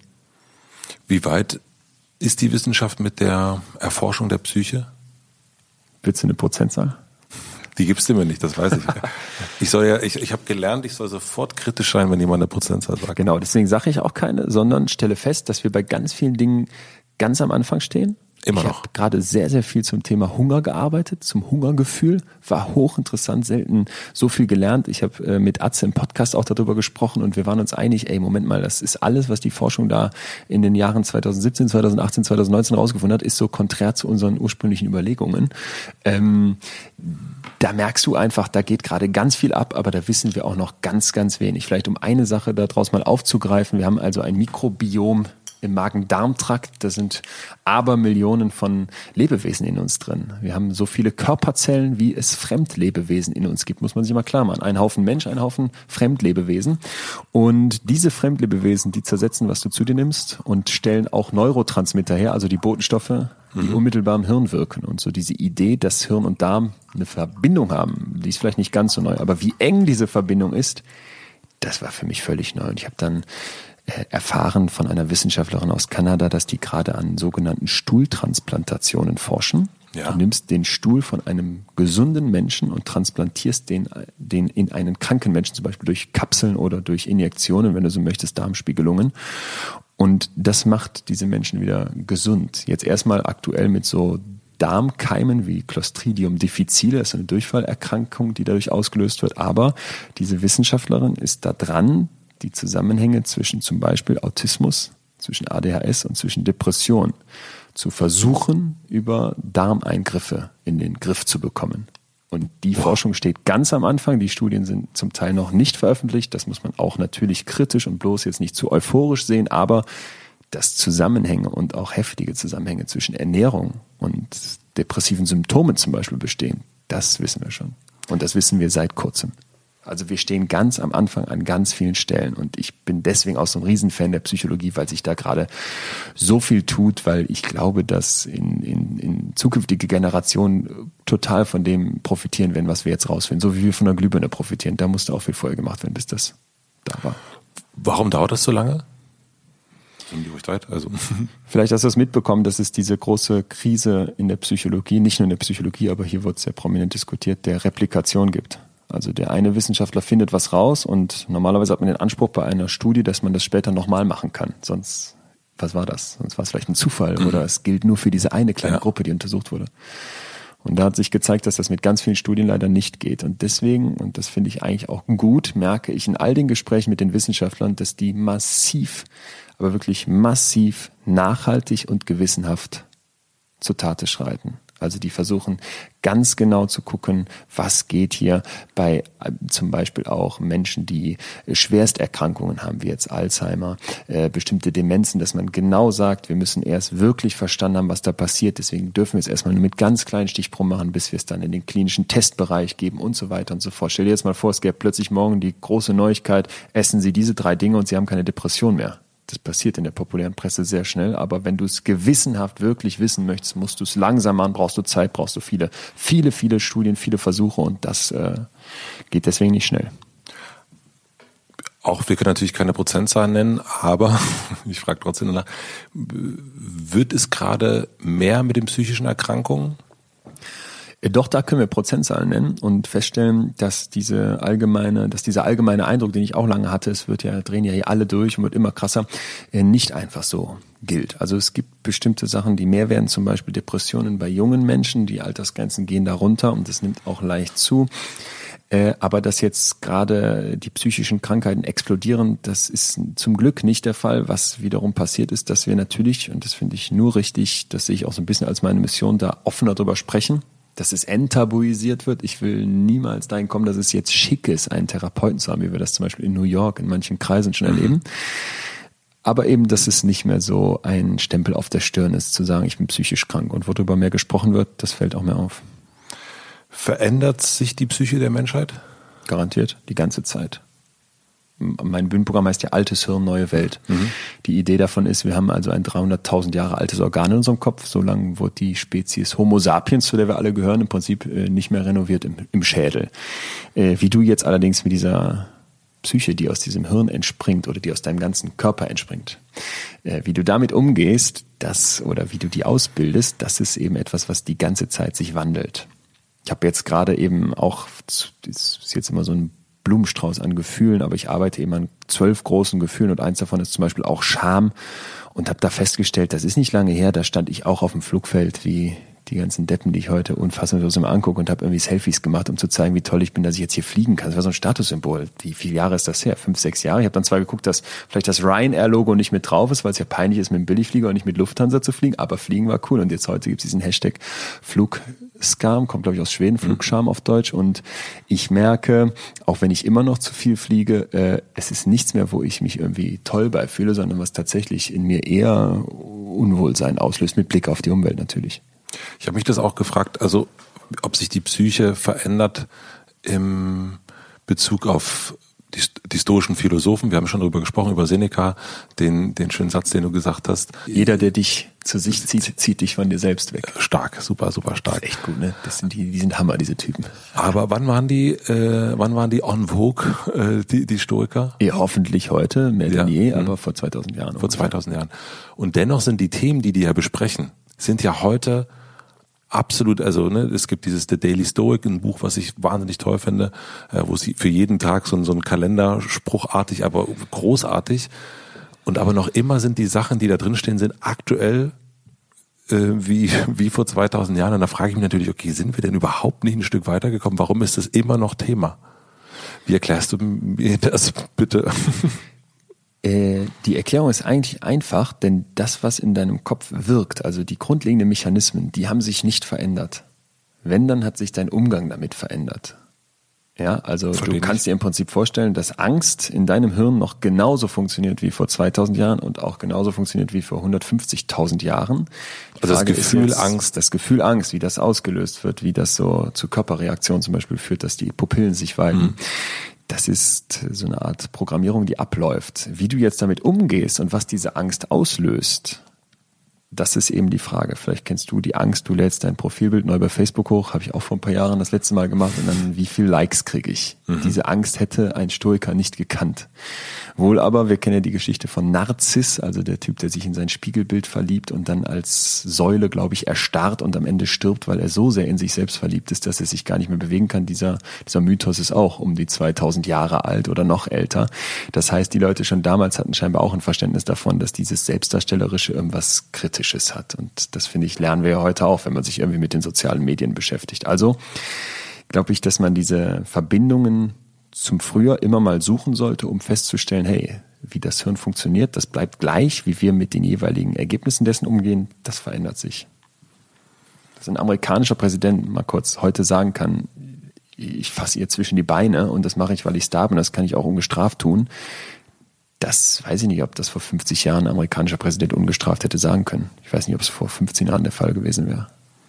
[SPEAKER 2] Wie weit ist die Wissenschaft mit der Erforschung der Psyche?
[SPEAKER 1] Willst du eine Prozentzahl?
[SPEAKER 2] Die gibst du mir nicht, das weiß ich. Ich soll ja, ich, ich habe gelernt, ich soll sofort kritisch sein, wenn jemand eine Prozentzahl sagt.
[SPEAKER 1] Genau, deswegen sage ich auch keine, sondern stelle fest, dass wir bei ganz vielen Dingen ganz am Anfang stehen.
[SPEAKER 2] Immer
[SPEAKER 1] ich
[SPEAKER 2] noch.
[SPEAKER 1] Ich habe gerade sehr, sehr viel zum Thema Hunger gearbeitet, zum Hungergefühl. War hochinteressant, selten so viel gelernt. Ich habe äh, mit Atze im Podcast auch darüber gesprochen und wir waren uns einig, ey, Moment mal, das ist alles, was die Forschung da in den Jahren zwanzig siebzehn, zwanzig achtzehn, zwanzig neunzehn rausgefunden hat, ist so konträr zu unseren ursprünglichen Überlegungen. Ähm, da merkst du einfach, da geht gerade ganz viel ab, aber da wissen wir auch noch ganz, ganz wenig. Vielleicht um eine Sache daraus mal aufzugreifen. Wir haben also ein Mikrobiom im Magen-Darm-Trakt, da sind Abermillionen von Lebewesen in uns drin. Wir haben so viele Körperzellen, wie es Fremdlebewesen in uns gibt, muss man sich mal klar machen. Ein Haufen Mensch, ein Haufen Fremdlebewesen. Und diese Fremdlebewesen, die zersetzen, was du zu dir nimmst und stellen auch Neurotransmitter her, also die Botenstoffe, die mhm. unmittelbar im Hirn wirken. Und so diese Idee, dass Hirn und Darm eine Verbindung haben, die ist vielleicht nicht ganz so neu. Aber wie eng diese Verbindung ist, das war für mich völlig neu. Und ich habe dann erfahren von einer Wissenschaftlerin aus Kanada, dass die gerade an sogenannten Stuhltransplantationen forschen. Ja. Du nimmst den Stuhl von einem gesunden Menschen und transplantierst den, den in einen kranken Menschen, zum Beispiel durch Kapseln oder durch Injektionen, wenn du so möchtest, Darmspiegelungen. Und das macht diese Menschen wieder gesund. Jetzt erstmal aktuell mit so Darmkeimen wie Clostridium difficile, das ist eine Durchfallerkrankung, die dadurch ausgelöst wird. Aber diese Wissenschaftlerin ist da dran, die Zusammenhänge zwischen zum Beispiel Autismus, zwischen A D H S und zwischen Depression zu versuchen, über Darmeingriffe in den Griff zu bekommen. Und die wow. Forschung steht ganz am Anfang. Die Studien sind zum Teil noch nicht veröffentlicht. Das muss man auch natürlich kritisch und bloß jetzt nicht zu euphorisch sehen. Aber dass Zusammenhänge und auch heftige Zusammenhänge zwischen Ernährung und depressiven Symptomen zum Beispiel bestehen, das wissen wir schon. Und das wissen wir seit kurzem. Also wir stehen ganz am Anfang an ganz vielen Stellen und ich bin deswegen auch so ein Riesenfan der Psychologie, weil sich da gerade so viel tut, weil ich glaube, dass in, in, in zukünftige Generationen total von dem profitieren werden, was wir jetzt rausfinden, so wie wir von der Glühbirne profitieren. Da musste auch viel vorher gemacht werden, bis das da war.
[SPEAKER 2] Warum dauert das so lange? Also.
[SPEAKER 1] Vielleicht hast du es mitbekommen, dass es diese große Krise in der Psychologie, nicht nur in der Psychologie, aber hier wird sehr prominent diskutiert, der Replikation gibt. Also der eine Wissenschaftler findet was raus und normalerweise hat man den Anspruch bei einer Studie, dass man das später nochmal machen kann. Sonst, was war das? Sonst war es vielleicht ein Zufall oder es gilt nur für diese eine kleine ja. Gruppe, die untersucht wurde. Und da hat sich gezeigt, dass das mit ganz vielen Studien leider nicht geht. Und deswegen, und das finde ich eigentlich auch gut, merke ich in all den Gesprächen mit den Wissenschaftlern, dass die massiv, aber wirklich massiv, nachhaltig und gewissenhaft zur Tate schreiten. Also die versuchen ganz genau zu gucken, was geht hier bei äh, zum Beispiel auch Menschen, die äh, Schwersterkrankungen haben, wie jetzt Alzheimer, äh, bestimmte Demenzen, dass man genau sagt, wir müssen erst wirklich verstanden haben, was da passiert. Deswegen dürfen wir es erstmal nur mit ganz kleinen Stichproben machen, bis wir es dann in den klinischen Testbereich geben und so weiter und so fort. Stell dir jetzt mal vor, es gäbe plötzlich morgen die große Neuigkeit, essen Sie diese drei Dinge und Sie haben keine Depression mehr. Das passiert in der populären Presse sehr schnell, aber wenn du es gewissenhaft wirklich wissen möchtest, musst du es langsam machen, brauchst du Zeit, brauchst du viele, viele, viele Studien, viele Versuche und das äh, geht deswegen nicht schnell.
[SPEAKER 2] Auch wir können natürlich keine Prozentzahlen nennen, aber ich frage trotzdem danach, wird es gerade mehr mit den psychischen Erkrankungen?
[SPEAKER 1] Doch, da können wir Prozentzahlen nennen und feststellen, dass diese allgemeine, dass dieser allgemeine Eindruck, den ich auch lange hatte, es wird ja, drehen ja hier alle durch und wird immer krasser, nicht einfach so gilt. Also es gibt bestimmte Sachen, die mehr werden, zum Beispiel Depressionen bei jungen Menschen, die Altersgrenzen gehen da runter und das nimmt auch leicht zu. Aber dass jetzt gerade die psychischen Krankheiten explodieren, das ist zum Glück nicht der Fall. Was wiederum passiert ist, dass wir natürlich, und das finde ich nur richtig, das sehe ich auch so ein bisschen als meine Mission, da offener drüber sprechen, dass es enttabuisiert wird. Ich will niemals dahin kommen, dass es jetzt schick ist, einen Therapeuten zu haben, wie wir das zum Beispiel in New York in manchen Kreisen schon erleben. Aber eben, dass es nicht mehr so ein Stempel auf der Stirn ist, zu sagen, ich bin psychisch krank. Und worüber mehr gesprochen wird, das fällt auch mehr auf.
[SPEAKER 2] Verändert sich die Psyche der Menschheit?
[SPEAKER 1] Garantiert, die ganze Zeit. Mein Bühnenprogramm heißt ja Altes Hirn, neue Welt. Mhm. Die Idee davon ist, wir haben also ein dreihunderttausend Jahre altes Organ in unserem Kopf. So lange wurde die Spezies Homo sapiens, zu der wir alle gehören, im Prinzip nicht mehr renoviert im, im Schädel. Wie du jetzt allerdings mit dieser Psyche, die aus diesem Hirn entspringt oder die aus deinem ganzen Körper entspringt, wie du damit umgehst, das oder wie du die ausbildest, das ist eben etwas, was die ganze Zeit sich wandelt. Ich habe jetzt gerade eben auch, das ist jetzt immer so ein Blumenstrauß an Gefühlen, aber ich arbeite eben an zwölf großen Gefühlen und eins davon ist zum Beispiel auch Scham und habe da festgestellt, das ist nicht lange her, da stand ich auch auf dem Flugfeld wie die ganzen Deppen, die ich heute unfassungslos immer angucke und habe irgendwie Selfies gemacht, um zu zeigen, wie toll ich bin, dass ich jetzt hier fliegen kann. Das war so ein Statussymbol. Wie viele Jahre ist das her? Fünf, sechs Jahre. Ich habe dann zwar geguckt, dass vielleicht das Ryanair-Logo nicht mit drauf ist, weil es ja peinlich ist, mit dem Billigflieger und nicht mit Lufthansa zu fliegen, aber Fliegen war cool. Und jetzt heute gibt es diesen Hashtag Flugskam, kommt glaube ich aus Schweden, Flugscham auf Deutsch. Und ich merke, auch wenn ich immer noch zu viel fliege, äh, es ist nichts mehr, wo ich mich irgendwie toll bei fühle, sondern was tatsächlich in mir eher Unwohlsein auslöst, mit Blick auf die Umwelt natürlich.
[SPEAKER 2] Ich habe mich das auch gefragt, also ob sich die Psyche verändert im Bezug auf die, die stoischen Philosophen. Wir haben schon darüber gesprochen, über Seneca, den, den schönen Satz, den du gesagt hast.
[SPEAKER 1] Jeder, der dich zu sich zieht, zieht dich von dir selbst weg.
[SPEAKER 2] Stark, super, super stark.
[SPEAKER 1] Das ist echt gut, ne? Das sind die, die sind Hammer, diese Typen.
[SPEAKER 2] Aber wann waren die, äh, wann waren die en vogue, äh, die, die Stoiker?
[SPEAKER 1] Ja, hoffentlich heute, mehr denn
[SPEAKER 2] ja.
[SPEAKER 1] je, aber vor zweitausend Jahren.
[SPEAKER 2] Vor zweitausend Jahren. Und dennoch sind die Themen, die die ja besprechen, sind ja heute absolut, also ne, es gibt dieses The Daily Stoic, ein Buch, was ich wahnsinnig toll finde, äh, wo sie für jeden Tag so, so ein Kalender spruchartig, aber großartig. Und aber noch immer sind die Sachen, die da drin stehen, sind aktuell äh, wie wie vor zweitausend Jahren. Und da frage ich mich natürlich, okay, sind wir denn überhaupt nicht ein Stück weitergekommen? Warum ist das immer noch Thema? Wie erklärst du mir das bitte?
[SPEAKER 1] Die Erklärung ist eigentlich einfach, denn das, was in deinem Kopf wirkt, also die grundlegenden Mechanismen, die haben sich nicht verändert. Wenn, dann hat sich dein Umgang damit verändert. Ja, also Versteh du kannst nicht. dir im Prinzip vorstellen, dass Angst in deinem Hirn noch genauso funktioniert wie vor zweitausend Jahren und auch genauso funktioniert wie vor hundertfünfzigtausend Jahren. Die
[SPEAKER 2] also das Gefühl jetzt, Angst.
[SPEAKER 1] Das Gefühl Angst, wie das ausgelöst wird, wie das so zu Körperreaktionen zum Beispiel führt, dass die Pupillen sich weiten. Mhm. Das ist so eine Art Programmierung, die abläuft. Wie du jetzt damit umgehst und was diese Angst auslöst, das ist eben die Frage. Vielleicht kennst du die Angst, du lädst dein Profilbild neu bei Facebook hoch, habe ich auch vor ein paar Jahren das letzte Mal gemacht und dann, wie viel Likes kriege ich? Mhm. Diese Angst hätte ein Stoiker nicht gekannt. Wohl aber, wir kennen ja die Geschichte von Narziss, also der Typ, der sich in sein Spiegelbild verliebt und dann als Säule, glaube ich, erstarrt und am Ende stirbt, weil er so sehr in sich selbst verliebt ist, dass er sich gar nicht mehr bewegen kann. Dieser, dieser Mythos ist auch um die zweitausend Jahre alt oder noch älter. Das heißt, die Leute schon damals hatten scheinbar auch ein Verständnis davon, dass dieses Selbstdarstellerische irgendwas kritisch Authentisches hat. Und das, finde ich, lernen wir ja heute auch, wenn man sich irgendwie mit den sozialen Medien beschäftigt. Also glaube ich, dass man diese Verbindungen zum Früher immer mal suchen sollte, um festzustellen, hey, wie das Hirn funktioniert, das bleibt gleich, wie wir mit den jeweiligen Ergebnissen dessen umgehen, das verändert sich. Dass ein amerikanischer Präsident mal kurz heute sagen kann, ich fasse ihr zwischen die Beine und das mache ich, weil ich Star bin, das kann ich auch ungestraft tun. Das weiß ich nicht, ob das vor fünfzig Jahren ein amerikanischer Präsident ungestraft hätte sagen können. Ich weiß nicht, ob es vor fünfzehn Jahren der Fall gewesen wäre.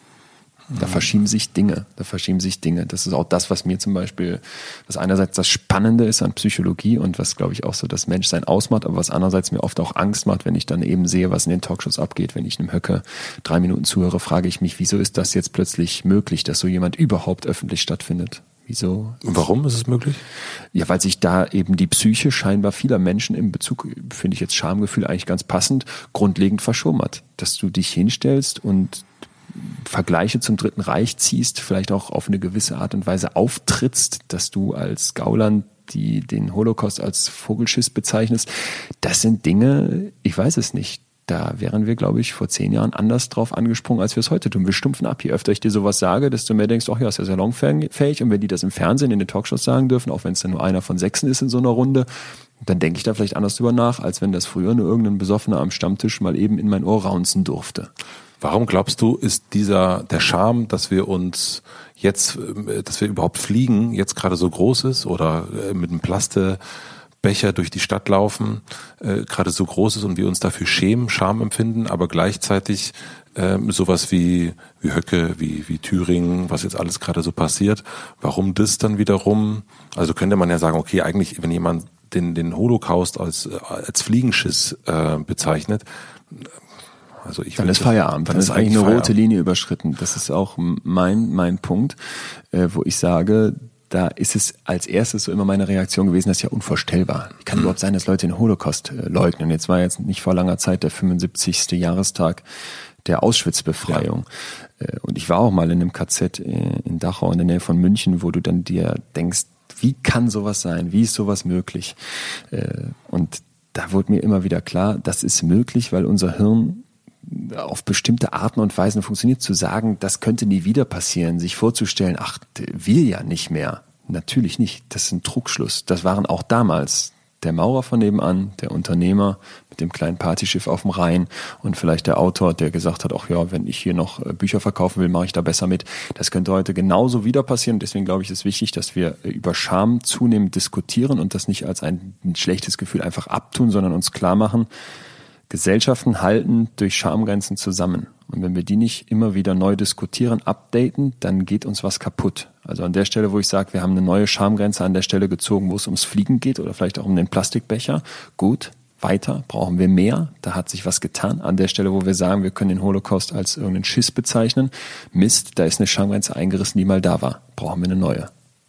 [SPEAKER 1] Da verschieben sich Dinge, da verschieben sich Dinge. Das ist auch das, was mir zum Beispiel, was einerseits das Spannende ist an Psychologie und was, glaube ich, auch so das Menschsein ausmacht, aber was andererseits mir oft auch Angst macht, wenn ich dann eben sehe, was in den Talkshows abgeht. Wenn ich einem Höcke drei Minuten zuhöre, frage ich mich, wieso ist das jetzt plötzlich möglich, dass so jemand überhaupt öffentlich stattfindet? Wieso?
[SPEAKER 2] Warum ist es möglich?
[SPEAKER 1] Ja, weil sich da eben die Psyche scheinbar vieler Menschen im Bezug, finde ich jetzt Schamgefühl eigentlich ganz passend, grundlegend verschoben hat. Dass du dich hinstellst und Vergleiche zum Dritten Reich ziehst, vielleicht auch auf eine gewisse Art und Weise auftrittst, dass du als Gauland die den Holocaust als Vogelschiss bezeichnest. Das sind Dinge, ich weiß es nicht. Da wären wir, glaube ich, vor zehn Jahren anders drauf angesprungen, als wir es heute tun. Wir stumpfen ab. Je öfter ich dir sowas sage, desto mehr denkst du, ach ja, ist ja salonfähig. Und wenn die das im Fernsehen, in den Talkshows sagen dürfen, auch wenn es dann nur einer von Sechsen ist in so einer Runde, dann denke ich da vielleicht anders drüber nach, als wenn das früher nur irgendein Besoffener am Stammtisch mal eben in mein Ohr raunzen durfte.
[SPEAKER 2] Warum glaubst du, ist dieser, der Charme, dass wir uns jetzt, dass wir überhaupt fliegen, jetzt gerade so groß ist oder mit einem Plastebecher durch die Stadt laufen, äh, gerade so groß ist und wir uns dafür schämen, Scham empfinden, aber gleichzeitig äh, sowas wie, wie Höcke, wie, wie Thüringen, was jetzt alles gerade so passiert, warum das dann wiederum, also könnte man ja sagen, okay, eigentlich, wenn jemand den, den Holocaust als, als Fliegenschiss äh, bezeichnet, Also ich
[SPEAKER 1] dann ist Feierabend, dann, dann ist eigentlich eine Feierabend. rote Linie überschritten. Das ist auch mein mein Punkt, äh, wo ich sage, da ist es als erstes so immer meine Reaktion gewesen, das ist ja unvorstellbar. Wie kann mhm. überhaupt sein, dass Leute den Holocaust äh, leugnen? Jetzt war jetzt nicht vor langer Zeit der fünfundsiebzigste Jahrestag der Auschwitz-Befreiung. Ja. Äh, und ich war auch mal in einem K Z äh, in Dachau in der Nähe von München, wo du dann dir denkst, wie kann sowas sein? Wie ist sowas möglich? Äh, und da wurde mir immer wieder klar, das ist möglich, weil unser Hirn auf bestimmte Arten und Weisen funktioniert. Zu sagen, das könnte nie wieder passieren, sich vorzustellen, ach, wir ja nicht mehr. Natürlich nicht. Das ist ein Trugschluss. Das waren auch damals der Maurer von nebenan, der Unternehmer mit dem kleinen Partyschiff auf dem Rhein und vielleicht der Autor, der gesagt hat, ach ja, wenn ich hier noch Bücher verkaufen will, mache ich da besser mit. Das könnte heute genauso wieder passieren. Deswegen glaube ich, ist es wichtig, dass wir über Scham zunehmend diskutieren und das nicht als ein schlechtes Gefühl einfach abtun, sondern uns klar machen, Gesellschaften halten durch Schamgrenzen zusammen. Und wenn wir die nicht immer wieder neu diskutieren, updaten, dann geht uns was kaputt. Also an der Stelle, wo ich sage, wir haben eine neue Schamgrenze an der Stelle gezogen, wo es ums Fliegen geht oder vielleicht auch um den Plastikbecher. Gut, weiter, brauchen wir mehr. Da hat sich was getan. An der Stelle, wo wir sagen, wir können den Holocaust als irgendeinen Schiss bezeichnen. Mist, da ist eine Schamgrenze eingerissen, die mal da war. Brauchen wir eine neue.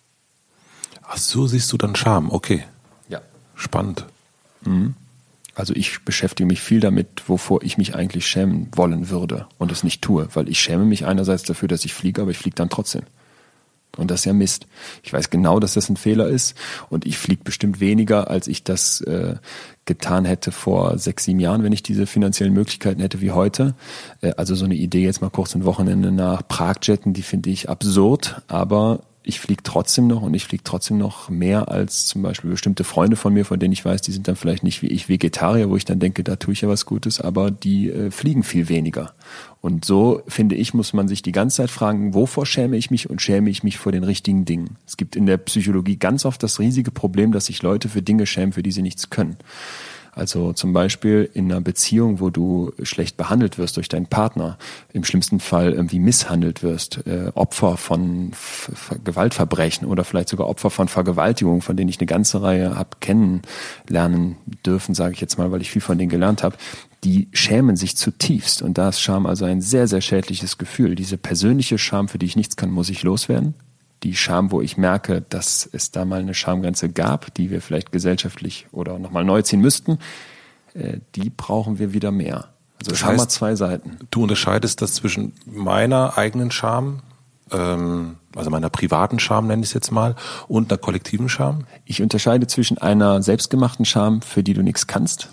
[SPEAKER 2] Ach so, siehst du dann Scham. Okay.
[SPEAKER 1] Ja.
[SPEAKER 2] Spannend.
[SPEAKER 1] Mhm. Also ich beschäftige mich viel damit, wovor ich mich eigentlich schämen wollen würde und es nicht tue, weil ich schäme mich einerseits dafür, dass ich fliege, aber ich fliege dann trotzdem. Und das ist ja Mist. Ich weiß genau, dass das ein Fehler ist und ich fliege bestimmt weniger, als ich das äh, getan hätte vor sechs, sieben Jahren, wenn ich diese finanziellen Möglichkeiten hätte wie heute. Äh, also so eine Idee, jetzt mal kurz ein Wochenende nach Prag jetten, die finde ich absurd, aber ich fliege trotzdem noch und ich fliege trotzdem noch mehr als zum Beispiel bestimmte Freunde von mir, von denen ich weiß, die sind dann vielleicht nicht wie ich Vegetarier, wo ich dann denke, da tue ich ja was Gutes, aber die äh, fliegen viel weniger. Und so, finde ich, muss man sich die ganze Zeit fragen, wovor schäme ich mich und schäme ich mich vor den richtigen Dingen? Es gibt in der Psychologie ganz oft das riesige Problem, dass sich Leute für Dinge schämen, für die sie nichts können. Also zum Beispiel in einer Beziehung, wo du schlecht behandelt wirst durch deinen Partner, im schlimmsten Fall irgendwie misshandelt wirst, äh, Opfer von F- Gewaltverbrechen oder vielleicht sogar Opfer von Vergewaltigung, von denen ich eine ganze Reihe habe kennenlernen dürfen, sage ich jetzt mal, weil ich viel von denen gelernt habe, die schämen sich zutiefst. Und da ist Scham also ein sehr, sehr schädliches Gefühl. Diese persönliche Scham, für die ich nichts kann, muss ich loswerden. Die Scham, wo ich merke, dass es da mal eine Schamgrenze gab, die wir vielleicht gesellschaftlich oder nochmal neu ziehen müssten, äh, die brauchen wir wieder mehr. Also
[SPEAKER 2] das
[SPEAKER 1] Scham
[SPEAKER 2] heißt,
[SPEAKER 1] hat zwei Seiten.
[SPEAKER 2] Du unterscheidest das zwischen meiner eigenen Scham, ähm, also meiner privaten Scham nenne ich es jetzt mal, und einer kollektiven Scham?
[SPEAKER 1] Ich unterscheide zwischen einer selbstgemachten Scham, für die du nichts kannst,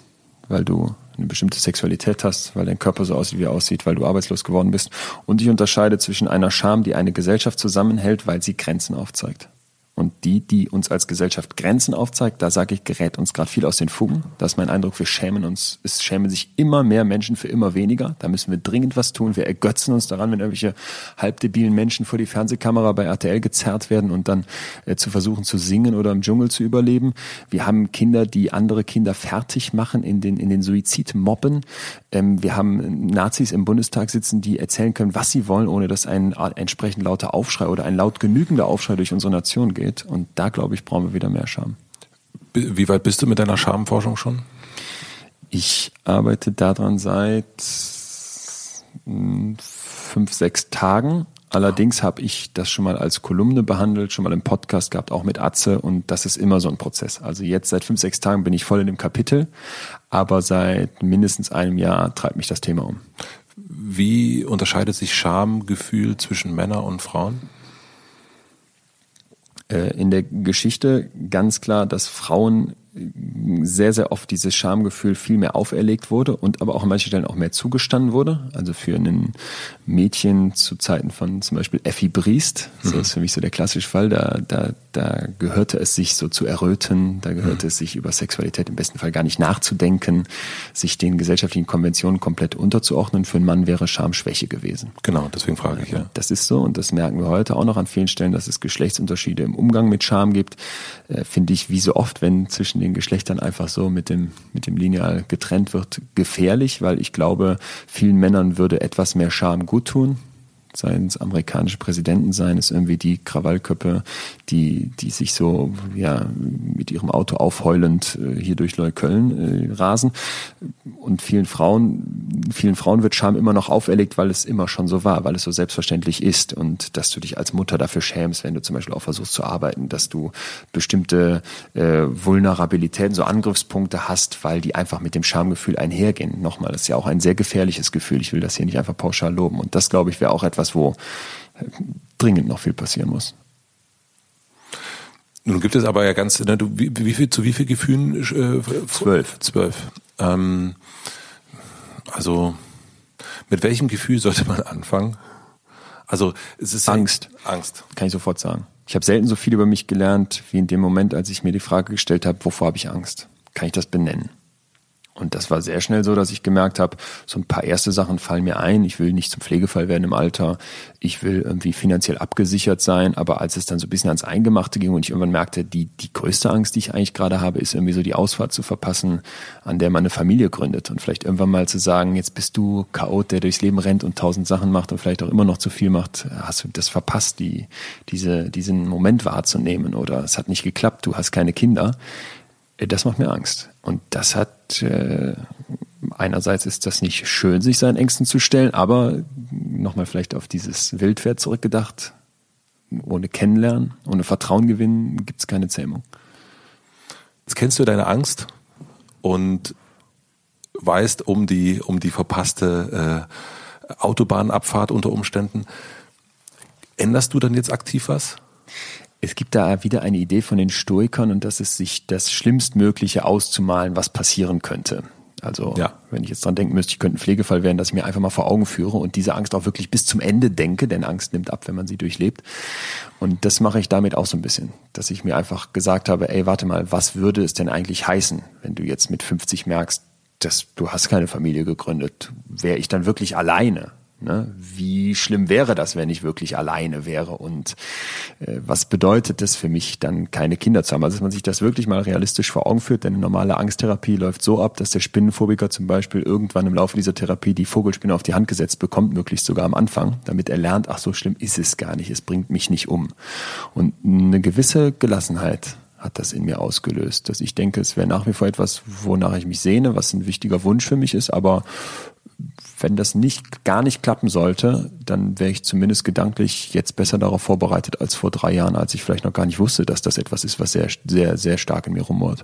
[SPEAKER 1] weil du eine bestimmte Sexualität hast, weil dein Körper so aussieht, wie er aussieht, weil du arbeitslos geworden bist. Und ich unterscheide zwischen einer Scham, die eine Gesellschaft zusammenhält, weil sie Grenzen aufzeigt. Und die, die uns als Gesellschaft Grenzen aufzeigt, da sage ich, gerät uns gerade viel aus den Fugen. Da ist mein Eindruck, wir schämen uns, es schämen sich immer mehr Menschen für immer weniger. Da müssen wir dringend was tun. Wir ergötzen uns daran, wenn irgendwelche halbdebilen Menschen vor die Fernsehkamera bei R T L gezerrt werden und dann äh, zu versuchen zu singen oder im Dschungel zu überleben. Wir haben Kinder, die andere Kinder fertig machen, in den, in den Suizid mobben. Ähm, wir haben Nazis im Bundestag sitzen, die erzählen können, was sie wollen, ohne dass ein entsprechend lauter Aufschrei oder ein laut genügender Aufschrei durch unsere Nation geht. Und da, glaube ich, brauchen wir wieder mehr Scham.
[SPEAKER 2] Wie weit bist du mit deiner Schamforschung schon?
[SPEAKER 1] Ich arbeite daran seit fünf, sechs Tagen. Allerdings habe ich das schon mal als Kolumne behandelt, schon mal im Podcast gehabt, auch mit Atze. Und das ist immer so ein Prozess. Also jetzt seit fünf, sechs Tagen bin ich voll in dem Kapitel. Aber seit mindestens einem Jahr treibt mich das Thema um.
[SPEAKER 2] Wie unterscheidet sich Schamgefühl zwischen Männern und Frauen?
[SPEAKER 1] In der Geschichte ganz klar, dass Frauen sehr, sehr oft dieses Schamgefühl viel mehr auferlegt wurde und aber auch an manchen Stellen auch mehr zugestanden wurde. Also für ein Mädchen zu Zeiten von zum Beispiel Effi Briest, das ist für mich so der klassische Fall, da, da, da gehörte es sich so zu erröten, da gehörte mhm. es sich über Sexualität im besten Fall gar nicht nachzudenken, sich den gesellschaftlichen Konventionen komplett unterzuordnen. Für einen Mann wäre Scham Schwäche gewesen.
[SPEAKER 2] Genau, deswegen frage ich ja.
[SPEAKER 1] Das ist so und das merken wir heute auch noch an vielen Stellen, dass es Geschlechtsunterschiede im Umgang mit Scham gibt. Äh, finde ich, wie so oft, wenn zwischen den Geschlechtern einfach so mit dem, mit dem Lineal getrennt wird, gefährlich, weil ich glaube, vielen Männern würde etwas mehr Scham gut tun. Seien es amerikanische Präsidenten, seien es irgendwie die Krawallköpfe, die, die sich so, ja, mit ihrem Auto aufheulend äh, hier durch Neukölln äh, rasen. Und vielen Frauen, vielen Frauen wird Scham immer noch auferlegt, weil es immer schon so war, weil es so selbstverständlich ist. Und dass du dich als Mutter dafür schämst, wenn du zum Beispiel auch versuchst zu arbeiten, dass du bestimmte äh, Vulnerabilitäten, so Angriffspunkte hast, weil die einfach mit dem Schamgefühl einhergehen. Nochmal, das ist ja auch ein sehr gefährliches Gefühl. Ich will das hier nicht einfach pauschal loben. Und das, glaube ich, wäre auch etwas, wo dringend noch viel passieren muss.
[SPEAKER 2] Nun gibt es aber ja ganz, ne, du, wie, wie viel, zu wie viel Gefühlen? Äh,
[SPEAKER 1] Zwölf.
[SPEAKER 2] Zwölf. Ähm, also, mit welchem Gefühl sollte man anfangen? Also, es ist
[SPEAKER 1] Angst.
[SPEAKER 2] Ja, Angst.
[SPEAKER 1] Kann ich sofort sagen. Ich habe selten so viel über mich gelernt, wie in dem Moment, als ich mir die Frage gestellt habe, wovor habe ich Angst? Kann ich das benennen? Und das war sehr schnell so, dass ich gemerkt habe, so ein paar erste Sachen fallen mir ein. Ich will nicht zum Pflegefall werden im Alter. Ich will irgendwie finanziell abgesichert sein. Aber als es dann so ein bisschen ans Eingemachte ging und ich irgendwann merkte, die, die größte Angst, die ich eigentlich gerade habe, ist irgendwie so die Ausfahrt zu verpassen, an der man eine Familie gründet. Und vielleicht irgendwann mal zu sagen, jetzt bist du Chaot, der durchs Leben rennt und tausend Sachen macht und vielleicht auch immer noch zu viel macht. Hast du das verpasst, die, diese, diesen Moment wahrzunehmen? Oder es hat nicht geklappt, du hast keine Kinder. Das macht mir Angst. Und das hat, äh, einerseits ist das nicht schön, sich seinen Ängsten zu stellen, aber nochmal vielleicht auf dieses Wildpferd zurückgedacht, ohne Kennenlernen, ohne Vertrauen gewinnen, gibt es keine Zähmung.
[SPEAKER 2] Jetzt kennst du deine Angst und weißt um die, um die verpasste äh, Autobahnabfahrt unter Umständen. Änderst du dann jetzt aktiv was?
[SPEAKER 1] Es gibt da wieder eine Idee von den Stoikern und das ist, sich das Schlimmstmögliche auszumalen, was passieren könnte. Also ja. Wenn ich jetzt dran denken müsste, ich könnte ein Pflegefall werden, dass ich mir einfach mal vor Augen führe und diese Angst auch wirklich bis zum Ende denke, denn Angst nimmt ab, wenn man sie durchlebt. Und das mache ich damit auch so ein bisschen, dass ich mir einfach gesagt habe, ey, warte mal, was würde es denn eigentlich heißen, wenn du jetzt mit fünfzig merkst, dass du hast keine Familie gegründet, wäre ich dann wirklich alleine? Ne? Wie schlimm wäre das, wenn ich wirklich alleine wäre und äh, was bedeutet das für mich, dann keine Kinder zu haben? Also dass man sich das wirklich mal realistisch vor Augen führt, denn eine normale Angsttherapie läuft so ab, dass der Spinnenphobiker zum Beispiel irgendwann im Laufe dieser Therapie die Vogelspinne auf die Hand gesetzt bekommt, möglichst sogar am Anfang, damit er lernt, ach so schlimm ist es gar nicht, es bringt mich nicht um. Und eine gewisse Gelassenheit hat das in mir ausgelöst, dass ich denke, es wäre nach wie vor etwas, wonach ich mich sehne, was ein wichtiger Wunsch für mich ist, aber wenn das nicht gar nicht klappen sollte, dann wäre ich zumindest gedanklich jetzt besser darauf vorbereitet als vor drei Jahren, als ich vielleicht noch gar nicht wusste, dass das etwas ist, was sehr, sehr, sehr stark in mir rumort.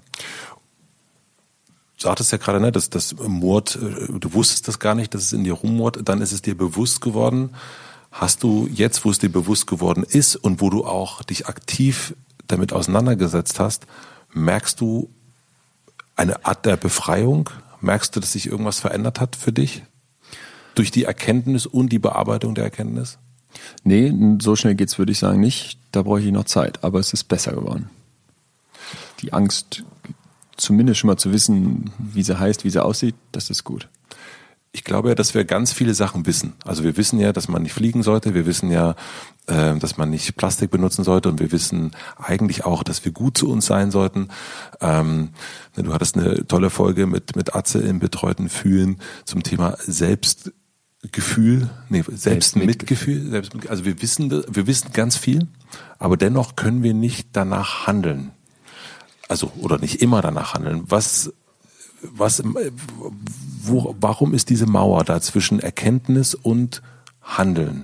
[SPEAKER 2] Du sagtest ja gerade, ne, dass das Mord, du wusstest das gar nicht, dass es in dir rummort, dann ist es dir bewusst geworden. Hast du jetzt, wo es dir bewusst geworden ist und wo du auch dich aktiv damit auseinandergesetzt hast, merkst du eine Art der Befreiung? Merkst du, dass sich irgendwas verändert hat für dich? Durch die Erkenntnis und die Bearbeitung der Erkenntnis?
[SPEAKER 1] Nee, so schnell geht's, würde ich sagen, nicht. Da brauche ich noch Zeit, aber es ist besser geworden. Die Angst, zumindest schon mal zu wissen, wie sie heißt, wie sie aussieht, das ist gut.
[SPEAKER 2] Ich glaube ja, dass wir ganz viele Sachen wissen. Also wir wissen ja, dass man nicht fliegen sollte. Wir wissen ja, äh, dass man nicht Plastik benutzen sollte. Und wir wissen eigentlich auch, dass wir gut zu uns sein sollten. Ähm, du hattest eine tolle Folge mit mit Atze im betreuten Fühlen zum Thema Selbstgefühl, nee, Selbstmitgefühl. Selbstmitgefühl. Also wir wissen, wir wissen ganz viel, aber dennoch können wir nicht danach handeln. Also oder nicht immer danach handeln. Was Was, wo, warum ist diese Mauer da zwischen Erkenntnis und Handeln?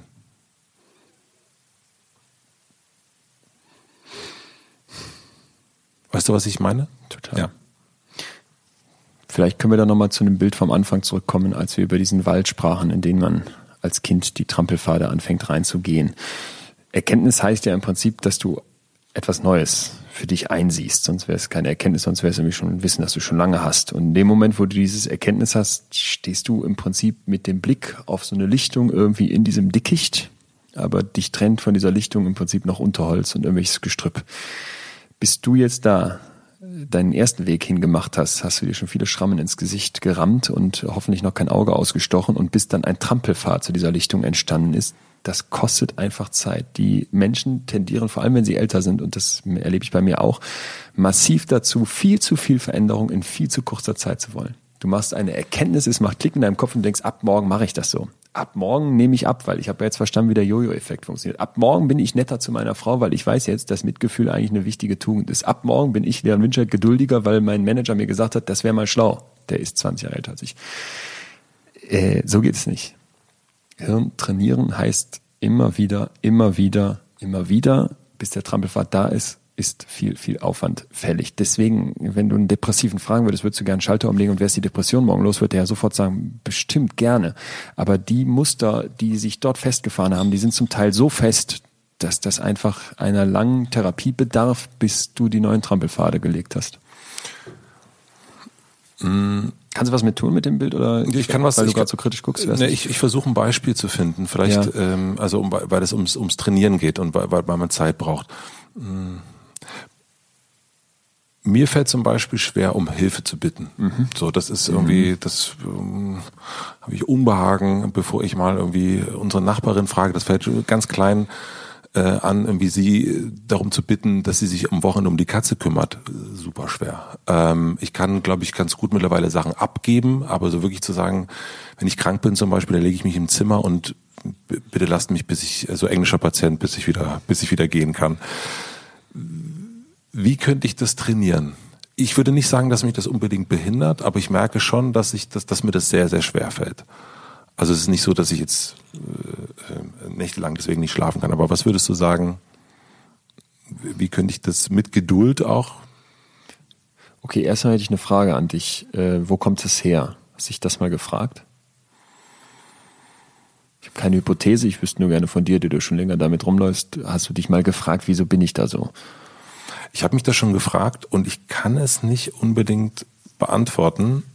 [SPEAKER 2] Weißt du, was ich meine?
[SPEAKER 1] Total. Ja. Vielleicht können wir da nochmal zu einem Bild vom Anfang zurückkommen, als wir über diesen Wald sprachen, in den man als Kind die Trampelpfade anfängt reinzugehen. Erkenntnis heißt ja im Prinzip, dass du etwas Neues für dich einsiehst, sonst wäre es keine Erkenntnis, sonst wäre es nämlich schon ein Wissen, das du schon lange hast. Und in dem Moment, wo du dieses Erkenntnis hast, stehst du im Prinzip mit dem Blick auf so eine Lichtung irgendwie in diesem Dickicht, aber dich trennt von dieser Lichtung im Prinzip noch Unterholz und irgendwelches Gestrüpp. Bis du jetzt da deinen ersten Weg hingemacht hast, hast du dir schon viele Schrammen ins Gesicht gerammt und hoffentlich noch kein Auge ausgestochen, und bis dann ein Trampelpfad zu dieser Lichtung entstanden ist. Das kostet einfach Zeit. Die Menschen tendieren, vor allem wenn sie älter sind, und das erlebe ich bei mir auch, massiv dazu, viel zu viel Veränderung in viel zu kurzer Zeit zu wollen. Du machst eine Erkenntnis, es macht Klick in deinem Kopf und denkst, ab morgen mache ich das so. Ab morgen nehme ich ab, weil ich habe ja jetzt verstanden, wie der Jojo-Effekt funktioniert. Ab morgen bin ich netter zu meiner Frau, weil ich weiß jetzt, dass Mitgefühl eigentlich eine wichtige Tugend ist. Ab morgen bin ich, Leon Winscheid, geduldiger, weil mein Manager mir gesagt hat, das wäre mal schlau. Der ist zwanzig Jahre älter als ich. Äh, so geht es nicht. Hirn trainieren heißt immer wieder, immer wieder, immer wieder, bis der Trampelpfad da ist, ist viel, viel Aufwand fällig. Deswegen, wenn du einen Depressiven fragen würdest, würdest du gerne einen Schalter umlegen und wärst die Depression morgen los, wird der ja sofort sagen, bestimmt gerne. Aber die Muster, die sich dort festgefahren haben, die sind zum Teil so fest, dass das einfach einer langen Therapie bedarf, bis du die neuen Trampelpfade gelegt hast. Mm. Kannst du was mit tun mit dem Bild, oder?
[SPEAKER 2] Ich kann was,
[SPEAKER 1] weil du
[SPEAKER 2] ich
[SPEAKER 1] gerade so kritisch guckst.
[SPEAKER 2] Ne, ich ich versuche ein Beispiel zu finden, vielleicht, ja. ähm, also um, weil es ums ums Trainieren geht und weil, weil man Zeit braucht. Hm. Mir fällt zum Beispiel schwer, um Hilfe zu bitten. Mhm. So, das ist irgendwie, mhm. das ähm, habe ich Unbehagen, bevor ich mal irgendwie unsere Nachbarin frage. Das fällt ganz klein äh, an, irgendwie sie darum zu bitten, dass sie sich am Wochenende um die Katze kümmert. Super schwer. Ähm, ich kann, glaube ich, ganz gut mittlerweile Sachen abgeben, aber so wirklich zu sagen, wenn ich krank bin zum Beispiel, dann lege ich mich im Zimmer und b- bitte lasst mich, bis ich, also englischer Patient, bis ich wieder, bis ich wieder gehen kann. Wie könnte ich das trainieren? Ich würde nicht sagen, dass mich das unbedingt behindert, aber ich merke schon, dass ich, dass, dass mir das sehr, sehr schwer fällt. Also es ist nicht so, dass ich jetzt äh, nächtelang deswegen nicht schlafen kann. Aber was würdest du sagen, wie könnte ich das mit Geduld auch?
[SPEAKER 1] Okay, erstmal hätte ich eine Frage an dich. Äh, wo kommt es her? Hast du dich das mal gefragt? Ich habe keine Hypothese, ich wüsste nur gerne von dir, die du schon länger damit rumläufst. Hast du dich mal gefragt, wieso bin ich da so?
[SPEAKER 2] Ich habe mich das schon gefragt und ich kann es nicht unbedingt beantworten.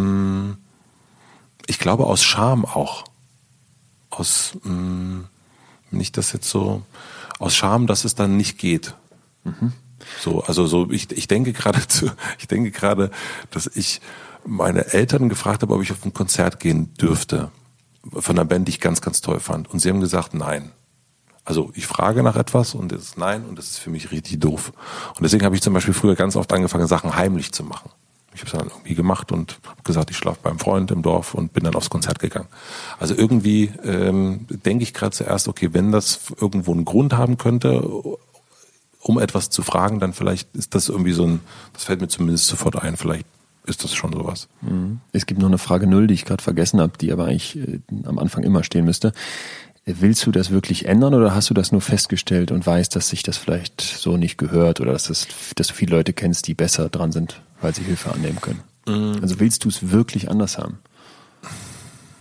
[SPEAKER 2] Ich glaube aus Scham auch. Aus, wenn ich das jetzt so, aus Scham, dass es dann nicht geht. Mhm. So, also so, ich, ich denke gerade zu, ich denke gerade, dass ich meine Eltern gefragt habe, ob ich auf ein Konzert gehen dürfte. Von einer Band, die ich ganz, ganz toll fand. Und sie haben gesagt, nein. Also ich frage nach etwas und es ist nein und das ist für mich richtig doof. Und deswegen habe ich zum Beispiel früher ganz oft angefangen, Sachen heimlich zu machen. Ich habe es dann irgendwie gemacht und habe gesagt, ich schlafe beim Freund im Dorf und bin dann aufs Konzert gegangen. Also irgendwie ähm, denke ich gerade zuerst, okay, wenn das irgendwo einen Grund haben könnte, um etwas zu fragen, dann vielleicht ist das irgendwie so ein, das fällt mir zumindest sofort ein, vielleicht ist das schon sowas.
[SPEAKER 1] Es gibt noch eine Frage null, die ich gerade vergessen habe, die aber eigentlich äh, am Anfang immer stehen müsste. Willst du das wirklich ändern oder hast du das nur festgestellt und weißt, dass sich das vielleicht so nicht gehört oder dass, das, dass du viele Leute kennst, die besser dran sind, weil sie Hilfe annehmen können? Mhm. Also willst du es wirklich anders haben?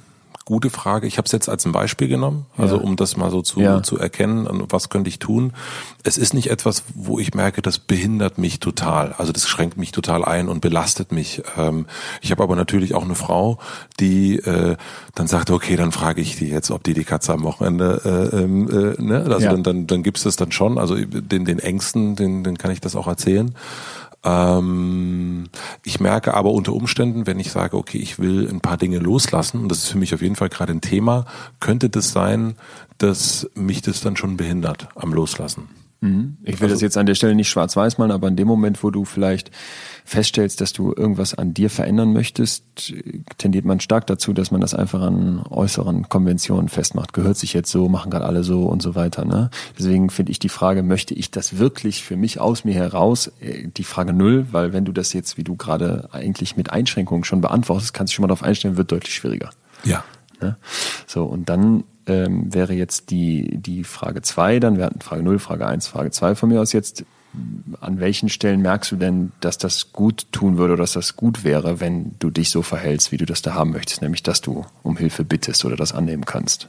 [SPEAKER 2] gute Frage. Ich habe es jetzt als ein Beispiel genommen, also ja. um das mal so zu, ja. zu erkennen, was könnte ich tun. Es ist nicht etwas, wo ich merke, das behindert mich total. Also das schränkt mich total ein und belastet mich. Ähm, ich habe aber natürlich auch eine Frau, die äh, dann sagt, okay, dann frage ich die jetzt, ob die die Katze am Wochenende, äh, äh, ne? Also ja. dann, dann, dann gibt's das dann schon. Also den, den Ängsten, den, den kann ich das auch erzählen. Ähm, ich merke aber unter Umständen, wenn ich sage, okay, ich will ein paar Dinge loslassen, und das ist für mich auf jeden Fall gerade ein Thema, könnte das sein, dass mich das dann schon behindert am Loslassen.
[SPEAKER 1] Mhm. Ich will also, das jetzt an der Stelle nicht schwarz-weiß malen, aber in dem Moment, wo du vielleicht feststellst, dass du irgendwas an dir verändern möchtest, tendiert man stark dazu, dass man das einfach an äußeren Konventionen festmacht. Gehört sich jetzt so, machen gerade alle so und so weiter. Ne? Deswegen finde ich die Frage, möchte ich das wirklich für mich aus mir heraus, die Frage null, weil wenn du das jetzt, wie du gerade eigentlich mit Einschränkungen schon beantwortest, kannst du schon mal darauf einstellen, wird deutlich schwieriger.
[SPEAKER 2] Ja.
[SPEAKER 1] Ne? So, und dann ähm, wäre jetzt die, die Frage zwei, dann wir hatten Frage null, Frage eins, Frage zwei von mir aus jetzt. An welchen Stellen merkst du denn, dass das gut tun würde oder dass das gut wäre, wenn du dich so verhältst, wie du das da haben möchtest, nämlich dass du um Hilfe bittest oder das annehmen kannst?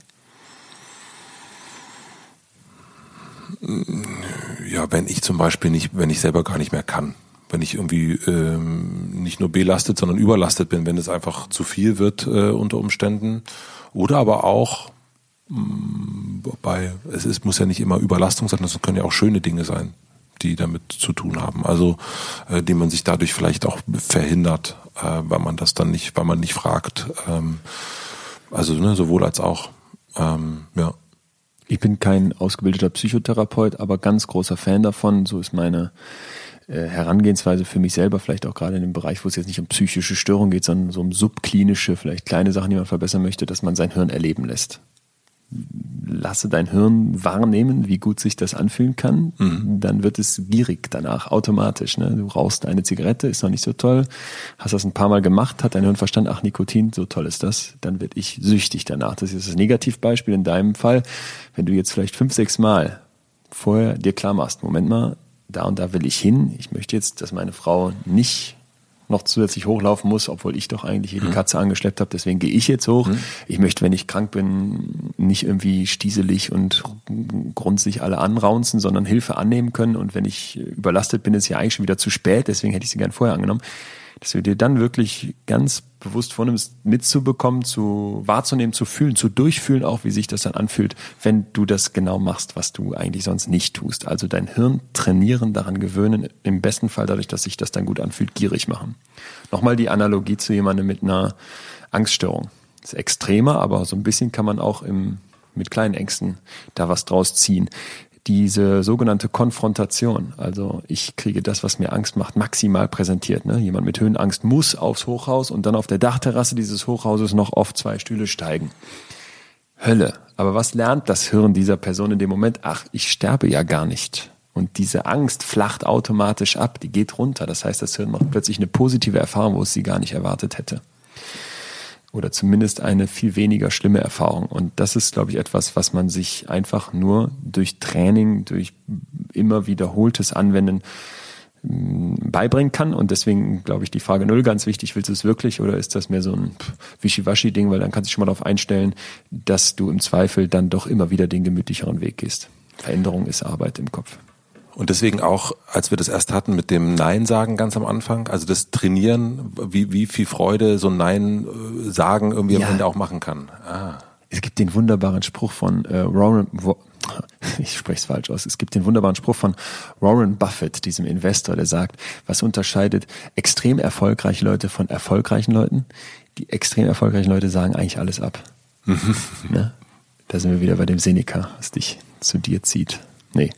[SPEAKER 2] Ja, wenn ich zum Beispiel nicht, wenn ich selber gar nicht mehr kann, wenn ich irgendwie ähm, nicht nur belastet, sondern überlastet bin, wenn es einfach zu viel wird äh, unter Umständen, oder aber auch mh, wobei es ist, muss ja nicht immer Überlastung sein, das können ja auch schöne Dinge sein, die damit zu tun haben, also äh, die man sich dadurch vielleicht auch verhindert, äh, weil man das dann nicht, weil man nicht fragt, ähm, also ne, sowohl als auch, ähm, ja.
[SPEAKER 1] Ich bin kein ausgebildeter Psychotherapeut, aber ganz großer Fan davon, so ist meine äh, Herangehensweise für mich selber, vielleicht auch gerade in dem Bereich, wo es jetzt nicht um psychische Störungen geht, sondern so um subklinische, vielleicht kleine Sachen, die man verbessern möchte, dass man sein Hirn erleben lässt. Lasse dein Hirn wahrnehmen, wie gut sich das anfühlen kann, mhm. dann wird es gierig danach, automatisch. Ne? Du rauchst eine Zigarette, ist noch nicht so toll, hast das ein paar Mal gemacht, hat dein Hirn verstanden, ach Nikotin, so toll ist das, dann werde ich süchtig danach. Das ist das Negativbeispiel in deinem Fall. Wenn du jetzt vielleicht fünf, sechs Mal vorher dir klar machst, Moment mal, da und da will ich hin, ich möchte jetzt, dass meine Frau nicht noch zusätzlich hochlaufen muss, obwohl ich doch eigentlich hier die Katze angeschleppt habe, deswegen gehe ich jetzt hoch. Mhm. Ich möchte, wenn ich krank bin, nicht irgendwie stieselig und grunzig alle anraunzen, sondern Hilfe annehmen können, und wenn ich überlastet bin, ist es ja eigentlich schon wieder zu spät, deswegen hätte ich sie gern vorher angenommen. Dass du dir dann wirklich ganz bewusst vornimmst, mitzubekommen, zu wahrzunehmen, zu fühlen, zu durchfühlen auch, wie sich das dann anfühlt, wenn du das genau machst, was du eigentlich sonst nicht tust. Also dein Hirn trainieren, daran gewöhnen, im besten Fall dadurch, dass sich das dann gut anfühlt, gierig machen. Nochmal die Analogie zu jemandem mit einer Angststörung. Das ist extremer, aber so ein bisschen kann man auch im, mit kleinen Ängsten da was draus ziehen. Diese sogenannte Konfrontation, also ich kriege das, was mir Angst macht, maximal präsentiert. Ne? Jemand mit Höhenangst muss aufs Hochhaus und dann auf der Dachterrasse dieses Hochhauses noch auf zwei Stühle steigen. Hölle. Aber was lernt das Hirn dieser Person in dem Moment? Ach, ich sterbe ja gar nicht. Und diese Angst flacht automatisch ab, die geht runter. Das heißt, das Hirn macht plötzlich eine positive Erfahrung, wo es sie gar nicht erwartet hätte. Oder zumindest eine viel weniger schlimme Erfahrung. Und das ist, glaube ich, etwas, was man sich einfach nur durch Training, durch immer wiederholtes Anwenden beibringen kann. Und deswegen, glaube ich, die Frage null ganz wichtig, willst du es wirklich oder ist das mehr so ein Wischiwaschi-Ding? Weil dann kannst du dich schon mal darauf einstellen, dass du im Zweifel dann doch immer wieder den gemütlicheren Weg gehst. Veränderung ist Arbeit im Kopf.
[SPEAKER 2] Und deswegen auch, als wir das erst hatten mit dem Nein sagen ganz am Anfang, also das Trainieren, wie, wie viel Freude so ein Nein sagen irgendwie ja. am Ende auch machen kann. Ah.
[SPEAKER 1] Es gibt den wunderbaren Spruch von äh, Warren, wo, ich spreche es falsch aus, es gibt den wunderbaren Spruch von Warren Buffett, diesem Investor, der sagt, was unterscheidet extrem erfolgreiche Leute von erfolgreichen Leuten? Die extrem erfolgreichen Leute sagen eigentlich alles ab. Ne? Da sind wir wieder bei dem Seneca, was dich zu dir zieht. Nee.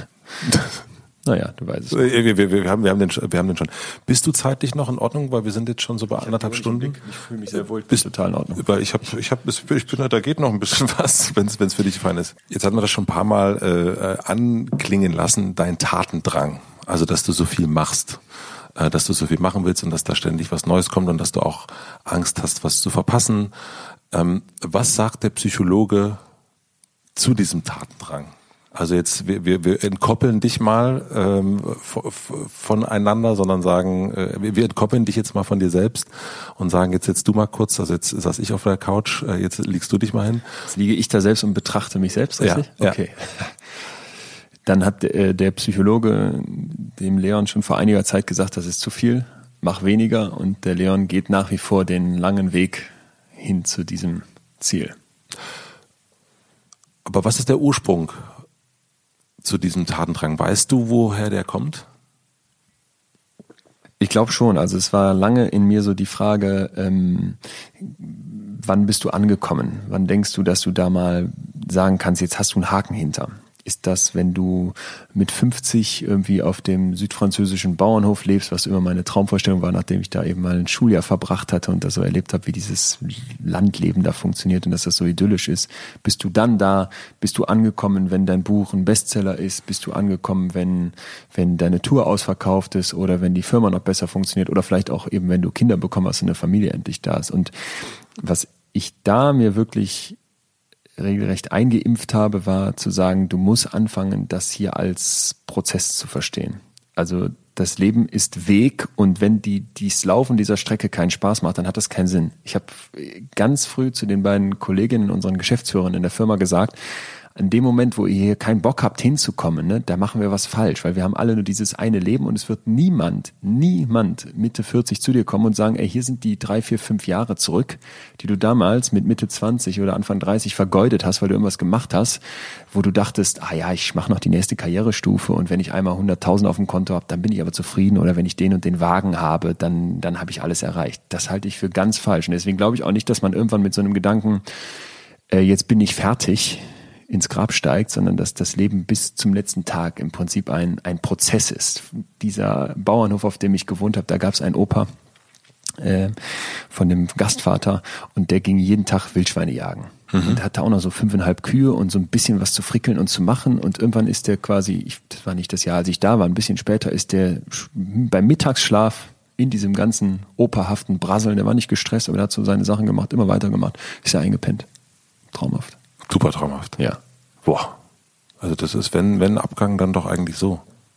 [SPEAKER 1] Naja, du weißt es.
[SPEAKER 2] Wir, wir, wir, haben, wir, haben den, wir haben den schon. Bist du zeitlich noch in Ordnung? Weil wir sind jetzt schon so bei ich anderthalb Stunden.
[SPEAKER 1] Ich fühle mich sehr wohl. Bist total in Ordnung.
[SPEAKER 2] Weil ich habe, ich habe, ich bin, da geht noch ein bisschen was, wenn es für dich fein ist. Jetzt hatten wir das schon ein paar Mal äh, anklingen lassen, dein Tatendrang. Also, dass du so viel machst, äh, dass du so viel machen willst und dass da ständig was Neues kommt und dass du auch Angst hast, was zu verpassen. Ähm, was sagt der Psychologe zu diesem Tatendrang? Also jetzt, wir, wir, wir entkoppeln dich mal ähm, voneinander, sondern sagen, äh, wir entkoppeln dich jetzt mal von dir selbst und sagen, jetzt sitzt du mal kurz, also jetzt saß ich auf der Couch, äh, jetzt liegst du dich mal hin.
[SPEAKER 1] Jetzt liege ich da selbst und betrachte mich selbst, richtig?
[SPEAKER 2] Ja,
[SPEAKER 1] okay. Ja. Dann hat äh, der Psychologe dem Leon schon vor einiger Zeit gesagt, das ist zu viel, mach weniger, und der Leon geht nach wie vor den langen Weg hin zu diesem Ziel.
[SPEAKER 2] Aber was ist der Ursprung zu diesem Tatendrang? Weißt du, woher der kommt?
[SPEAKER 1] Ich glaube schon. Also es war lange in mir so die Frage, ähm, wann bist du angekommen? Wann denkst du, dass du da mal sagen kannst, jetzt hast du einen Haken hinter? Ist das, wenn du mit fünfzig irgendwie auf dem südfranzösischen Bauernhof lebst, was immer meine Traumvorstellung war, nachdem ich da eben mal ein Schuljahr verbracht hatte und das so erlebt habe, wie dieses Landleben da funktioniert und dass das so idyllisch ist. Bist du dann da? Bist du angekommen, wenn dein Buch ein Bestseller ist? Bist du angekommen, wenn, wenn deine Tour ausverkauft ist oder wenn die Firma noch besser funktioniert oder vielleicht auch eben, wenn du Kinder bekommen hast und eine Familie endlich da ist? Und was ich da mir wirklich regelrecht eingeimpft habe, war zu sagen, du musst anfangen, das hier als Prozess zu verstehen. Also das Leben ist Weg, und wenn die dies Laufen dieser Strecke keinen Spaß macht, dann hat das keinen Sinn. Ich habe ganz früh zu den beiden Kolleginnen, unseren Geschäftsführern in der Firma gesagt, an dem Moment, wo ihr hier keinen Bock habt hinzukommen, ne, da machen wir was falsch, weil wir haben alle nur dieses eine Leben und es wird niemand, niemand Mitte vierzig zu dir kommen und sagen, ey, hier sind die drei, vier, fünf Jahre zurück, die du damals mit Mitte zwanzig oder Anfang dreißig vergeudet hast, weil du irgendwas gemacht hast, wo du dachtest, ah ja, ich mache noch die nächste Karrierestufe und wenn ich einmal hunderttausend auf dem Konto habe, dann bin ich aber zufrieden, oder wenn ich den und den Wagen habe, dann, dann habe ich alles erreicht. Das halte ich für ganz falsch, und deswegen glaube ich auch nicht, dass man irgendwann mit so einem Gedanken, äh, jetzt bin ich fertig, ins Grab steigt, sondern dass das Leben bis zum letzten Tag im Prinzip ein, ein Prozess ist. Dieser Bauernhof, auf dem ich gewohnt habe, da gab es einen Opa äh, von dem Gastvater, und der ging jeden Tag Wildschweine jagen. Mhm. Und hatte auch noch so fünfeinhalb Kühe und so ein bisschen was zu frickeln und zu machen, und irgendwann ist der quasi, ich, das war nicht das Jahr, als ich da war, ein bisschen später ist der beim Mittagsschlaf in diesem ganzen operhaften Brasseln, der war nicht gestresst, aber der hat so seine Sachen gemacht, immer weiter gemacht, ist er eingepennt. Traumhaft.
[SPEAKER 2] Super traumhaft.
[SPEAKER 1] Ja.
[SPEAKER 2] Boah. Also das ist, wenn, wenn Abgang, dann doch eigentlich so.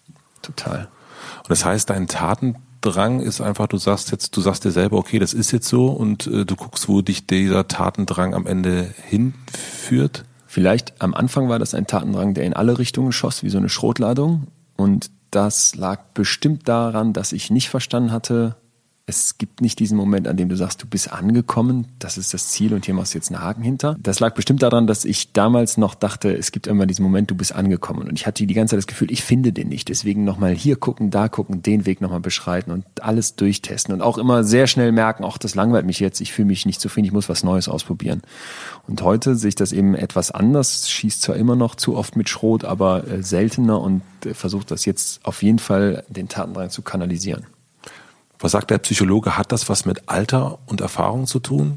[SPEAKER 1] Total.
[SPEAKER 2] Und das heißt, dein Tatendrang ist einfach, du sagst jetzt, du sagst dir selber, okay, das ist jetzt so, und äh, du guckst, wo dich dieser Tatendrang am Ende hinführt.
[SPEAKER 1] Vielleicht am Anfang war das ein Tatendrang, der in alle Richtungen schoss, wie so eine Schrotladung. Und das lag bestimmt daran, dass ich nicht verstanden hatte, es gibt nicht diesen Moment, an dem du sagst, du bist angekommen, das ist das Ziel und hier machst du jetzt einen Haken hinter. Das lag bestimmt daran, dass ich damals noch dachte, es gibt immer diesen Moment, du bist angekommen. Und ich hatte die ganze Zeit das Gefühl, ich finde den nicht. Deswegen nochmal hier gucken, da gucken, den Weg nochmal beschreiten und alles durchtesten. Und auch immer sehr schnell merken, ach, das langweilt mich jetzt, ich fühle mich nicht zufrieden, ich muss was Neues ausprobieren. Und heute sehe ich das eben etwas anders, schießt zwar immer noch zu oft mit Schrot, aber äh, seltener, und äh, versuche das jetzt auf jeden Fall, den Tatendrang zu kanalisieren.
[SPEAKER 2] Was sagt der Psychologe? Hat das was mit Alter und Erfahrung zu tun?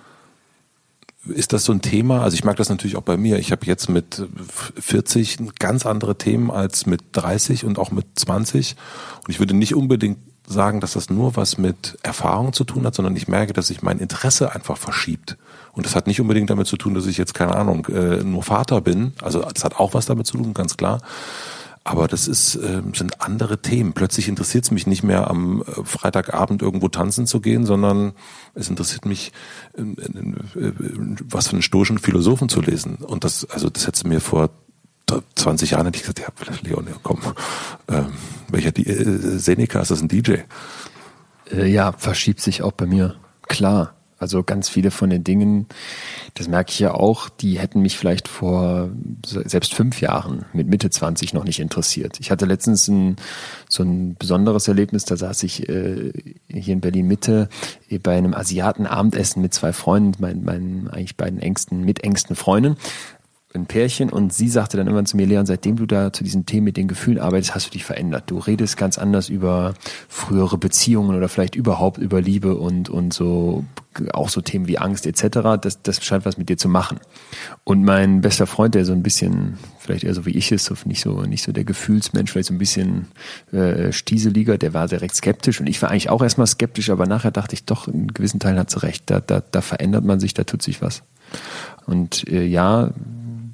[SPEAKER 2] Ist das so ein Thema? Also ich merke das natürlich auch bei mir. Ich habe jetzt mit vierzig ganz andere Themen als mit dreißig und auch mit zwanzig. Und ich würde nicht unbedingt sagen, dass das nur was mit Erfahrung zu tun hat, sondern ich merke, dass sich mein Interesse einfach verschiebt. Und das hat nicht unbedingt damit zu tun, dass ich jetzt, keine Ahnung, nur Vater bin. Also das hat auch was damit zu tun, ganz klar. Aber das ist, äh, sind andere Themen. Plötzlich interessiert es mich nicht mehr, am Freitagabend irgendwo tanzen zu gehen, sondern es interessiert mich, äh, äh, was für einen stoischen Philosophen zu lesen. Und das, also das hätte mir vor zwanzig Jahren hätte ich gesagt, ja, Leon, komm, äh, welcher die, äh, Seneca, ist das ein D J?
[SPEAKER 1] Äh, ja, verschiebt sich auch bei mir. Klar. Also ganz viele von den Dingen, das merke ich ja auch, die hätten mich vielleicht vor selbst fünf Jahren mit Mitte zwanzig noch nicht interessiert. Ich hatte letztens ein, so ein besonderes Erlebnis, da saß ich äh, hier in Berlin-Mitte bei einem Asiaten-Abendessen mit zwei Freunden, meinen, meinen eigentlich beiden engsten, mitengsten Freunden, ein Pärchen, und sie sagte dann irgendwann zu mir, Leon, seitdem du da zu diesen Themen mit den Gefühlen arbeitest, hast du dich verändert. Du redest ganz anders über frühere Beziehungen oder vielleicht überhaupt über Liebe und und so, auch so Themen wie Angst et cetera. Das, das scheint was mit dir zu machen. Und mein bester Freund, der so ein bisschen, vielleicht eher so wie ich ist, so nicht so nicht so der Gefühlsmensch, vielleicht so ein bisschen äh, stieseliger, der war direkt skeptisch, und ich war eigentlich auch erstmal skeptisch, aber nachher dachte ich doch, in gewissen Teilen hat sie recht. Da, da, da verändert man sich, da tut sich was. Und äh, ja,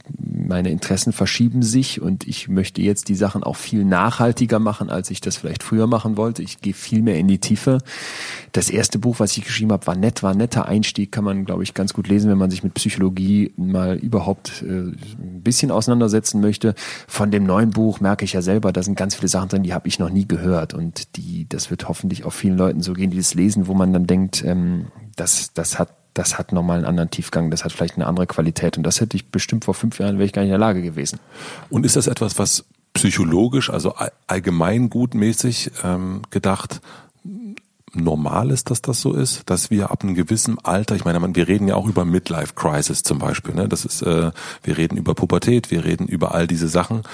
[SPEAKER 1] meine Interessen verschieben sich und ich möchte jetzt die Sachen auch viel nachhaltiger machen, als ich das vielleicht früher machen wollte. Ich gehe viel mehr in die Tiefe. Das erste Buch, was ich geschrieben habe, war nett, war ein netter Einstieg, kann man, glaube ich, ganz gut lesen, wenn man sich mit Psychologie mal überhaupt äh, ein bisschen auseinandersetzen möchte. Von dem neuen Buch merke ich ja selber, da sind ganz viele Sachen drin, die habe ich noch nie gehört und die, das wird hoffentlich auch vielen Leuten so gehen, die das lesen, wo man dann denkt, ähm, das, das hat das hat nochmal einen anderen Tiefgang, das hat vielleicht eine andere Qualität und das hätte ich bestimmt vor fünf Jahren, wäre ich gar nicht in der Lage gewesen.
[SPEAKER 2] Und ist das etwas, was psychologisch, also allgemeingutmäßig ähm, gedacht, normal ist, dass das so ist, dass wir ab einem gewissen Alter, ich meine, wir reden ja auch über Midlife Crisis zum Beispiel, ne? Das ist, äh, wir reden über Pubertät, wir reden über all diese Sachen.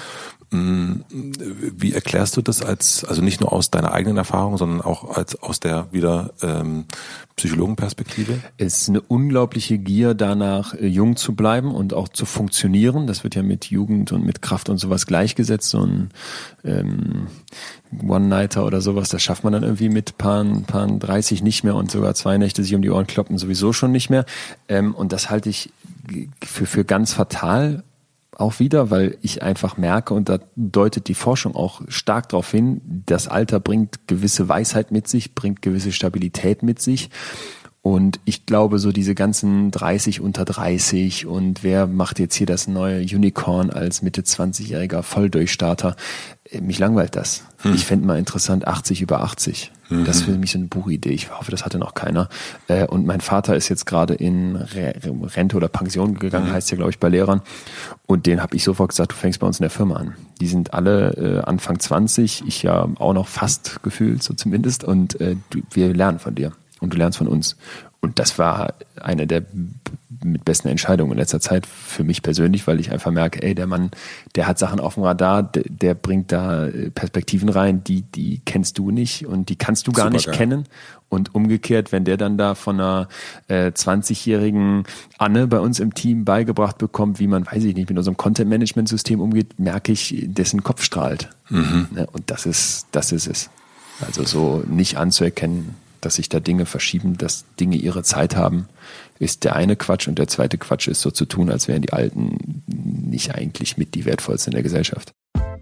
[SPEAKER 2] Wie erklärst du das als, also nicht nur aus deiner eigenen Erfahrung, sondern auch als aus der wieder ähm, Psychologenperspektive?
[SPEAKER 1] Es ist eine unglaubliche Gier danach, jung zu bleiben und auch zu funktionieren. Das wird ja mit Jugend und mit Kraft und sowas gleichgesetzt. So ein ähm, One-Nighter oder sowas, das schafft man dann irgendwie mit Paaren, Paaren dreißig nicht mehr und sogar zwei Nächte sich um die Ohren kloppen sowieso schon nicht mehr. Ähm, und das halte ich für, für ganz fatal. Auch wieder, weil ich einfach merke, und da deutet die Forschung auch stark darauf hin, das Alter bringt gewisse Weisheit mit sich, bringt gewisse Stabilität mit sich. Und ich glaube, so diese ganzen dreißig unter dreißig und wer macht jetzt hier das neue Unicorn als Mitte zwanzigjähriger Volldurchstarter, mich langweilt das. Hm. Ich fände mal interessant achtzig über achtzig. Mhm. Das ist für mich so eine Buchidee. Ich hoffe, das hatte noch keiner. Und mein Vater ist jetzt gerade in Rente oder Pension gegangen, mhm. heißt ja, glaube ich, bei Lehrern. Und den habe ich sofort gesagt, du fängst bei uns in der Firma an. Die sind alle Anfang zwanzig, ich ja auch noch fast gefühlt, so zumindest. Und wir lernen von dir und du lernst von uns. Und das war eine der mit besten Entscheidungen in letzter Zeit für mich persönlich, weil ich einfach merke, ey, der Mann, der hat Sachen auf dem Radar, der, der bringt da Perspektiven rein, die, die kennst du nicht und die kannst du gar Super nicht geil. kennen. Und umgekehrt, wenn der dann da von einer äh, zwanzigjährigen Anne bei uns im Team beigebracht bekommt, wie man, weiß ich nicht, mit unserem Content-Management-System umgeht, merke ich, dessen Kopf strahlt. Mhm. Und das ist, das ist es. Also so nicht anzuerkennen, dass sich da Dinge verschieben, dass Dinge ihre Zeit haben, ist der eine Quatsch. Und der zweite Quatsch ist so zu tun, als wären die Alten nicht eigentlich mit die wertvollsten in der Gesellschaft.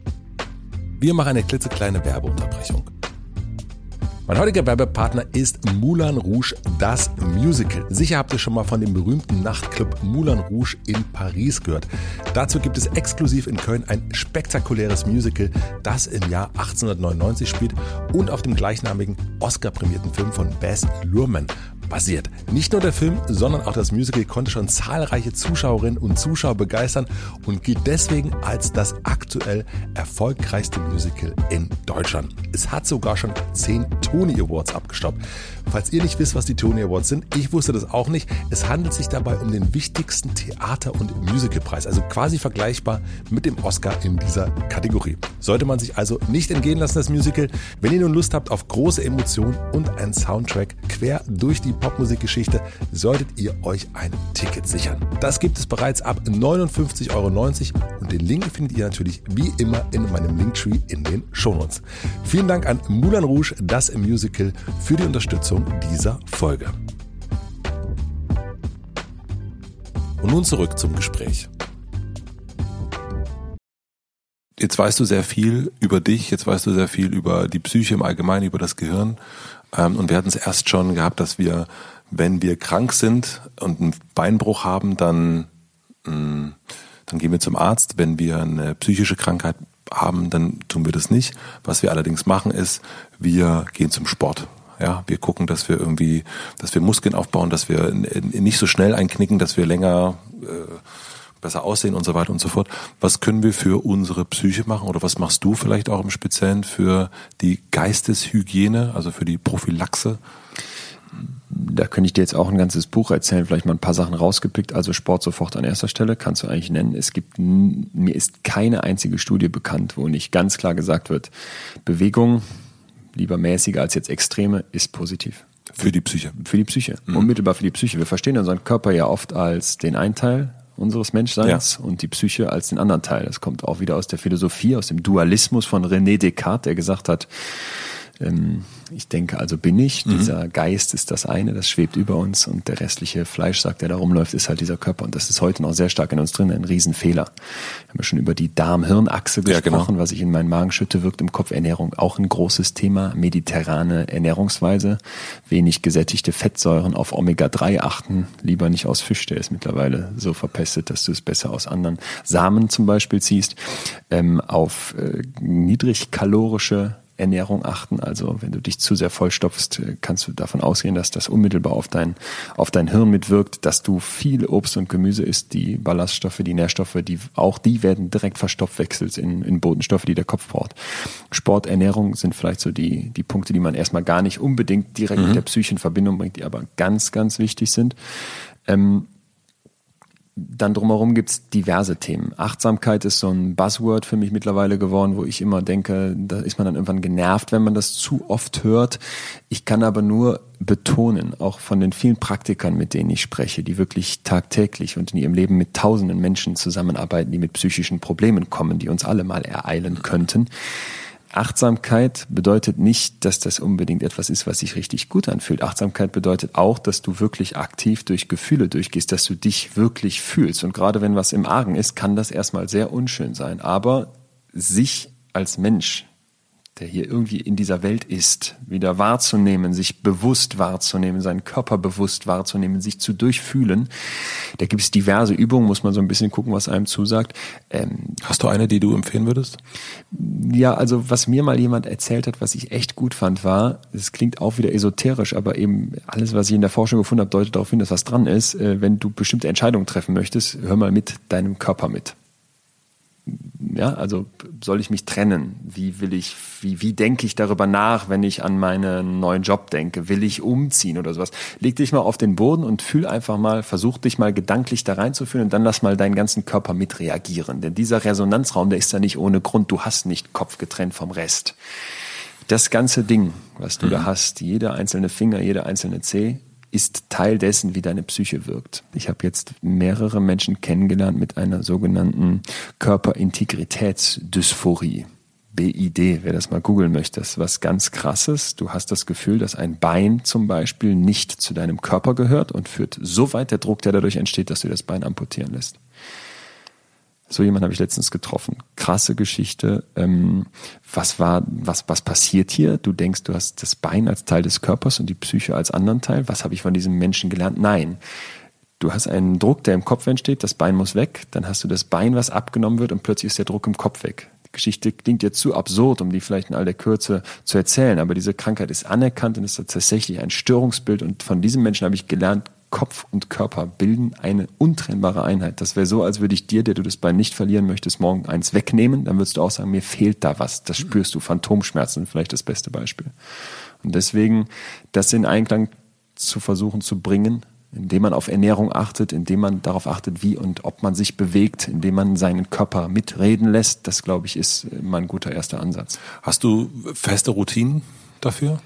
[SPEAKER 2] Wir machen eine klitzekleine Werbeunterbrechung. Mein heutiger Werbepartner ist Moulin Rouge, das Musical. Sicher habt ihr schon mal von dem berühmten Nachtclub Moulin Rouge in Paris gehört. Dazu gibt es exklusiv in Köln ein spektakuläres Musical, das im Jahr achtzehnhundertneunundneunzig spielt und auf dem gleichnamigen Oscar-prämierten Film von Baz Luhrmann basiert. Nicht nur der Film, sondern auch das Musical konnte schon zahlreiche Zuschauerinnen und Zuschauer begeistern und gilt deswegen als das aktuell erfolgreichste Musical in Deutschland. Es hat sogar schon zehn Tony Awards abgestaubt. Falls ihr nicht wisst, was die Tony Awards sind, ich wusste das auch nicht. Es handelt sich dabei um den wichtigsten Theater- und Musicalpreis, also quasi vergleichbar mit dem Oscar in dieser Kategorie. Sollte man sich also nicht entgehen lassen, das Musical. Wenn ihr nun Lust habt auf große Emotionen und einen Soundtrack quer durch die Popmusikgeschichte, solltet ihr euch ein Ticket sichern. Das gibt es bereits ab neunundfünfzig Euro neunzig und den Link findet ihr natürlich wie immer in meinem Linktree in den Shownotes. Vielen Dank an Moulin Rouge, das Musical, für die Unterstützung dieser Folge. Und nun zurück zum Gespräch. Jetzt weißt du sehr viel über dich, jetzt weißt du sehr viel über die Psyche im Allgemeinen, über das Gehirn. Und wir hatten es erst schon gehabt, dass wir, wenn wir krank sind und einen Beinbruch haben, dann, dann gehen wir zum Arzt. Wenn wir eine psychische Krankheit haben, dann tun wir das nicht. Was wir allerdings machen ist, wir gehen zum Sport. Ja, wir gucken, dass wir irgendwie, dass wir Muskeln aufbauen, dass wir nicht so schnell einknicken, dass wir länger äh, besser aussehen und so weiter und so fort. Was können wir für unsere Psyche machen oder was machst du vielleicht auch im Speziellen für die Geisteshygiene, also für die Prophylaxe?
[SPEAKER 1] Da könnte ich dir jetzt auch ein ganzes Buch erzählen, vielleicht mal ein paar Sachen rausgepickt. Also Sport sofort an erster Stelle, kannst du eigentlich nennen. Es gibt, mir ist keine einzige Studie bekannt, wo nicht ganz klar gesagt wird, Bewegung, lieber mäßiger als jetzt extreme, ist positiv.
[SPEAKER 2] Für die Psyche.
[SPEAKER 1] Für die Psyche, mhm. Unmittelbar für die Psyche. Wir verstehen unseren Körper ja oft als den einen Teil unseres Menschseins, ja, und die Psyche als den anderen Teil. Das kommt auch wieder aus der Philosophie, aus dem Dualismus von René Descartes, der gesagt hat, Ähm, ich denke, also bin ich. Mhm. Dieser Geist ist das eine, das schwebt über uns und der restliche Fleischsack, der da rumläuft, ist halt dieser Körper. Und das ist heute noch sehr stark in uns drin, ein Riesenfehler. Wir haben ja schon über die Darm-Hirn-Achse gesprochen, ja, genau. Was ich in meinen Magen schütte, wirkt im Kopf. Ernährung auch ein großes Thema. Mediterrane Ernährungsweise, wenig gesättigte Fettsäuren, auf Omega drei achten, lieber nicht aus Fisch, der ist mittlerweile so verpestet, dass du es besser aus anderen Samen zum Beispiel ziehst. Ähm, auf äh, niedrigkalorische Ernährung achten. Also wenn du dich zu sehr vollstopfst, kannst du davon ausgehen, dass das unmittelbar auf dein, auf dein Hirn mitwirkt, dass du viel Obst und Gemüse isst, die Ballaststoffe, die Nährstoffe, die auch die werden direkt verstoffwechselt in, in Botenstoffe, die der Kopf braucht. Sport, Ernährung sind vielleicht so die, die Punkte, die man erstmal gar nicht unbedingt direkt mhm. mit der Psyche in Verbindung bringt, die aber ganz, ganz wichtig sind. Ähm, Dann drumherum gibt's diverse Themen. Achtsamkeit ist so ein Buzzword für mich mittlerweile geworden, wo ich immer denke, da ist man dann irgendwann genervt, wenn man das zu oft hört. Ich kann aber nur betonen, auch von den vielen Praktikern, mit denen ich spreche, die wirklich tagtäglich und in ihrem Leben mit tausenden Menschen zusammenarbeiten, die mit psychischen Problemen kommen, die uns alle mal ereilen könnten. Achtsamkeit bedeutet nicht, dass das unbedingt etwas ist, was sich richtig gut anfühlt. Achtsamkeit bedeutet auch, dass du wirklich aktiv durch Gefühle durchgehst, dass du dich wirklich fühlst. Und gerade wenn was im Argen ist, kann das erstmal sehr unschön sein. Aber sich als Mensch, der hier irgendwie in dieser Welt ist, wieder wahrzunehmen, sich bewusst wahrzunehmen, seinen Körper bewusst wahrzunehmen, sich zu durchfühlen. Da gibt es diverse Übungen, muss man so ein bisschen gucken, was einem zusagt. Ähm,
[SPEAKER 2] Hast du eine, die du empfehlen würdest?
[SPEAKER 1] Ja, also was mir mal jemand erzählt hat, was ich echt gut fand, war, es klingt auch wieder esoterisch, aber eben alles, was ich in der Forschung gefunden habe, deutet darauf hin, dass was dran ist. Äh, wenn du bestimmte Entscheidungen treffen möchtest, hör mal mit deinem Körper mit. Ja, also soll ich mich trennen? Wie will ich, wie, wie denke ich darüber nach, wenn ich an meinen neuen Job denke? Will ich umziehen oder sowas? Leg dich mal auf den Boden und fühl einfach mal, versuch dich mal gedanklich da reinzufühlen und dann lass mal deinen ganzen Körper mitreagieren. Denn dieser Resonanzraum, der ist ja nicht ohne Grund. Du hast nicht Kopf getrennt vom Rest. Das ganze Ding, was du mhm. da hast, jeder einzelne Finger, jeder einzelne Zeh, ist Teil dessen, wie deine Psyche wirkt. Ich habe jetzt mehrere Menschen kennengelernt mit einer sogenannten Körperintegritätsdysphorie. B I D, wer das mal googeln möchte, das ist was ganz Krasses. Du hast das Gefühl, dass ein Bein zum Beispiel nicht zu deinem Körper gehört und führt so weit der Druck, der dadurch entsteht, dass du das Bein amputieren lässt. So jemand habe ich letztens getroffen. Krasse Geschichte. Ähm, was war, was, was passiert hier? Du denkst, du hast das Bein als Teil des Körpers und die Psyche als anderen Teil. Was habe ich von diesem Menschen gelernt? Nein. Du hast einen Druck, der im Kopf entsteht. Das Bein muss weg. Dann hast du das Bein, was abgenommen wird und plötzlich ist der Druck im Kopf weg. Die Geschichte klingt jetzt zu absurd, um die vielleicht in all der Kürze zu erzählen. Aber diese Krankheit ist anerkannt und ist tatsächlich ein Störungsbild. Und von diesem Menschen habe ich gelernt, Kopf und Körper bilden eine untrennbare Einheit. Das wäre so, als würde ich dir, der du das Bein nicht verlieren möchtest, morgen eins wegnehmen. Dann würdest du auch sagen, mir fehlt da was. Das spürst du. Phantomschmerzen, vielleicht das beste Beispiel. Und deswegen, das in Einklang zu versuchen zu bringen, indem man auf Ernährung achtet, indem man darauf achtet, wie und ob man sich bewegt, indem man seinen Körper mitreden lässt, das, glaube ich, ist mal ein guter erster Ansatz.
[SPEAKER 2] Hast du feste Routinen dafür?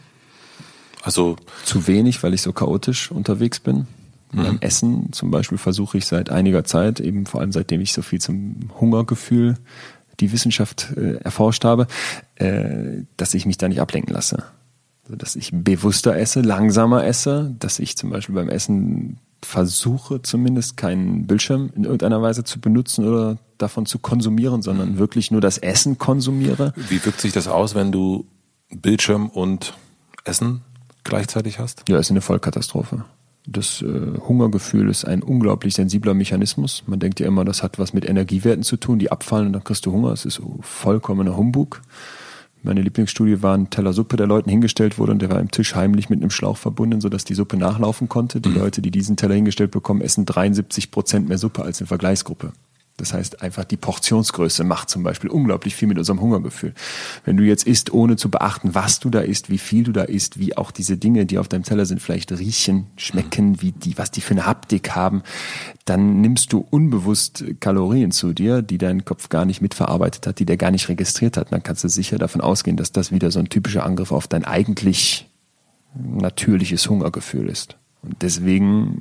[SPEAKER 2] Also
[SPEAKER 1] zu wenig, weil ich so chaotisch unterwegs bin. Mhm. Beim Essen zum Beispiel versuche ich seit einiger Zeit, eben vor allem seitdem ich so viel zum Hungergefühl die Wissenschaft äh, erforscht habe, äh, dass ich mich da nicht ablenken lasse. Also, dass ich bewusster esse, langsamer esse, dass ich zum Beispiel beim Essen versuche zumindest keinen Bildschirm in irgendeiner Weise zu benutzen oder davon zu konsumieren, sondern mhm. wirklich nur das Essen konsumiere.
[SPEAKER 2] Wie wirkt sich das aus, wenn du Bildschirm und Essen gleichzeitig hast?
[SPEAKER 1] Ja, ist eine Vollkatastrophe. Das äh, Hungergefühl ist ein unglaublich sensibler Mechanismus. Man denkt ja immer, das hat was mit Energiewerten zu tun, die abfallen und dann kriegst du Hunger. Es ist vollkommener Humbug. Meine Lieblingsstudie war ein Teller Suppe, der Leuten hingestellt wurde und der war im Tisch heimlich mit einem Schlauch verbunden, sodass die Suppe nachlaufen konnte. Die mhm. Leute, die diesen Teller hingestellt bekommen, essen dreiundsiebzig Prozent mehr Suppe als eine Vergleichsgruppe. Das heißt, einfach die Portionsgröße macht zum Beispiel unglaublich viel mit unserem Hungergefühl. Wenn du jetzt isst, ohne zu beachten, was du da isst, wie viel du da isst, wie auch diese Dinge, die auf deinem Teller sind, vielleicht riechen, schmecken, wie die, was die für eine Haptik haben, dann nimmst du unbewusst Kalorien zu dir, die dein Kopf gar nicht mitverarbeitet hat, die der gar nicht registriert hat. Dann kannst du sicher davon ausgehen, dass das wieder so ein typischer Angriff auf dein eigentlich natürliches Hungergefühl ist. Und deswegen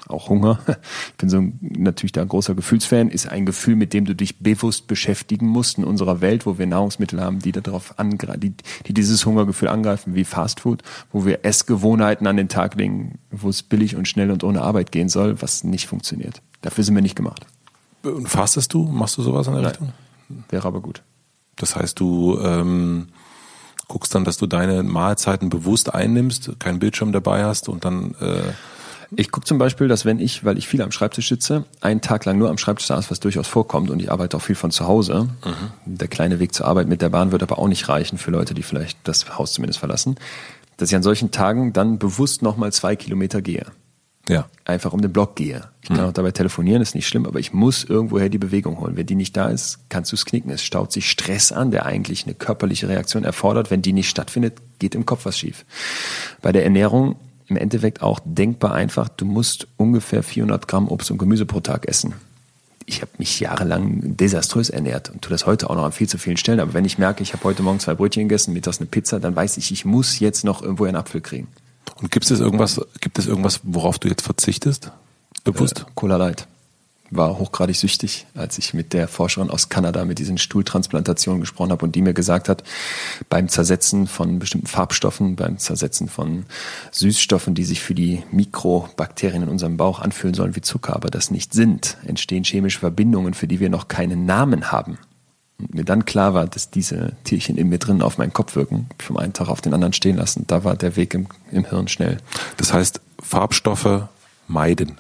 [SPEAKER 1] auch Hunger. Ich bin so ein, natürlich da ein großer Gefühlsfan, ist ein Gefühl, mit dem du dich bewusst beschäftigen musst in unserer Welt, wo wir Nahrungsmittel haben, die darauf angreifen, die, die dieses Hungergefühl angreifen, wie Fastfood, wo wir Essgewohnheiten an den Tag legen, wo es billig und schnell und ohne Arbeit gehen soll, was nicht funktioniert. Dafür sind wir nicht gemacht.
[SPEAKER 2] Und fastest du? Machst du sowas in der
[SPEAKER 1] Nein.
[SPEAKER 2] Richtung?
[SPEAKER 1] Wäre aber gut.
[SPEAKER 2] Das heißt, du ähm, guckst dann, dass du deine Mahlzeiten bewusst einnimmst, keinen Bildschirm dabei hast und dann... Äh
[SPEAKER 1] Ich gucke zum Beispiel, dass wenn ich, weil ich viel am Schreibtisch sitze, einen Tag lang nur am Schreibtisch saß, was durchaus vorkommt und ich arbeite auch viel von zu Hause. Mhm. Der kleine Weg zur Arbeit mit der Bahn wird aber auch nicht reichen für Leute, die vielleicht das Haus zumindest verlassen, dass ich an solchen Tagen dann bewusst nochmal zwei Kilometer gehe.
[SPEAKER 2] Ja.
[SPEAKER 1] Einfach um den Block gehe. Ich kann
[SPEAKER 2] mhm.
[SPEAKER 1] auch dabei telefonieren, ist nicht schlimm, aber ich muss irgendwoher die Bewegung holen. Wenn die nicht da ist, kannst du es knicken. Es staut sich Stress an, der eigentlich eine körperliche Reaktion erfordert. Wenn die nicht stattfindet, geht im Kopf was schief. Bei der Ernährung im Endeffekt auch denkbar einfach, du musst ungefähr vierhundert Gramm Obst und Gemüse pro Tag essen. Ich habe mich jahrelang desaströs ernährt und tue das heute auch noch an viel zu vielen Stellen. Aber wenn ich merke, ich habe heute Morgen zwei Brötchen gegessen, mittags eine Pizza, dann weiß ich, ich muss jetzt noch irgendwo einen Apfel kriegen.
[SPEAKER 2] Und gibt es irgendwas, gibt es irgendwas, worauf du jetzt verzichtest? Bewusst?
[SPEAKER 1] Äh, Cola Light. War hochgradig süchtig, als ich mit der Forscherin aus Kanada mit diesen Stuhltransplantationen gesprochen habe und die mir gesagt hat, beim Zersetzen von bestimmten Farbstoffen, beim Zersetzen von Süßstoffen, die sich für die Mikrobakterien in unserem Bauch anfühlen sollen wie Zucker, aber das nicht sind, entstehen chemische Verbindungen, für die wir noch keinen Namen haben. Und mir dann klar war, dass diese Tierchen in mir drin auf meinen Kopf wirken, vom einen Tag auf den anderen stehen lassen. Da war der Weg im, im Hirn schnell.
[SPEAKER 2] Das heißt, Farbstoffe meiden.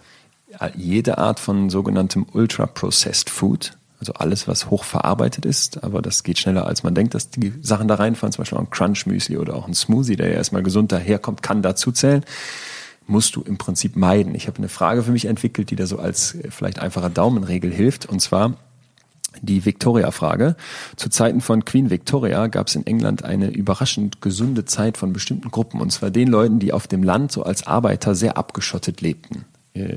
[SPEAKER 1] Jede Art von sogenanntem Ultra-Processed Food, also alles, was hochverarbeitet ist, aber das geht schneller, als man denkt, dass die Sachen da reinfallen, zum Beispiel auch ein Crunch-Müsli oder auch ein Smoothie, der ja erstmal gesund daherkommt, kann dazu zählen, musst du im Prinzip meiden. Ich habe eine Frage für mich entwickelt, die da so als vielleicht einfache Daumenregel hilft, und zwar die Victoria-Frage. Zu Zeiten von Queen Victoria gab es in England eine überraschend gesunde Zeit von bestimmten Gruppen, und zwar den Leuten, die auf dem Land so als Arbeiter sehr abgeschottet lebten.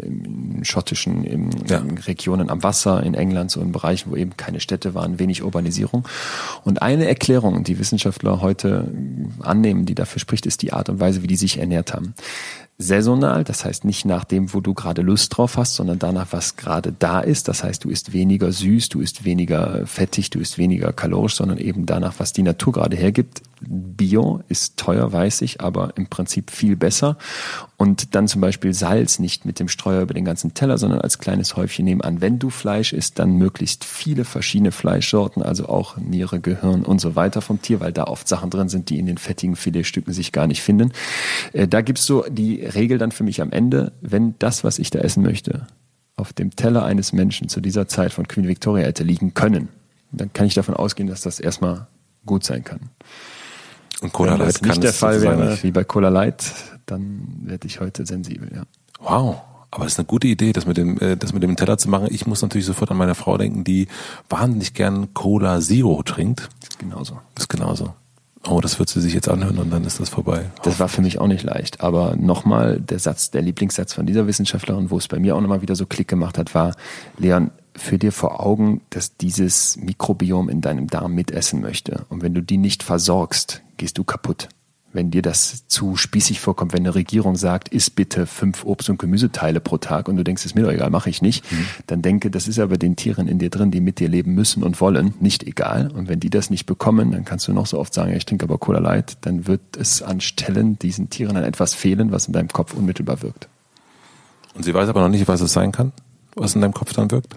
[SPEAKER 1] In schottischen in,
[SPEAKER 2] ja.
[SPEAKER 1] in Regionen am Wasser, in England, so in Bereichen, wo eben keine Städte waren, wenig Urbanisierung. Und eine Erklärung, die Wissenschaftler heute annehmen, die dafür spricht, ist die Art und Weise, wie die sich ernährt haben. Saisonal, das heißt nicht nach dem, wo du gerade Lust drauf hast, sondern danach, was gerade da ist. Das heißt, du isst weniger süß, du isst weniger fettig, du isst weniger kalorisch, sondern eben danach, was die Natur gerade hergibt. Bio ist teuer, weiß ich, aber im Prinzip viel besser. Und dann zum Beispiel Salz nicht mit dem Streuer über den ganzen Teller, sondern als kleines Häufchen nebenan. Wenn du Fleisch isst, dann möglichst viele verschiedene Fleischsorten, also auch Niere, Gehirn und so weiter vom Tier, weil da oft Sachen drin sind, die in den fettigen Filetstücken sich gar nicht finden. Da gibt's so die Regel dann für mich am Ende, wenn das, was ich da essen möchte, auf dem Teller eines Menschen zu dieser Zeit von Queen Victoria hätte liegen können, dann kann ich davon ausgehen, dass das erstmal gut sein kann.
[SPEAKER 2] Und Cola
[SPEAKER 1] Wenn
[SPEAKER 2] Light
[SPEAKER 1] das nicht
[SPEAKER 2] kann
[SPEAKER 1] der
[SPEAKER 2] es
[SPEAKER 1] Fall wäre,
[SPEAKER 2] nicht.
[SPEAKER 1] Wie bei Cola Light, dann werde ich heute sensibel, ja.
[SPEAKER 2] Wow. Aber das ist eine gute Idee, das mit dem, das mit dem Teller zu machen. Ich muss natürlich sofort an meine Frau denken, die wahnsinnig gern Cola Zero trinkt.
[SPEAKER 1] Das ist genauso.
[SPEAKER 2] Das ist genauso. Oh, das wird sie sich jetzt anhören und dann ist das vorbei.
[SPEAKER 1] Das war für mich auch nicht leicht. Aber nochmal, der Satz, der Lieblingssatz von dieser Wissenschaftlerin, wo es bei mir auch nochmal wieder so Klick gemacht hat, war, Leon, führ dir vor Augen, dass dieses Mikrobiom in deinem Darm mitessen möchte. Und wenn du die nicht versorgst, gehst du kaputt. Wenn dir das zu spießig vorkommt, wenn eine Regierung sagt, iss bitte fünf Obst- und Gemüseteile pro Tag und du denkst, ist mir doch egal, mache ich nicht, mhm. dann denke, das ist aber den Tieren in dir drin, die mit dir leben müssen und wollen, nicht egal. Und wenn die das nicht bekommen, dann kannst du noch so oft sagen, ja, ich trinke aber Cola Light, dann wird es an Stellen diesen Tieren an etwas fehlen, was in deinem Kopf unmittelbar wirkt.
[SPEAKER 2] Und sie weiß aber noch nicht, was es sein kann, was in deinem Kopf dann wirkt?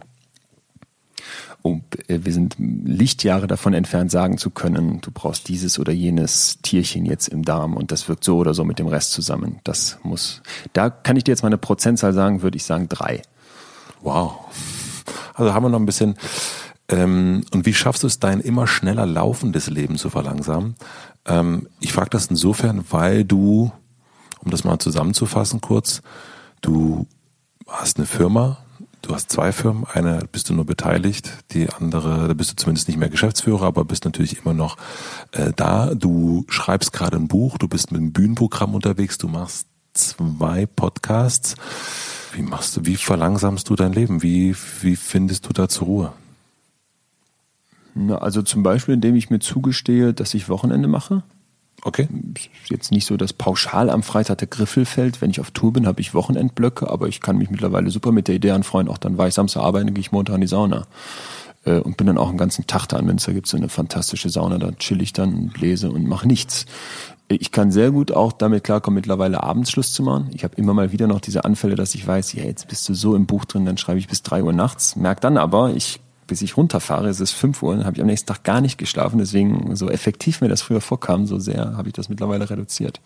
[SPEAKER 1] Und wir sind Lichtjahre davon entfernt, sagen zu können, du brauchst dieses oder jenes Tierchen jetzt im Darm und das wirkt so oder so mit dem Rest zusammen. Das muss, da kann ich dir jetzt mal eine Prozentzahl sagen, würde ich sagen drei.
[SPEAKER 2] Wow. Also haben wir noch ein bisschen, ähm, und wie schaffst du es, dein immer schneller laufendes Leben zu verlangsamen? Ähm, ich frage das insofern, weil du, um das mal zusammenzufassen kurz, du hast eine Firma, du hast zwei Firmen, eine bist du nur beteiligt, die andere, da bist du zumindest nicht mehr Geschäftsführer, aber bist natürlich immer noch äh, da. Du schreibst gerade ein Buch, du bist mit einem Bühnenprogramm unterwegs, du machst zwei Podcasts. Wie machst du, wie verlangsamst du dein Leben? Wie, wie findest du da zur Ruhe?
[SPEAKER 1] Na, also zum Beispiel, indem ich mir zugestehe, dass ich Wochenende mache.
[SPEAKER 2] Okay.
[SPEAKER 1] Jetzt nicht so, dass pauschal am Freitag der Griffel fällt. Wenn ich auf Tour bin, habe ich Wochenendblöcke, aber ich kann mich mittlerweile super mit der Idee anfreunden. Auch dann war ich Samstag arbeiten, dann gehe ich Montag in die Sauna. Äh, und bin dann auch einen ganzen Tag da. In Münster gibt es so eine fantastische Sauna, da chill ich dann und lese und mache nichts. Ich kann sehr gut auch damit klarkommen, mittlerweile abends Schluss zu machen. Ich habe immer mal wieder noch diese Anfälle, dass ich weiß, ja, jetzt bist du so im Buch drin, dann schreibe ich bis drei Uhr nachts. Merk dann aber, ich bis ich runterfahre, es ist fünf Uhr, dann habe ich am nächsten Tag gar nicht geschlafen. Deswegen, so effektiv mir das früher vorkam, so sehr habe ich das mittlerweile reduziert.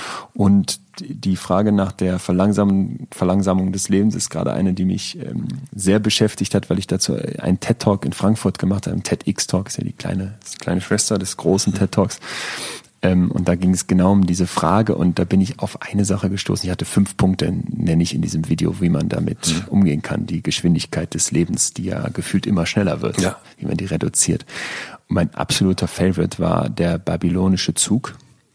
[SPEAKER 1] Und die Frage nach der Verlangsamung, Verlangsamung des Lebens ist gerade eine, die mich ähm, sehr beschäftigt hat, weil ich dazu einen TED-Talk in Frankfurt gemacht habe. Ein TEDx-Talk ist ja die kleine, die kleine Schwester des großen TED-Talks. Ähm, und da ging es genau um diese Frage und da bin ich auf eine Sache gestoßen. Ich hatte fünf Punkte, nenne ich in diesem Video, wie man damit mhm. umgehen kann. Die Geschwindigkeit des Lebens, die ja gefühlt immer schneller wird, ja. wie man die reduziert. Und mein absoluter Favorite war der babylonische Zug.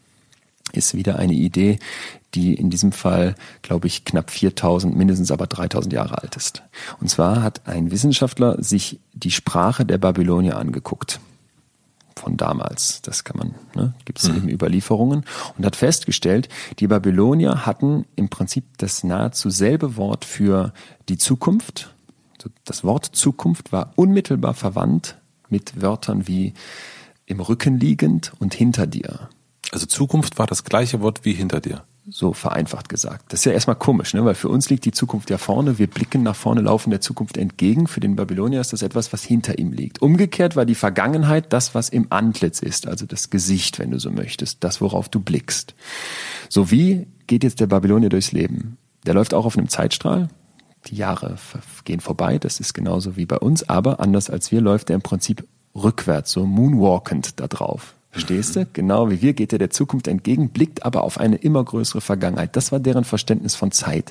[SPEAKER 1] Ist wieder eine Idee, die in diesem Fall, glaube ich, knapp viertausend, mindestens aber dreitausend Jahre alt ist. Und zwar hat ein Wissenschaftler sich die Sprache der Babylonier angeguckt. Von damals, das kann man, ne, gibt es mhm. eben Überlieferungen und hat festgestellt, die Babylonier hatten im Prinzip das nahezu selbe Wort für die Zukunft. Das Wort Zukunft war unmittelbar verwandt mit Wörtern wie im Rücken liegend und hinter dir.
[SPEAKER 2] Also Zukunft war das gleiche Wort wie hinter dir.
[SPEAKER 1] So vereinfacht gesagt. Das ist ja erstmal komisch, ne? Weil für uns liegt die Zukunft ja vorne. Wir blicken nach vorne, laufen der Zukunft entgegen. Für den Babylonier ist das etwas, was hinter ihm liegt. Umgekehrt war die Vergangenheit das, was im Antlitz ist, also das Gesicht, wenn du so möchtest, das, worauf du blickst. So wie geht jetzt der Babylonier durchs Leben? Der läuft auch auf einem Zeitstrahl. Die Jahre gehen vorbei, das ist genauso wie bei uns, aber anders als wir läuft er im Prinzip rückwärts, so moonwalkend da drauf. Verstehst du? Genau wie wir geht er der Zukunft entgegen, blickt aber auf eine immer größere Vergangenheit. Das war deren Verständnis von Zeit.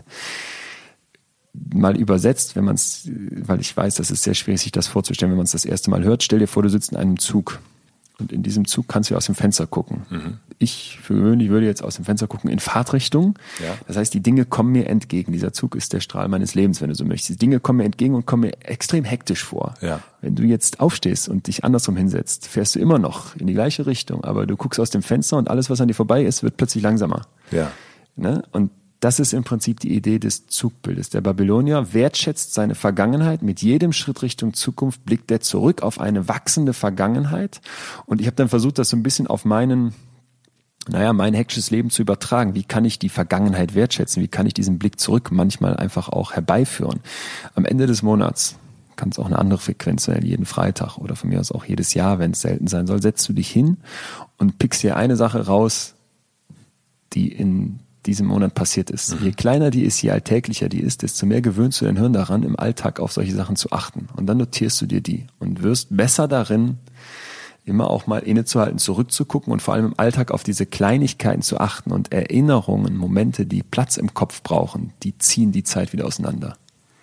[SPEAKER 1] Mal übersetzt, wenn man es, weil ich weiß, das ist sehr schwierig, sich das vorzustellen, wenn man es das erste Mal hört. Stell dir vor, du sitzt in einem Zug und in diesem Zug kannst du aus dem Fenster gucken. Mhm. Ich für gewöhnlich würde jetzt aus dem Fenster gucken in Fahrtrichtung. Ja. Das heißt, die Dinge kommen mir entgegen. Dieser Zug ist der Strahl meines Lebens, wenn du so möchtest. Die Dinge kommen mir entgegen und kommen mir extrem hektisch vor. Ja. Wenn du jetzt aufstehst und dich andersrum hinsetzt, fährst du immer noch in die gleiche Richtung, aber du guckst aus dem Fenster und alles, was an dir vorbei ist, wird plötzlich langsamer. Ja. Ne? Und das ist im Prinzip die Idee des Zugbildes. Der Babylonier wertschätzt seine Vergangenheit. Mit jedem Schritt Richtung Zukunft blickt er zurück auf eine wachsende Vergangenheit. Und ich habe dann versucht, das so ein bisschen auf meinen, naja, mein hektisches Leben zu übertragen. Wie kann ich die Vergangenheit wertschätzen? Wie kann ich diesen Blick zurück manchmal einfach auch herbeiführen? Am Ende des Monats kann es auch eine andere Frequenz sein, jeden Freitag oder von mir aus auch jedes Jahr, wenn es selten sein soll, setzt du dich hin und pickst dir eine Sache raus, die in diesem Monat passiert ist. Je kleiner die ist, je alltäglicher die ist, desto mehr gewöhnst du dein Hirn daran, im Alltag auf solche Sachen zu achten. Und dann notierst du dir die und wirst besser darin, immer auch mal innezuhalten, zurückzugucken und vor allem im Alltag auf diese Kleinigkeiten zu achten und Erinnerungen, Momente, die Platz im Kopf brauchen, die ziehen die Zeit wieder auseinander.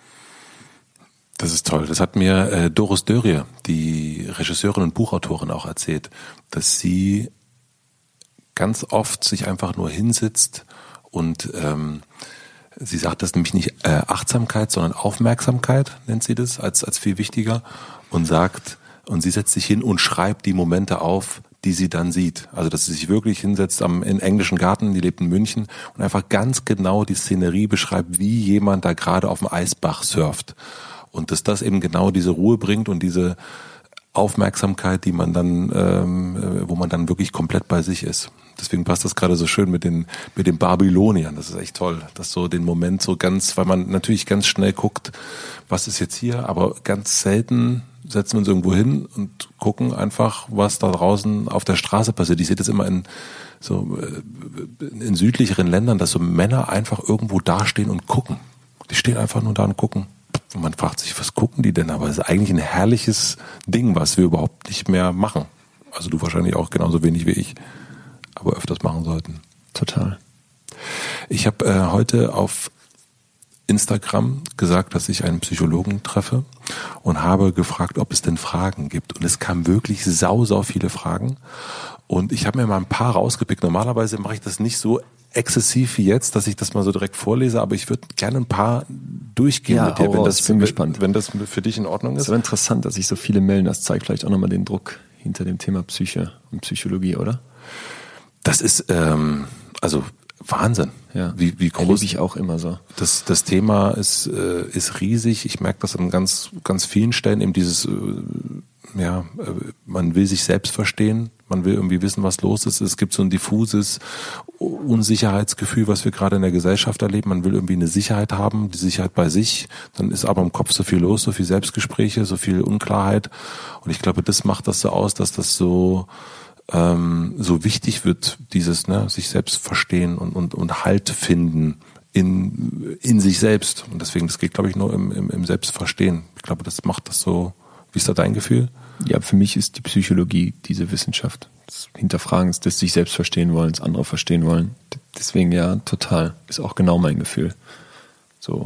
[SPEAKER 2] Das ist toll. Das hat mir äh, Doris Dörrie, die Regisseurin und Buchautorin, auch erzählt, dass sie ganz oft sich einfach nur hinsitzt und ähm, sie sagt das nämlich nicht äh, Achtsamkeit, sondern Aufmerksamkeit, nennt sie das, als als viel wichtiger und sagt, und sie setzt sich hin und schreibt die Momente auf, die sie dann sieht. Also dass sie sich wirklich hinsetzt am in englischen Garten, die lebt in München, und einfach ganz genau die Szenerie beschreibt, wie jemand da gerade auf dem Eisbach surft. Und dass das eben genau diese Ruhe bringt und diese Aufmerksamkeit, die man dann, ähm, wo man dann wirklich komplett bei sich ist. Deswegen passt das gerade so schön mit den mit den Babyloniern. Das ist echt toll, dass so den Moment so ganz, weil man natürlich ganz schnell guckt, was ist jetzt hier, aber ganz selten setzen wir uns irgendwo hin und gucken einfach, was da draußen auf der Straße passiert. Ich sehe das immer in so in südlicheren Ländern, dass so Männer einfach irgendwo dastehen und gucken. Die stehen einfach nur da und gucken. Und man fragt sich, was gucken die denn? Aber es ist eigentlich ein herrliches Ding, was wir überhaupt nicht mehr machen. Also du wahrscheinlich auch genauso wenig wie ich, aber öfters machen sollten.
[SPEAKER 1] Total.
[SPEAKER 2] Ich habe äh, heute auf Instagram gesagt, dass ich einen Psychologen treffe und habe gefragt, ob es denn Fragen gibt. Und es kamen wirklich sau, sau viele Fragen. Und ich habe mir mal ein paar rausgepickt. Normalerweise mache ich das nicht so exzessiv wie jetzt, dass ich das mal so direkt vorlese, aber ich würde gerne ein paar durchgehen
[SPEAKER 1] ja,
[SPEAKER 2] mit dir, wenn das,
[SPEAKER 1] ich bin gespannt.
[SPEAKER 2] wenn das für dich in Ordnung ist.
[SPEAKER 1] Es ist interessant, dass sich so viele melden. Das zeigt vielleicht auch nochmal den Druck hinter dem Thema Psyche und Psychologie, oder?
[SPEAKER 2] Das ist ähm, also Wahnsinn.
[SPEAKER 1] Ja.
[SPEAKER 2] Wie, wie groß
[SPEAKER 1] erlebe ich auch immer so.
[SPEAKER 2] Das, das Thema ist, äh, ist riesig. Ich merke das an ganz, ganz vielen Stellen, eben dieses, äh, ja, äh, man will sich selbst verstehen, man will irgendwie wissen, was los ist. Es gibt so ein diffuses Unsicherheitsgefühl, was wir gerade in der Gesellschaft erleben. Man will irgendwie eine Sicherheit haben, die Sicherheit bei sich. Dann ist aber im Kopf so viel los, so viel Selbstgespräche, so viel Unklarheit. Und ich glaube, das macht das so aus, dass das so ähm, so wichtig wird, dieses, ne, sich selbst verstehen und, und, und Halt finden in, in sich selbst. Und deswegen, das geht, glaube ich, nur im, im, im Selbstverstehen. Ich glaube, das macht das so. Wie ist da dein Gefühl?
[SPEAKER 1] Ja, für mich ist die Psychologie diese Wissenschaft. Das Hinterfragen, das sich selbst verstehen wollen, das andere verstehen wollen. Deswegen ja, total. Ist auch genau mein Gefühl. So,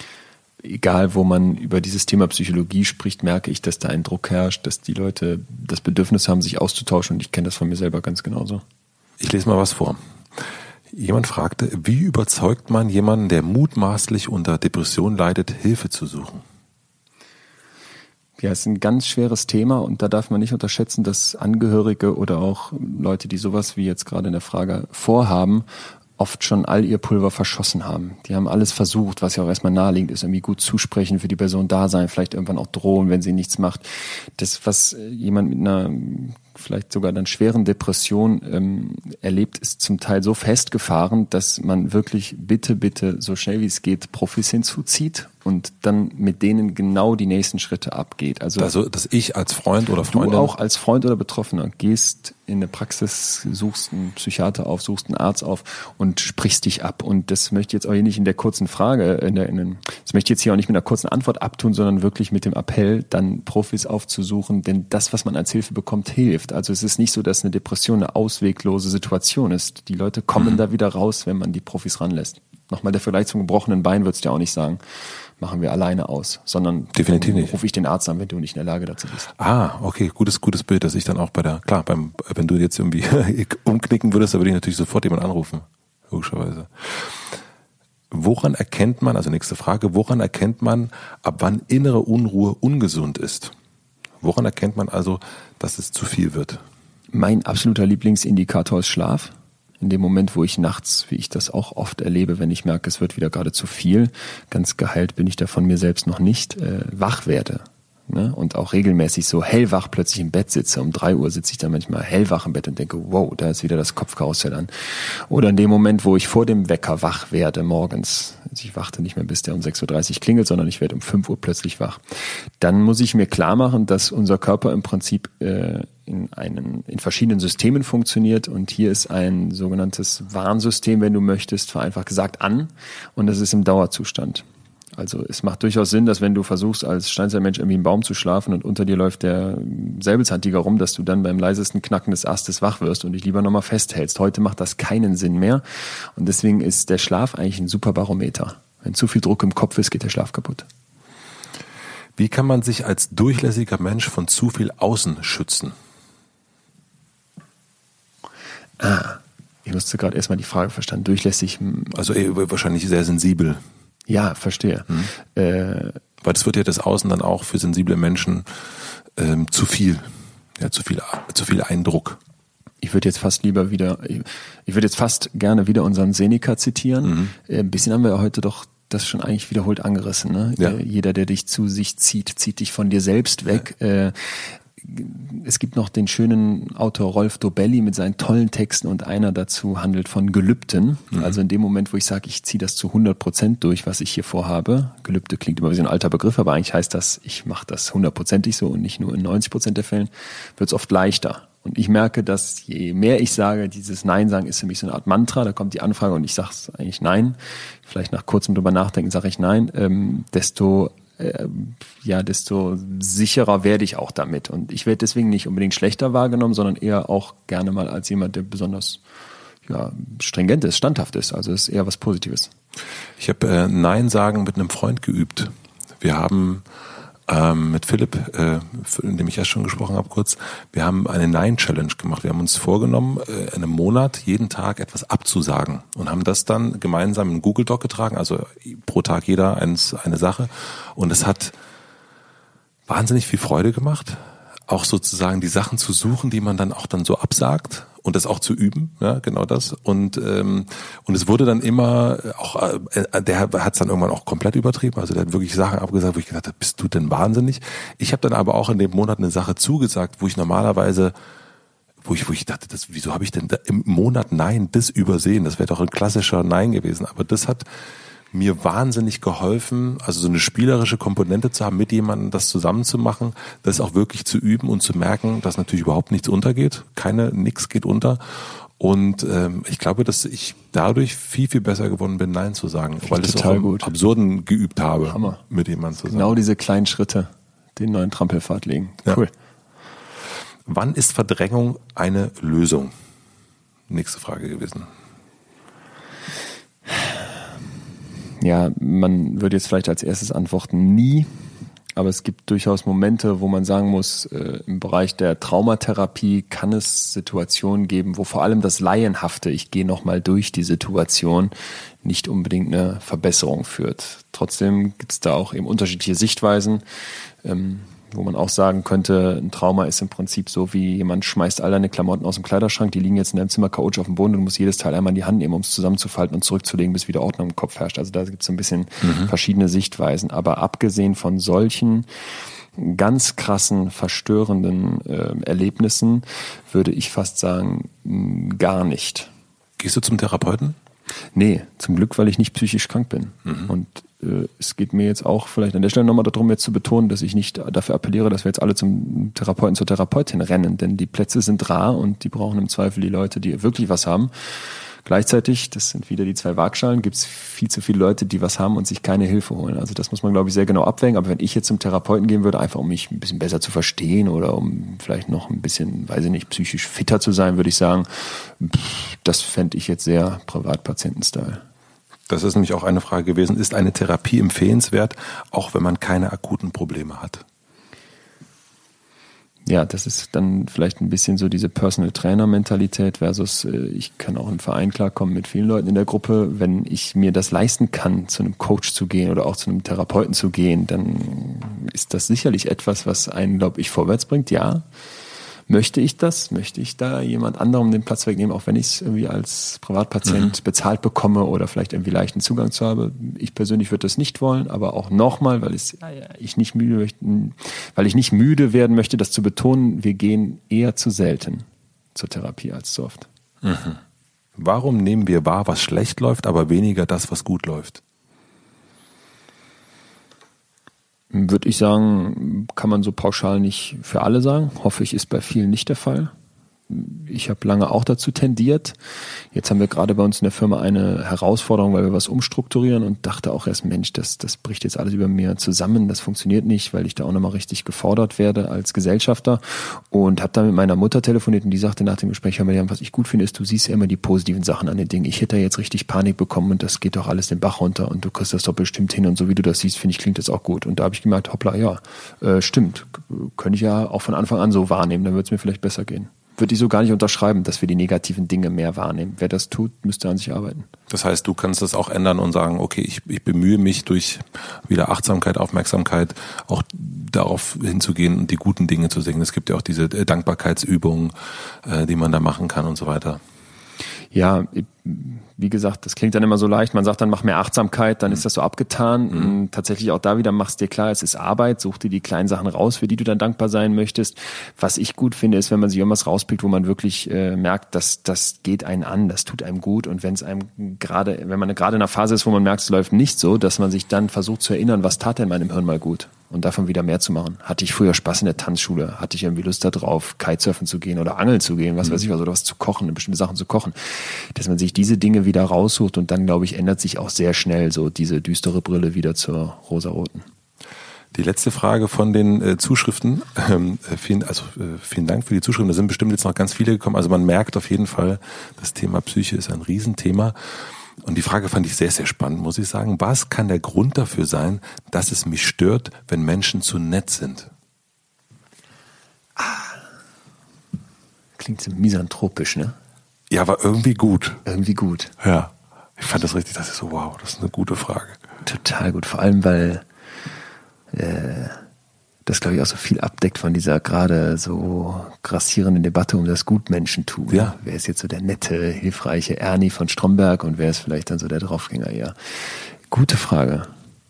[SPEAKER 1] egal wo man über dieses Thema Psychologie spricht, merke ich, dass da ein Druck herrscht, dass die Leute das Bedürfnis haben, sich auszutauschen, und ich kenne das von mir selber ganz genauso.
[SPEAKER 2] Ich lese mal was vor. Jemand fragte, wie überzeugt man jemanden, der mutmaßlich unter Depression leidet, Hilfe zu suchen?
[SPEAKER 1] Ja, es ist ein ganz schweres Thema, und da darf man nicht unterschätzen, dass Angehörige oder auch Leute, die sowas wie jetzt gerade in der Frage vorhaben, oft schon all ihr Pulver verschossen haben. Die haben alles versucht, was ja auch erstmal naheliegend ist, irgendwie gut zusprechen, für die Person da sein, vielleicht irgendwann auch drohen, wenn sie nichts macht. Das, was jemand mit einer vielleicht sogar dann schweren Depression ähm, erlebt, ist zum Teil so festgefahren, dass man wirklich bitte, bitte so schnell wie es geht Profis hinzuzieht und dann mit denen genau die nächsten Schritte abgeht. Also,
[SPEAKER 2] also dass ich als Freund oder Freundin...
[SPEAKER 1] Du auch als Freund oder Betroffener gehst in eine Praxis, suchst einen Psychiater auf, suchst einen Arzt auf und sprichst dich ab. Und das möchte ich jetzt auch hier nicht in der kurzen Frage, in der, in den, das möchte ich jetzt hier auch nicht mit einer kurzen Antwort abtun, sondern wirklich mit dem Appell, dann Profis aufzusuchen, denn das, was man als Hilfe bekommt, hilft. Also es ist nicht so, dass eine Depression eine ausweglose Situation ist. Die Leute kommen mhm. da wieder raus, wenn man die Profis ranlässt. Nochmal der Vergleich zum gebrochenen Bein würdest du ja auch nicht sagen, machen wir alleine aus, sondern
[SPEAKER 2] definitiv nicht.
[SPEAKER 1] Rufe ich den Arzt an, wenn du nicht in der Lage dazu bist.
[SPEAKER 2] Ah, okay, gutes, gutes Bild, dass ich dann auch bei der, klar, beim, wenn du jetzt irgendwie umknicken würdest, dann würde ich natürlich sofort jemanden anrufen, logischerweise. Woran erkennt man, also nächste Frage, woran erkennt man, ab wann innere Unruhe ungesund ist? Woran erkennt man also, dass es zu viel wird?
[SPEAKER 1] Mein absoluter Lieblingsindikator ist Schlaf. In dem Moment, wo ich nachts, wie ich das auch oft erlebe, wenn ich merke, es wird wieder gerade zu viel, ganz geheilt bin ich da von mir selbst noch nicht, äh, wach werde. Ne? Und auch regelmäßig so hellwach plötzlich im Bett sitze. Um drei Uhr sitze ich dann manchmal hellwach im Bett und denke, wow, da ist wieder das Kopfkarussell an. Oder in dem Moment, wo ich vor dem Wecker wach werde morgens, also ich wachte nicht mehr, bis der um sechs Uhr dreißig klingelt, sondern ich werde um fünf Uhr plötzlich wach. Dann muss ich mir klar machen, dass unser Körper im Prinzip äh, in einen, in verschiedenen Systemen funktioniert, und hier ist ein sogenanntes Warnsystem, wenn du möchtest, vereinfacht gesagt, an, und das ist im Dauerzustand. Also es macht durchaus Sinn, dass wenn du versuchst, als Steinzeitmensch irgendwie im Baum zu schlafen und unter dir läuft der Säbelzahntiger rum, dass du dann beim leisesten Knacken des Astes wach wirst und dich lieber nochmal festhältst. Heute macht das keinen Sinn mehr, und deswegen ist der Schlaf eigentlich ein super Barometer. Wenn zu viel Druck im Kopf ist, geht der Schlaf kaputt.
[SPEAKER 2] Wie kann man sich als durchlässiger Mensch von zu viel Außen schützen?
[SPEAKER 1] Ah, ich musste gerade erstmal die Frage verstanden. Durchlässig.
[SPEAKER 2] Also wahrscheinlich sehr sensibel.
[SPEAKER 1] Ja, verstehe.
[SPEAKER 2] Hm.
[SPEAKER 1] Äh,
[SPEAKER 2] Weil das wird ja das Außen dann auch für sensible Menschen ähm, zu viel. Ja, zu viel, zu viel Eindruck.
[SPEAKER 1] Ich würde jetzt fast lieber wieder, ich würde jetzt fast gerne wieder unseren Seneca zitieren. Mhm. Äh, ein bisschen haben wir ja heute doch das schon eigentlich wiederholt angerissen. Ne?
[SPEAKER 2] Ja.
[SPEAKER 1] Äh, jeder, der dich zu sich zieht, zieht dich von dir selbst weg. Ja. Äh, Es gibt noch den schönen Autor Rolf Dobelli mit seinen tollen Texten, und einer dazu handelt von Gelübden. Mhm. Also in dem Moment, wo ich sage, ich ziehe das zu hundert Prozent durch, was ich hier vorhabe. Gelübde klingt immer wie so ein alter Begriff, aber eigentlich heißt das, ich mache das hundertprozentig so und nicht nur in neunzig Prozent der Fällen, wird es oft leichter. Und ich merke, dass je mehr ich sage, dieses Nein sagen ist für mich so eine Art Mantra, da kommt die Anfrage und ich sage es eigentlich Nein. Vielleicht nach kurzem drüber nachdenken sage ich Nein, ähm, desto ja, desto sicherer werde ich auch damit. Und ich werde deswegen nicht unbedingt schlechter wahrgenommen, sondern eher auch gerne mal als jemand, der besonders ja, stringent ist, standhaft ist. Also es ist eher was Positives.
[SPEAKER 2] Ich habe äh, Nein sagen mit einem Freund geübt. Wir haben ähm, mit Philipp, äh, in dem ich erst schon gesprochen habe kurz, wir haben eine Nein-Challenge gemacht. Wir haben uns vorgenommen, äh, in einem Monat jeden Tag etwas abzusagen und haben das dann gemeinsam in Google Doc getragen, also pro Tag jeder eins, eine Sache. Und es hat wahnsinnig viel Freude gemacht, auch sozusagen die Sachen zu suchen, die man dann auch dann so absagt und das auch zu üben, ja, genau das. Und ähm, und es wurde dann immer auch, äh, der hat es dann irgendwann auch komplett übertrieben, also der hat wirklich Sachen abgesagt, wo ich gedacht habe, bist du denn wahnsinnig? Ich habe dann aber auch in dem Monat eine Sache zugesagt, wo ich normalerweise, wo ich wo ich dachte, das, wieso habe ich denn da im Monat Nein das übersehen? Das wäre doch ein klassischer Nein gewesen, aber das hat mir wahnsinnig geholfen, also so eine spielerische Komponente zu haben, mit jemandem das zusammen zu machen, das auch wirklich zu üben und zu merken, dass natürlich überhaupt nichts untergeht, keine, nix geht unter. Und ähm, ich glaube, dass ich dadurch viel, viel besser geworden bin, Nein zu sagen, weil ich es auch im Absurden geübt habe,
[SPEAKER 1] Hammer.
[SPEAKER 2] Mit jemandem zusammen.
[SPEAKER 1] Genau diese kleinen Schritte, den neuen Trampelpfad legen. Cool.
[SPEAKER 2] Ja. Wann ist Verdrängung eine Lösung? Nächste Frage gewesen.
[SPEAKER 1] Ja, man würde jetzt vielleicht als erstes antworten, nie. Aber es gibt durchaus Momente, wo man sagen muss, äh, im Bereich der Traumatherapie kann es Situationen geben, wo vor allem das Laienhafte, ich gehe nochmal durch die Situation, nicht unbedingt eine Verbesserung führt. Trotzdem gibt es da auch eben unterschiedliche Sichtweisen, ähm, wo man auch sagen könnte, ein Trauma ist im Prinzip so, wie jemand schmeißt all deine Klamotten aus dem Kleiderschrank, die liegen jetzt in deinem Zimmer chaotisch auf dem Boden und du musst jedes Teil einmal in die Hand nehmen, um es zusammenzufalten und zurückzulegen, bis wieder Ordnung im Kopf herrscht. Also da gibt es so ein bisschen mhm. verschiedene Sichtweisen. Aber abgesehen von solchen ganz krassen, verstörenden äh, Erlebnissen würde ich fast sagen, gar nicht.
[SPEAKER 2] Gehst du zum Therapeuten?
[SPEAKER 1] Nee, zum Glück, weil ich nicht psychisch krank bin. Mhm. Und äh, es geht mir jetzt auch vielleicht an der Stelle nochmal darum, jetzt zu betonen, dass ich nicht dafür appelliere, dass wir jetzt alle zum Therapeuten, zur Therapeutin rennen. Denn die Plätze sind rar und die brauchen im Zweifel die Leute, die wirklich was haben. Gleichzeitig, das sind wieder die zwei Waagschalen, gibt es viel zu viele Leute, die was haben und sich keine Hilfe holen. Also das muss man, glaube ich, sehr genau abwägen. Aber wenn ich jetzt zum Therapeuten gehen würde, einfach um mich ein bisschen besser zu verstehen oder um vielleicht noch ein bisschen, weiß ich nicht, psychisch fitter zu sein, würde ich sagen, pff, das fände ich jetzt sehr Privatpatienten-Style.
[SPEAKER 2] Das ist nämlich auch eine Frage gewesen. Ist eine Therapie empfehlenswert, auch wenn man keine akuten Probleme hat?
[SPEAKER 1] Ja, das ist dann vielleicht ein bisschen so diese Personal-Trainer-Mentalität versus äh, ich kann auch im Verein klarkommen mit vielen Leuten in der Gruppe. Wenn ich mir das leisten kann, zu einem Coach zu gehen oder auch zu einem Therapeuten zu gehen, dann ist das sicherlich etwas, was einen, glaube ich, vorwärts bringt. Ja, möchte ich das? Möchte ich da jemand anderem den Platz wegnehmen, auch wenn ich es irgendwie als Privatpatient mhm. bezahlt bekomme oder vielleicht irgendwie leichten Zugang zu habe? Ich persönlich würde das nicht wollen, aber auch nochmal, weil es, ich nicht müde möchte, weil ich nicht müde werden möchte, das zu betonen, wir gehen eher zu selten zur Therapie als zu oft.
[SPEAKER 2] Mhm. Warum nehmen wir wahr, was schlecht läuft, aber weniger das, was gut läuft?
[SPEAKER 1] Würde ich sagen, kann man so pauschal nicht für alle sagen. Hoffe ich, ist bei vielen nicht der Fall. Ich habe lange auch dazu tendiert. Jetzt haben wir gerade bei uns in der Firma eine Herausforderung, weil wir was umstrukturieren und dachte auch erst, Mensch, das, das bricht jetzt alles über mir zusammen. Das funktioniert nicht, weil ich da auch nochmal richtig gefordert werde als Gesellschafter. Und habe dann mit meiner Mutter telefoniert und die sagte nach dem Gespräch, hör mal, was ich gut finde, ist, du siehst ja immer die positiven Sachen an den Dingen. Ich hätte jetzt richtig Panik bekommen und das geht doch alles den Bach runter und du kriegst das doch bestimmt hin und so wie du das siehst, finde ich, klingt das auch gut. Und da habe ich gemerkt, hoppla, ja, äh, stimmt. Könnte ich ja auch von Anfang an so wahrnehmen, dann wird es mir vielleicht besser gehen. Würde ich so gar nicht unterschreiben, dass wir die negativen Dinge mehr wahrnehmen. Wer das tut, müsste an sich arbeiten.
[SPEAKER 2] Das heißt, du kannst das auch ändern und sagen, okay, ich, ich bemühe mich durch wieder Achtsamkeit, Aufmerksamkeit auch darauf hinzugehen und die guten Dinge zu sehen. Es gibt ja auch diese Dankbarkeitsübungen, äh, die man da machen kann und so weiter.
[SPEAKER 1] Ja, wie gesagt, das klingt dann immer so leicht. Man sagt dann, mach mehr Achtsamkeit, dann ist das so abgetan. Mhm. Tatsächlich auch da wieder, machst dir klar, es ist Arbeit, such dir die kleinen Sachen raus, für die du dann dankbar sein möchtest. Was ich gut finde, ist, wenn man sich irgendwas rauspickt, wo man wirklich äh, merkt, dass das geht einen an, das tut einem gut. Und wenn es einem gerade, wenn man gerade in einer Phase ist, wo man merkt, es läuft nicht so, dass man sich dann versucht zu erinnern, was tat denn meinem Hirn mal gut? Und davon wieder mehr zu machen. Hatte ich früher Spaß in der Tanzschule? Hatte ich irgendwie Lust darauf, Kitesurfen zu gehen oder angeln zu gehen? Was mhm. weiß ich was, oder was zu kochen, bestimmte Sachen zu kochen. Dass man sich diese Dinge wieder raussucht und dann, glaube ich, ändert sich auch sehr schnell so diese düstere Brille wieder zur rosaroten.
[SPEAKER 2] Die letzte Frage von den äh, Zuschriften. Ähm, vielen, also äh, vielen Dank für die Zuschriften. Da sind bestimmt jetzt noch ganz viele gekommen. Also man merkt auf jeden Fall, das Thema Psyche ist ein Riesenthema. Und die Frage fand ich sehr, sehr spannend, muss ich sagen. Was kann der Grund dafür sein, dass es mich stört, wenn Menschen zu nett sind?
[SPEAKER 1] Ah. Klingt so misanthropisch, ne?
[SPEAKER 2] Ja, aber irgendwie gut.
[SPEAKER 1] Irgendwie gut.
[SPEAKER 2] Ja, ich fand das richtig, das ist so, wow, das ist eine gute Frage.
[SPEAKER 1] Total gut, vor allem, weil äh, das, glaube ich, auch so viel abdeckt von dieser gerade so grassierenden Debatte um das Gutmenschentum.
[SPEAKER 2] Ja.
[SPEAKER 1] Wer ist jetzt so der nette, hilfreiche Ernie von Stromberg und wer ist vielleicht dann so der Draufgänger eher? Gute Frage.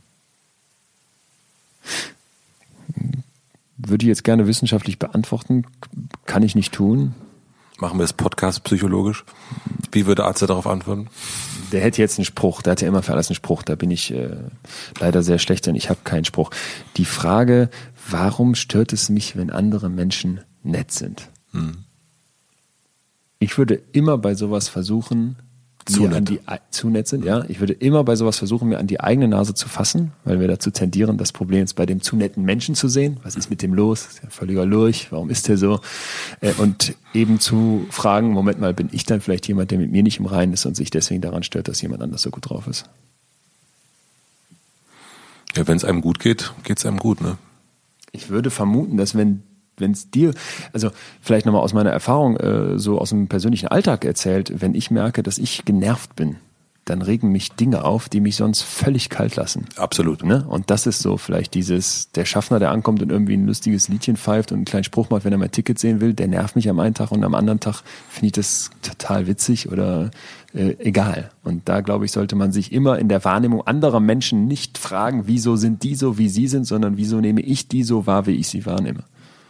[SPEAKER 1] Würde ich jetzt gerne wissenschaftlich beantworten, kann ich nicht tun.
[SPEAKER 2] Machen wir das Podcast psychologisch? Wie würde Arzt darauf antworten?
[SPEAKER 1] Der hätte jetzt einen Spruch, der hat ja immer für alles einen Spruch, da bin ich äh, leider sehr schlecht drin, ich habe keinen Spruch. Die Frage, warum stört es mich, wenn andere Menschen nett sind? Hm. Ich würde immer bei sowas versuchen,
[SPEAKER 2] zu
[SPEAKER 1] mir
[SPEAKER 2] nett.
[SPEAKER 1] an die zu nett sind, ja. Ich würde immer bei sowas versuchen, mir an die eigene Nase zu fassen, weil wir dazu tendieren, das Problem jetzt bei dem zu netten Menschen zu sehen. Was ist mit dem los? Ist ja völliger Lurch. Warum ist der so? Äh, und eben zu fragen, Moment mal, bin ich dann vielleicht jemand, der mit mir nicht im Reinen ist und sich deswegen daran stört, dass jemand anders so gut drauf ist?
[SPEAKER 2] Ja, wenn es einem gut geht, geht es einem gut, ne?
[SPEAKER 1] Ich würde vermuten, dass wenn wenn es dir, also vielleicht nochmal aus meiner Erfahrung, äh, so aus dem persönlichen Alltag erzählt, wenn ich merke, dass ich genervt bin, dann regen mich Dinge auf, die mich sonst völlig kalt lassen.
[SPEAKER 2] Absolut.
[SPEAKER 1] Ne? Und das ist so vielleicht dieses, der Schaffner, der ankommt und irgendwie ein lustiges Liedchen pfeift und einen kleinen Spruch macht, wenn er mein Ticket sehen will, der nervt mich am einen Tag und am anderen Tag finde ich das total witzig oder äh, egal. Und da, glaube ich, sollte man sich immer in der Wahrnehmung anderer Menschen nicht fragen, wieso sind die so, wie sie sind, sondern wieso nehme ich die so wahr, wie ich sie wahrnehme.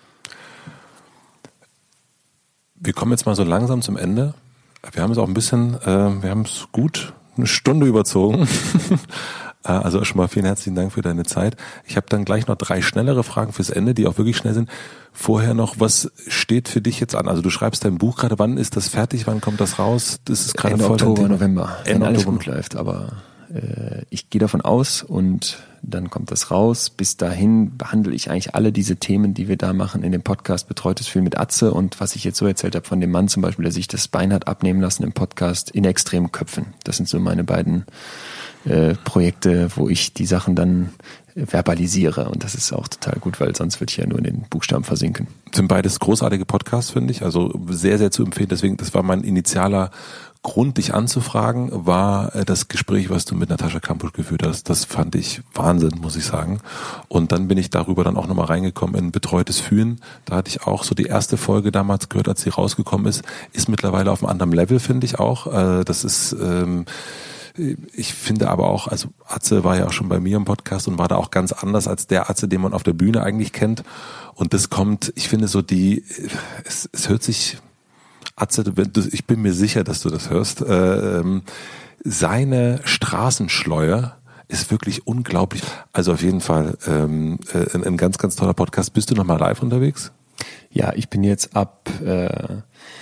[SPEAKER 2] Wir kommen jetzt mal so langsam zum Ende. Wir haben es auch ein bisschen, äh, wir haben es gut eine Stunde überzogen. Also schon mal vielen herzlichen Dank für deine Zeit. Ich habe dann gleich noch drei schnellere Fragen fürs Ende, die auch wirklich schnell sind. Vorher noch, was steht für dich jetzt an? Also du schreibst dein Buch gerade, wann ist das fertig? Wann kommt das raus? Das ist gerade
[SPEAKER 1] Ende
[SPEAKER 2] voll
[SPEAKER 1] Oktober, November, wenn
[SPEAKER 2] Ende
[SPEAKER 1] alles
[SPEAKER 2] Oktober.
[SPEAKER 1] gut läuft. Aber äh, ich gehe davon aus und dann kommt das raus. Bis dahin behandle ich eigentlich alle diese Themen, die wir da machen in dem Podcast Betreutes Fühlen mit Atze und was ich jetzt so erzählt habe von dem Mann zum Beispiel, der sich das Bein hat abnehmen lassen im Podcast in extremen Köpfen. Das sind so meine beiden äh, Projekte, wo ich die Sachen dann verbalisiere und das ist auch total gut, weil sonst würde ich ja nur in den Buchstaben versinken.
[SPEAKER 2] Sind beides großartige Podcasts, finde ich, also sehr, sehr zu empfehlen. Deswegen, das war mein initialer Grund, dich anzufragen, war das Gespräch, was du mit Natascha Kampusch geführt hast. Das fand ich Wahnsinn, muss ich sagen. Und dann bin ich darüber dann auch nochmal reingekommen in Betreutes Fühlen. Da hatte ich auch so die erste Folge damals gehört, als sie rausgekommen ist. Ist mittlerweile auf einem anderen Level, finde ich auch. Das ist... Ähm, Ich finde aber auch, also Atze war ja auch schon bei mir im Podcast und war da auch ganz anders als der Atze, den man auf der Bühne eigentlich kennt. Und das kommt, ich finde so die, es, es hört sich, Atze, ich bin mir sicher, dass du das hörst, äh, seine Straßenschleuer ist wirklich unglaublich. Also auf jeden Fall ähm, ein, ein ganz, ganz toller Podcast. Bist du nochmal live unterwegs?
[SPEAKER 1] Ja, ich bin jetzt ab äh,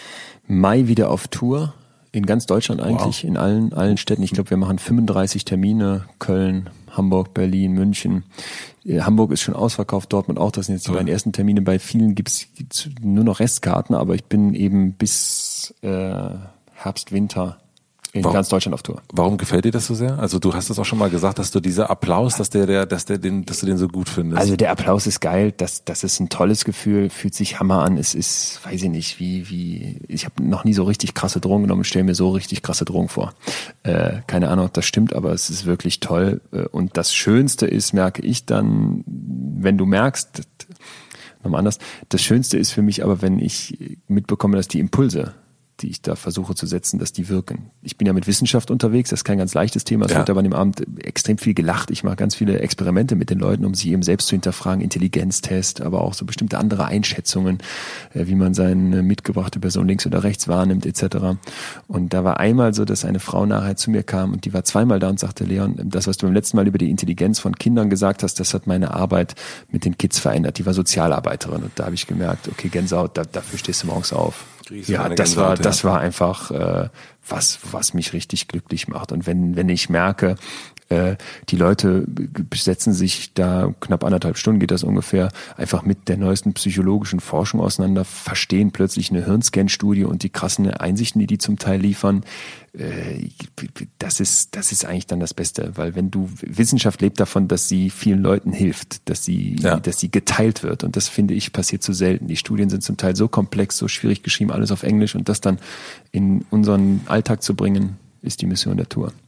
[SPEAKER 1] Mai wieder auf Tour. In ganz Deutschland eigentlich, wow. in allen allen Städten. Ich glaube, wir machen fünfunddreißig Termine. Köln, Hamburg, Berlin, München. Äh, Hamburg ist schon ausverkauft, Dortmund auch. Das sind jetzt die beiden ersten Termine. Bei vielen gibt's gibt's nur noch Restkarten, aber ich bin eben bis äh, Herbst, Winter in
[SPEAKER 2] warum,
[SPEAKER 1] ganz Deutschland auf Tour.
[SPEAKER 2] Warum gefällt dir das so sehr? Also du hast es auch schon mal gesagt, dass du dieser Applaus, dass der, der, dass der den, dass du den so gut findest.
[SPEAKER 1] Also der Applaus ist geil, das, das ist ein tolles Gefühl, fühlt sich Hammer an. Es ist, weiß ich nicht, wie, wie, ich habe noch nie so richtig krasse Drogen genommen und stelle mir so richtig krasse Drogen vor. Äh, keine Ahnung, ob das stimmt, aber es ist wirklich toll. Und das Schönste ist, merke ich dann, wenn du merkst, nochmal anders, das Schönste ist für mich aber, wenn ich mitbekomme, dass die Impulse, die ich da versuche zu setzen, dass die wirken. Ich bin ja mit Wissenschaft unterwegs, das ist kein ganz leichtes Thema. Es
[SPEAKER 2] ja.
[SPEAKER 1] wird aber an dem Abend extrem viel gelacht. Ich mache ganz viele Experimente mit den Leuten, um sie eben selbst zu hinterfragen, Intelligenztest, aber auch so bestimmte andere Einschätzungen, wie man seine mitgebrachte Person links oder rechts wahrnimmt, et cetera. Und da war einmal so, dass eine Frau nachher zu mir kam und die war zweimal da und sagte, Leon, das, was du beim letzten Mal über die Intelligenz von Kindern gesagt hast, das hat meine Arbeit mit den Kids verändert. Die war Sozialarbeiterin und da habe ich gemerkt, okay, Gänsehaut, da, dafür stehst du morgens auf. Ja, das war, das war einfach äh, was, was mich richtig glücklich macht. Und wenn, wenn ich merke, äh, die Leute setzen sich da knapp anderthalb Stunden, geht das ungefähr, einfach mit der neuesten psychologischen Forschung auseinander, verstehen plötzlich eine Hirnscan-Studie und die krassen Einsichten, die die zum Teil liefern. Äh, das ist, das ist eigentlich dann das Beste, weil wenn du, Wissenschaft lebt davon, dass sie vielen Leuten hilft, dass sie, ja. dass sie geteilt wird. Und das finde ich passiert zu selten. Die Studien sind zum Teil so komplex, so schwierig geschrieben, alles auf Englisch und das dann in unseren Alltag zu bringen, ist die Mission der Tour.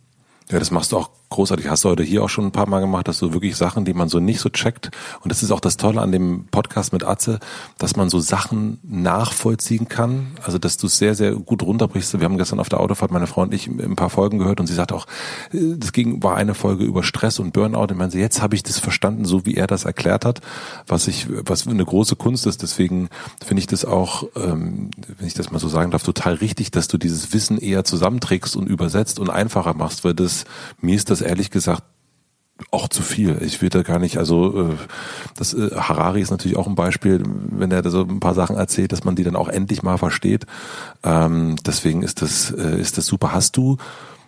[SPEAKER 2] Ja, das machst du auch großartig. Hast du heute hier auch schon ein paar Mal gemacht, dass du wirklich Sachen, die man so nicht so checkt. Und das ist auch das Tolle an dem Podcast mit Atze, dass man so Sachen nachvollziehen kann. Also, dass du es sehr, sehr gut runterbrichst. Wir haben gestern auf der Autofahrt, meine Frau und ich, ein paar Folgen gehört und sie sagt auch, das ging, war eine Folge über Stress und Burnout. Und meinte, jetzt habe ich das verstanden, so wie er das erklärt hat, was ich, was eine große Kunst ist. Deswegen finde ich das auch, ähm, wenn ich das mal so sagen darf, total richtig, dass du dieses Wissen eher zusammenträgst und übersetzt und einfacher machst, weil das, mir ist das ehrlich gesagt auch zu viel. Ich will da gar nicht, also das Harari ist natürlich auch ein Beispiel, wenn er da so ein paar Sachen erzählt, dass man die dann auch endlich mal versteht. Ähm, deswegen ist das ist das super. Hast du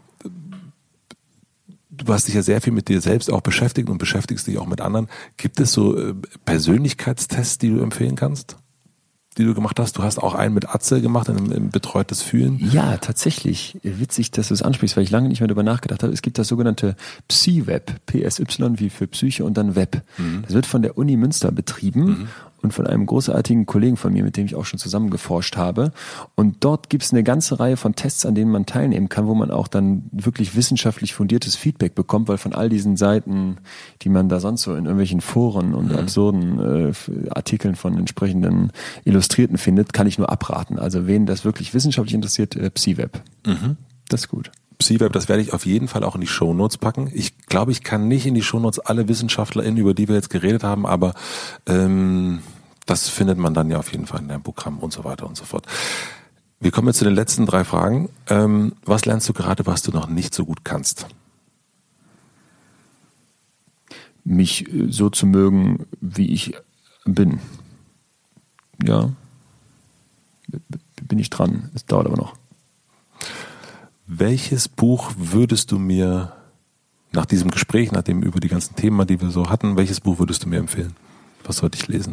[SPEAKER 2] Du hast dich ja sehr viel mit dir selbst auch beschäftigt und beschäftigst dich auch mit anderen. Gibt es so Persönlichkeitstests, die du empfehlen kannst? Die du gemacht hast. Du hast auch einen mit Atze gemacht, im, im betreutes Fühlen.
[SPEAKER 1] Ja, tatsächlich. Witzig, dass du es ansprichst, weil ich lange nicht mehr darüber nachgedacht habe. Es gibt das sogenannte Psy-Web, P S Y wie für Psyche und dann Web. Mhm. Das wird von der Uni Münster betrieben. Mhm. Und von einem großartigen Kollegen von mir, mit dem ich auch schon zusammen geforscht habe. Und dort gibt es eine ganze Reihe von Tests, an denen man teilnehmen kann, wo man auch dann wirklich wissenschaftlich fundiertes Feedback bekommt, weil von all diesen Seiten, die man da sonst so in irgendwelchen Foren und mhm. absurden äh, Artikeln von entsprechenden Illustrierten findet, kann ich nur abraten. Also wen das wirklich wissenschaftlich interessiert, äh, Psy-Web. Mhm. Das ist gut.
[SPEAKER 2] Psy-Web, das werde ich auf jeden Fall auch in die Shownotes packen. Ich glaube, ich kann nicht in die Shownotes alle WissenschaftlerInnen, über die wir jetzt geredet haben, aber ähm, das findet man dann ja auf jeden Fall in deinem Programm und so weiter und so fort. Wir kommen jetzt zu den letzten drei Fragen. Ähm, was lernst du gerade, was du noch nicht so gut kannst?
[SPEAKER 1] Mich so zu mögen, wie ich bin. Ja, bin ich dran. Es dauert aber noch.
[SPEAKER 2] Welches Buch würdest du mir nach diesem Gespräch, nach dem über die ganzen Themen, die wir so hatten, welches Buch würdest du mir empfehlen? Was sollte ich lesen?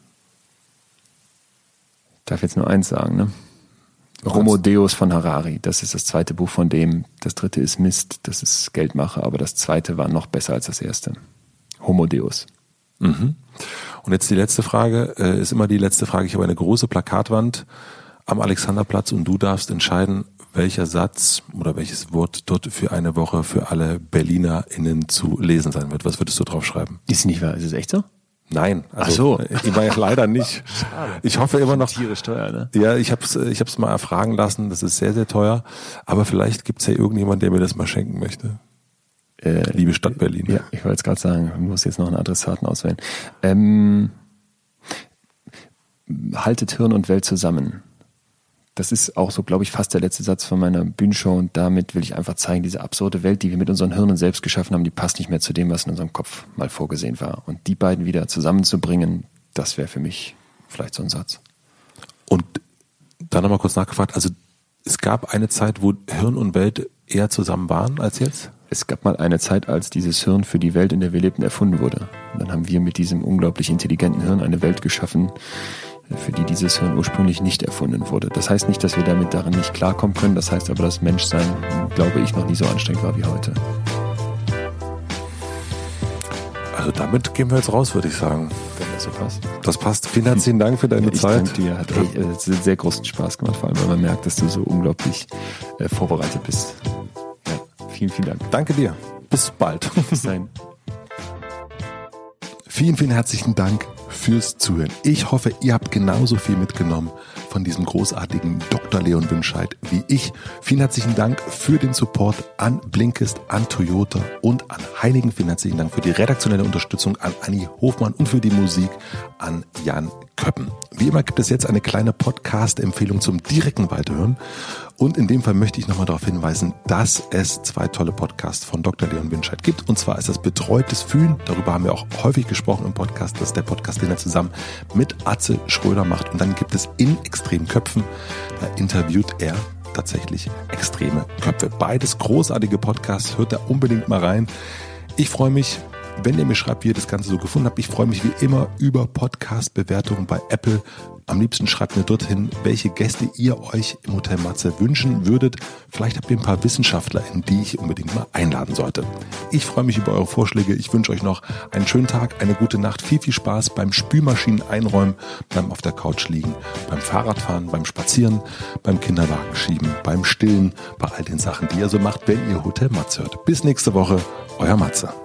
[SPEAKER 1] Ich darf jetzt nur eins sagen, ne? Homo Deus von Harari. Das ist das zweite Buch von dem. Das dritte ist Mist, das ist Geldmacher, aber das zweite war noch besser als das erste. Homo Deus.
[SPEAKER 2] Mhm. Und jetzt die letzte Frage, äh, ist immer die letzte Frage. Ich habe eine große Plakatwand am Alexanderplatz und du darfst entscheiden, welcher Satz oder welches Wort dort für eine Woche für alle BerlinerInnen zu lesen sein wird. Was würdest du drauf schreiben?
[SPEAKER 1] Ist nicht wahr? Ist es echt so?
[SPEAKER 2] Nein. Also,
[SPEAKER 1] ach so.
[SPEAKER 2] Ich war ja leider nicht.
[SPEAKER 1] Schade.
[SPEAKER 2] Ich hoffe immer noch.
[SPEAKER 1] Tierisch teuer, ne?
[SPEAKER 2] Ja, ich hab's, ich hab's mal erfragen lassen. Das ist sehr, sehr teuer. Aber vielleicht gibt's ja irgendjemand, der mir das mal schenken möchte. Äh, Liebe Stadt Berlin.
[SPEAKER 1] Ja, ich wollte jetzt gerade sagen, ich muss jetzt noch einen Adressaten auswählen. Ähm, haltet Hirn und Welt zusammen. Das ist auch so, glaube ich, fast der letzte Satz von meiner Bühnenshow und damit will ich einfach zeigen, diese absurde Welt, die wir mit unseren Hirnen selbst geschaffen haben, die passt nicht mehr zu dem, was in unserem Kopf mal vorgesehen war. Und die beiden wieder zusammenzubringen, das wäre für mich vielleicht so ein Satz.
[SPEAKER 2] Und dann nochmal kurz nachgefragt, also es gab eine Zeit, wo Hirn und Welt eher zusammen waren als jetzt?
[SPEAKER 1] Es gab mal eine Zeit, als dieses Hirn für die Welt, in der wir lebten, erfunden wurde. Und dann haben wir mit diesem unglaublich intelligenten Hirn eine Welt geschaffen, für die dieses Hirn ursprünglich nicht erfunden wurde. Das heißt nicht, dass wir damit darin nicht klarkommen können. Das heißt aber, dass Menschsein, glaube ich, noch nie so anstrengend war wie heute.
[SPEAKER 2] Also damit gehen wir jetzt raus, würde ich sagen.
[SPEAKER 1] Wenn das so passt.
[SPEAKER 2] Das passt. Vielen herzlichen Dank für deine
[SPEAKER 1] ich
[SPEAKER 2] Zeit.
[SPEAKER 1] Ich danke dir. Hat echt, äh, sehr großen Spaß gemacht, vor allem, weil man merkt, dass du so unglaublich äh, vorbereitet bist. Ja, vielen, vielen Dank.
[SPEAKER 2] Danke dir. Bis bald.
[SPEAKER 1] Bis dahin.
[SPEAKER 2] Vielen, vielen herzlichen Dank fürs Zuhören. Ich hoffe, ihr habt genauso viel mitgenommen von diesem großartigen Doktor Leon Winscheid wie ich. Vielen herzlichen Dank für den Support an Blinkist, an Toyota und an Heinigen. Vielen herzlichen Dank für die redaktionelle Unterstützung an Anni Hofmann und für die Musik an Jan Köppen. Wie immer gibt es jetzt eine kleine Podcast-Empfehlung zum direkten Weiterhören. Und in dem Fall möchte ich nochmal darauf hinweisen, dass es zwei tolle Podcasts von Doktor Leon Winscheid gibt. Und zwar ist das Betreutes Fühlen. Darüber haben wir auch häufig gesprochen im Podcast. Das ist der Podcast, den er zusammen mit Atze Schröder macht. Und dann gibt es In extremen Köpfen. Da interviewt er tatsächlich extreme Köpfe. Beides großartige Podcasts. Hört da unbedingt mal rein. Ich freue mich, wenn ihr mir schreibt, wie ihr das Ganze so gefunden habt. Ich freue mich wie immer über Podcast-Bewertungen bei Apple. Am liebsten schreibt mir dorthin, welche Gäste ihr euch im Hotel Matze wünschen würdet. Vielleicht habt ihr ein paar WissenschaftlerInnen, die ich unbedingt mal einladen sollte. Ich freue mich über eure Vorschläge. Ich wünsche euch noch einen schönen Tag, eine gute Nacht, viel, viel Spaß beim Spülmaschinen einräumen, beim auf der Couch liegen, beim Fahrradfahren, beim Spazieren, beim Kinderwagen schieben, beim Stillen, bei all den Sachen, die ihr so macht, wenn ihr Hotel Matze hört. Bis nächste Woche, euer Matze.